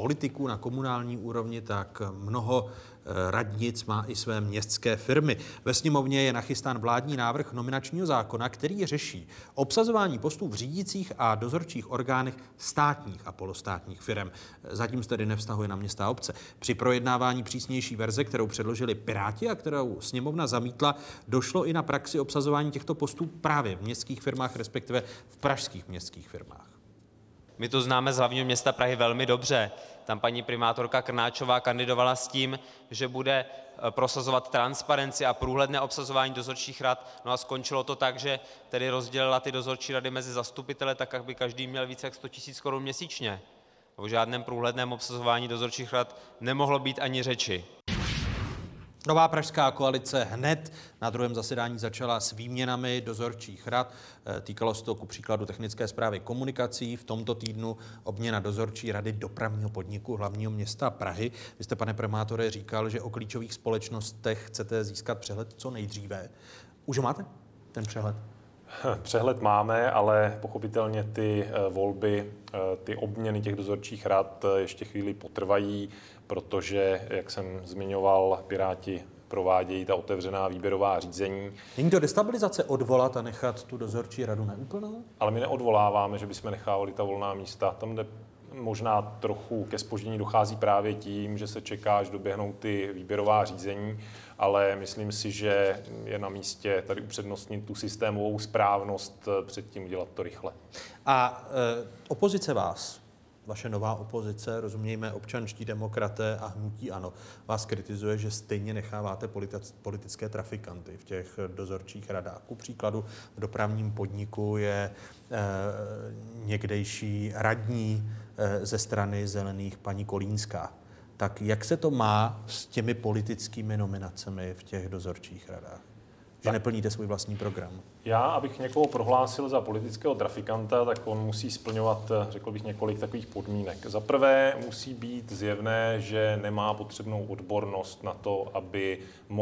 politiků na komunální úrovni, tak mnoho radnic má i své městské firmy. Ve sněmovně je nachystán vládní návrh nominačního zákona, který řeší obsazování postů v řídících a dozorčích orgánech státních a polostátních firm. Zatím se tedy nevztahuje na města a obce. Při projednávání přísnější verze, kterou předložili Piráti a kterou sněmovna zamítla, došlo i na praxi obsazování těchto postů právě v městských firmách, respektive v pražských městských firmách. My to známe z hlavního města Prahy velmi dobře. Tam paní primátorka Krnáčová kandidovala s tím, že bude prosazovat transparenci a průhledné obsazování dozorčích rad. No a skončilo to tak, že tedy rozdělila ty dozorčí rady mezi zastupitele tak, aby každý měl více jak 100 000 korun měsíčně. O žádném průhledném obsazování dozorčích rad nemohlo být ani řeči. Nová pražská koalice hned na druhém zasedání začala s výměnami dozorčích rad. Týkalo se to ku příkladu technické správy komunikací. V tomto týdnu obměna dozorčí rady dopravního podniku hlavního města Prahy. Vy jste, pane primátore, říkal, že o klíčových společnostech chcete získat přehled co nejdříve. Už máte ten přehled? Přehled máme, ale pochopitelně ty volby, ty obměny těch dozorčích rad ještě chvíli potrvají, protože, jak jsem zmiňoval, Piráti provádějí ta otevřená výběrová řízení. Není to destabilizace odvolat a nechat tu dozorčí radu neúplnou? Ale my neodvoláváme, že bychom nechávali ta volná místa. Tam jde možná trochu ke zpoždění dochází právě tím, že se čeká, až doběhnou ty výběrová řízení, ale myslím si, že je na místě tady upřednostnit tu systémovou správnost, předtím udělat to rychle. A opozice vás, vaše nová opozice, rozumějme občanští demokraté a hnutí ANO, vás kritizuje, že stejně necháváte politické trafikanty v těch dozorčích radách. Ku příkladu v dopravním podniku je někdejší radní ze strany Zelených paní Kolínská. Tak jak se to má s těmi politickými nominacemi v těch dozorčích radách? Že neplníte svůj vlastní program? Já, abych někoho prohlásil za politického trafikanta, tak on musí splňovat, řekl bych, několik takových podmínek. Za prvé musí být zjevné, že nemá potřebnou odbornost na to, aby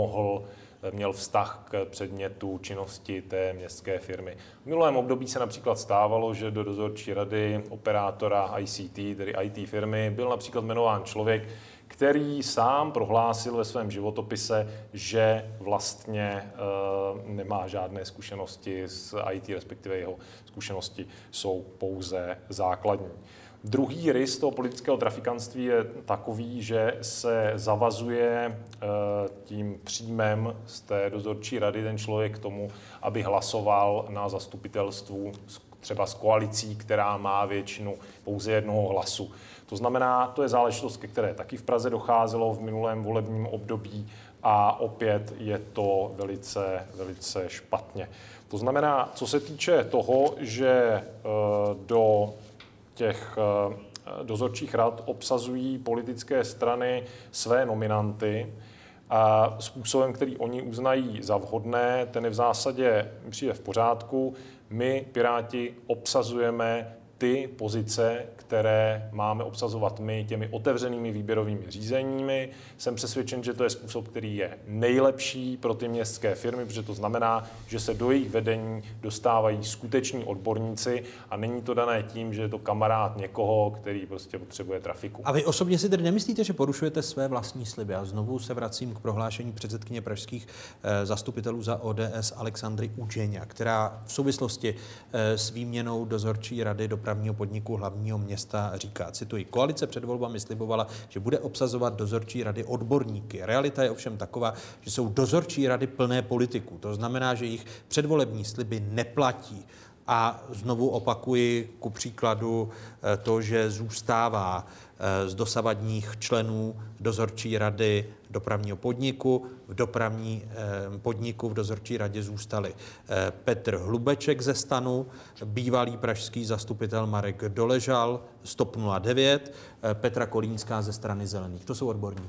měl vztah k předmětu činnosti té městské firmy. V minulém období se například stávalo, že do dozorčí rady operátora ICT, tedy IT firmy, byl například jmenován člověk, který sám prohlásil ve svém životopise, že vlastně nemá žádné zkušenosti s IT, respektive jeho zkušenosti jsou pouze základní. Druhý rys toho politického trafikantství je takový, že se zavazuje tím příjmem z té dozorčí rady ten člověk k tomu, aby hlasoval na zastupitelstvu třeba s koalicí, která má většinu pouze jednoho hlasu. To znamená, to je záležitost, ke které taky v Praze docházelo v minulém volebním období a opět je to velice, velice špatně. To znamená, co se týče toho, že do těch dozorčích rad obsazují politické strany své nominanty a způsobem, který oni uznají za vhodné, ten je v zásadě přijde v pořádku. My, Piráti, obsazujeme ty pozice, které máme obsazovat my těmi otevřenými výběrovými řízeními. Jsem přesvědčen, že to je způsob, který je nejlepší pro ty městské firmy, protože to znamená, že se do jejich vedení dostávají skuteční odborníci a není to dané tím, že je to kamarád někoho, který prostě potřebuje trafiku. A vy osobně si tedy nemyslíte, že porušujete své vlastní sliby? A znovu se vracím k prohlášení předsedkyně pražských zastupitelů za ODS Alexandry Udženě, která v souvislosti s výměnou dozorčí rady dopravního podniku hlavního města říká, cituji, koalice před volbami slibovala, že bude obsazovat dozorčí rady odborníky. Realita je ovšem taková, že jsou dozorčí rady plné politiků. To znamená, že jejich předvolební sliby neplatí. A znovu opakuji ku příkladu to, že zůstává z dosavadních členů dozorčí rady dopravního podniku. V dopravní podniku v dozorčí radě zůstali Petr Hlubeček ze STANu, bývalý pražský zastupitel Marek Doležal z TOP 09, Petra Kolínská ze strany Zelených. To jsou odborníci.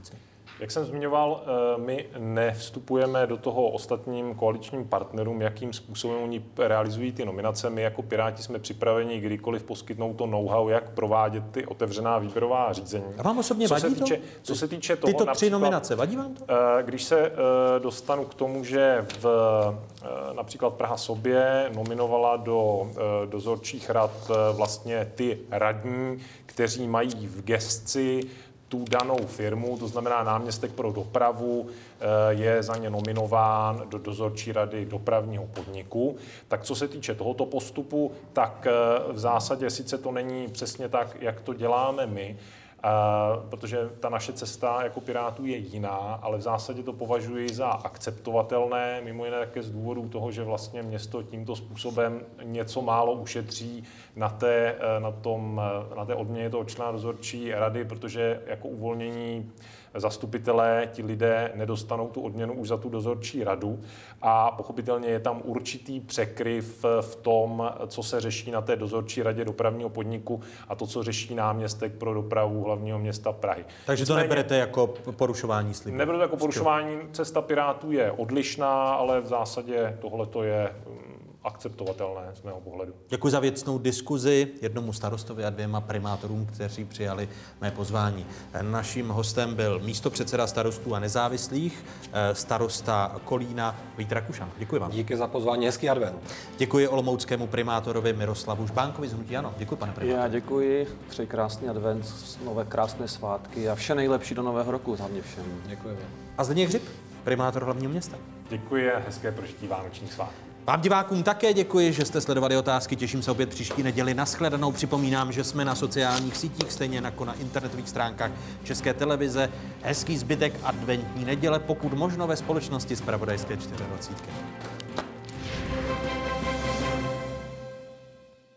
Jak jsem zmiňoval, my nevstupujeme do toho ostatním koaličním partnerům, jakým způsobem oni realizují ty nominace. My jako Piráti jsme připraveni kdykoliv poskytnout to know-how, jak provádět ty otevřená výběrová řízení. A vám osobně vadí to? Co se týče toho, tyto 3 nominace, vadí vám to? Když se dostanu k tomu, že například Praha sobě nominovala do dozorčích rad vlastně ty radní, kteří mají v gesci tu danou firmu, to znamená náměstek pro dopravu je za ně nominován do dozorčí rady dopravního podniku. Tak co se týče tohoto postupu, tak v zásadě sice to není přesně tak, jak to děláme my, protože ta naše cesta jako Pirátů je jiná, ale v zásadě to považuji za akceptovatelné, mimo jiné také z důvodu toho, že vlastně město tímto způsobem něco málo ušetří na té odměně toho člena dozorčí rady, protože jako uvolnění zastupitelé, ti lidé nedostanou tu odměnu už za tu dozorčí radu a pochopitelně je tam určitý překryv v tom, co se řeší na té dozorčí radě dopravního podniku a to, co řeší náměstek pro dopravu hlavního města Prahy. Takže to neberete jako porušování slibu? Neberu to jako porušování, cesta Pirátů je odlišná, ale v zásadě tohleto je akceptovatelné z mého pohledu. Děkuji za věcnou diskuzi jednomu starostovi a 2 primátorům, kteří přijali mé pozvání. Naším hostem byl místopředseda Starostů a nezávislých, starosta Kolína Vít Rakušan. Děkuji vám. Díky za pozvání, hezký advent. Děkuji olomouckému primátorovi Miroslavu Žbánkovi z hnutí ANO. Děkuji, pane primátore. Já děkuji, přeji krásný advent, nové krásné svátky a vše nejlepší do nového roku, hlavně všem. Děkuji. A Zdeněk Hřib, primátor hlavního města. Děkuji a hezké prožití vánočních svátků. Vám divákům také děkuji, že jste sledovali Otázky. Těším se opět příští neděli. Nashledanou. Připomínám, že jsme na sociálních sítích, stejně jako na internetových stránkách České televize. Hezký zbytek adventní neděle, pokud možno ve společnosti Zpravodajské 24.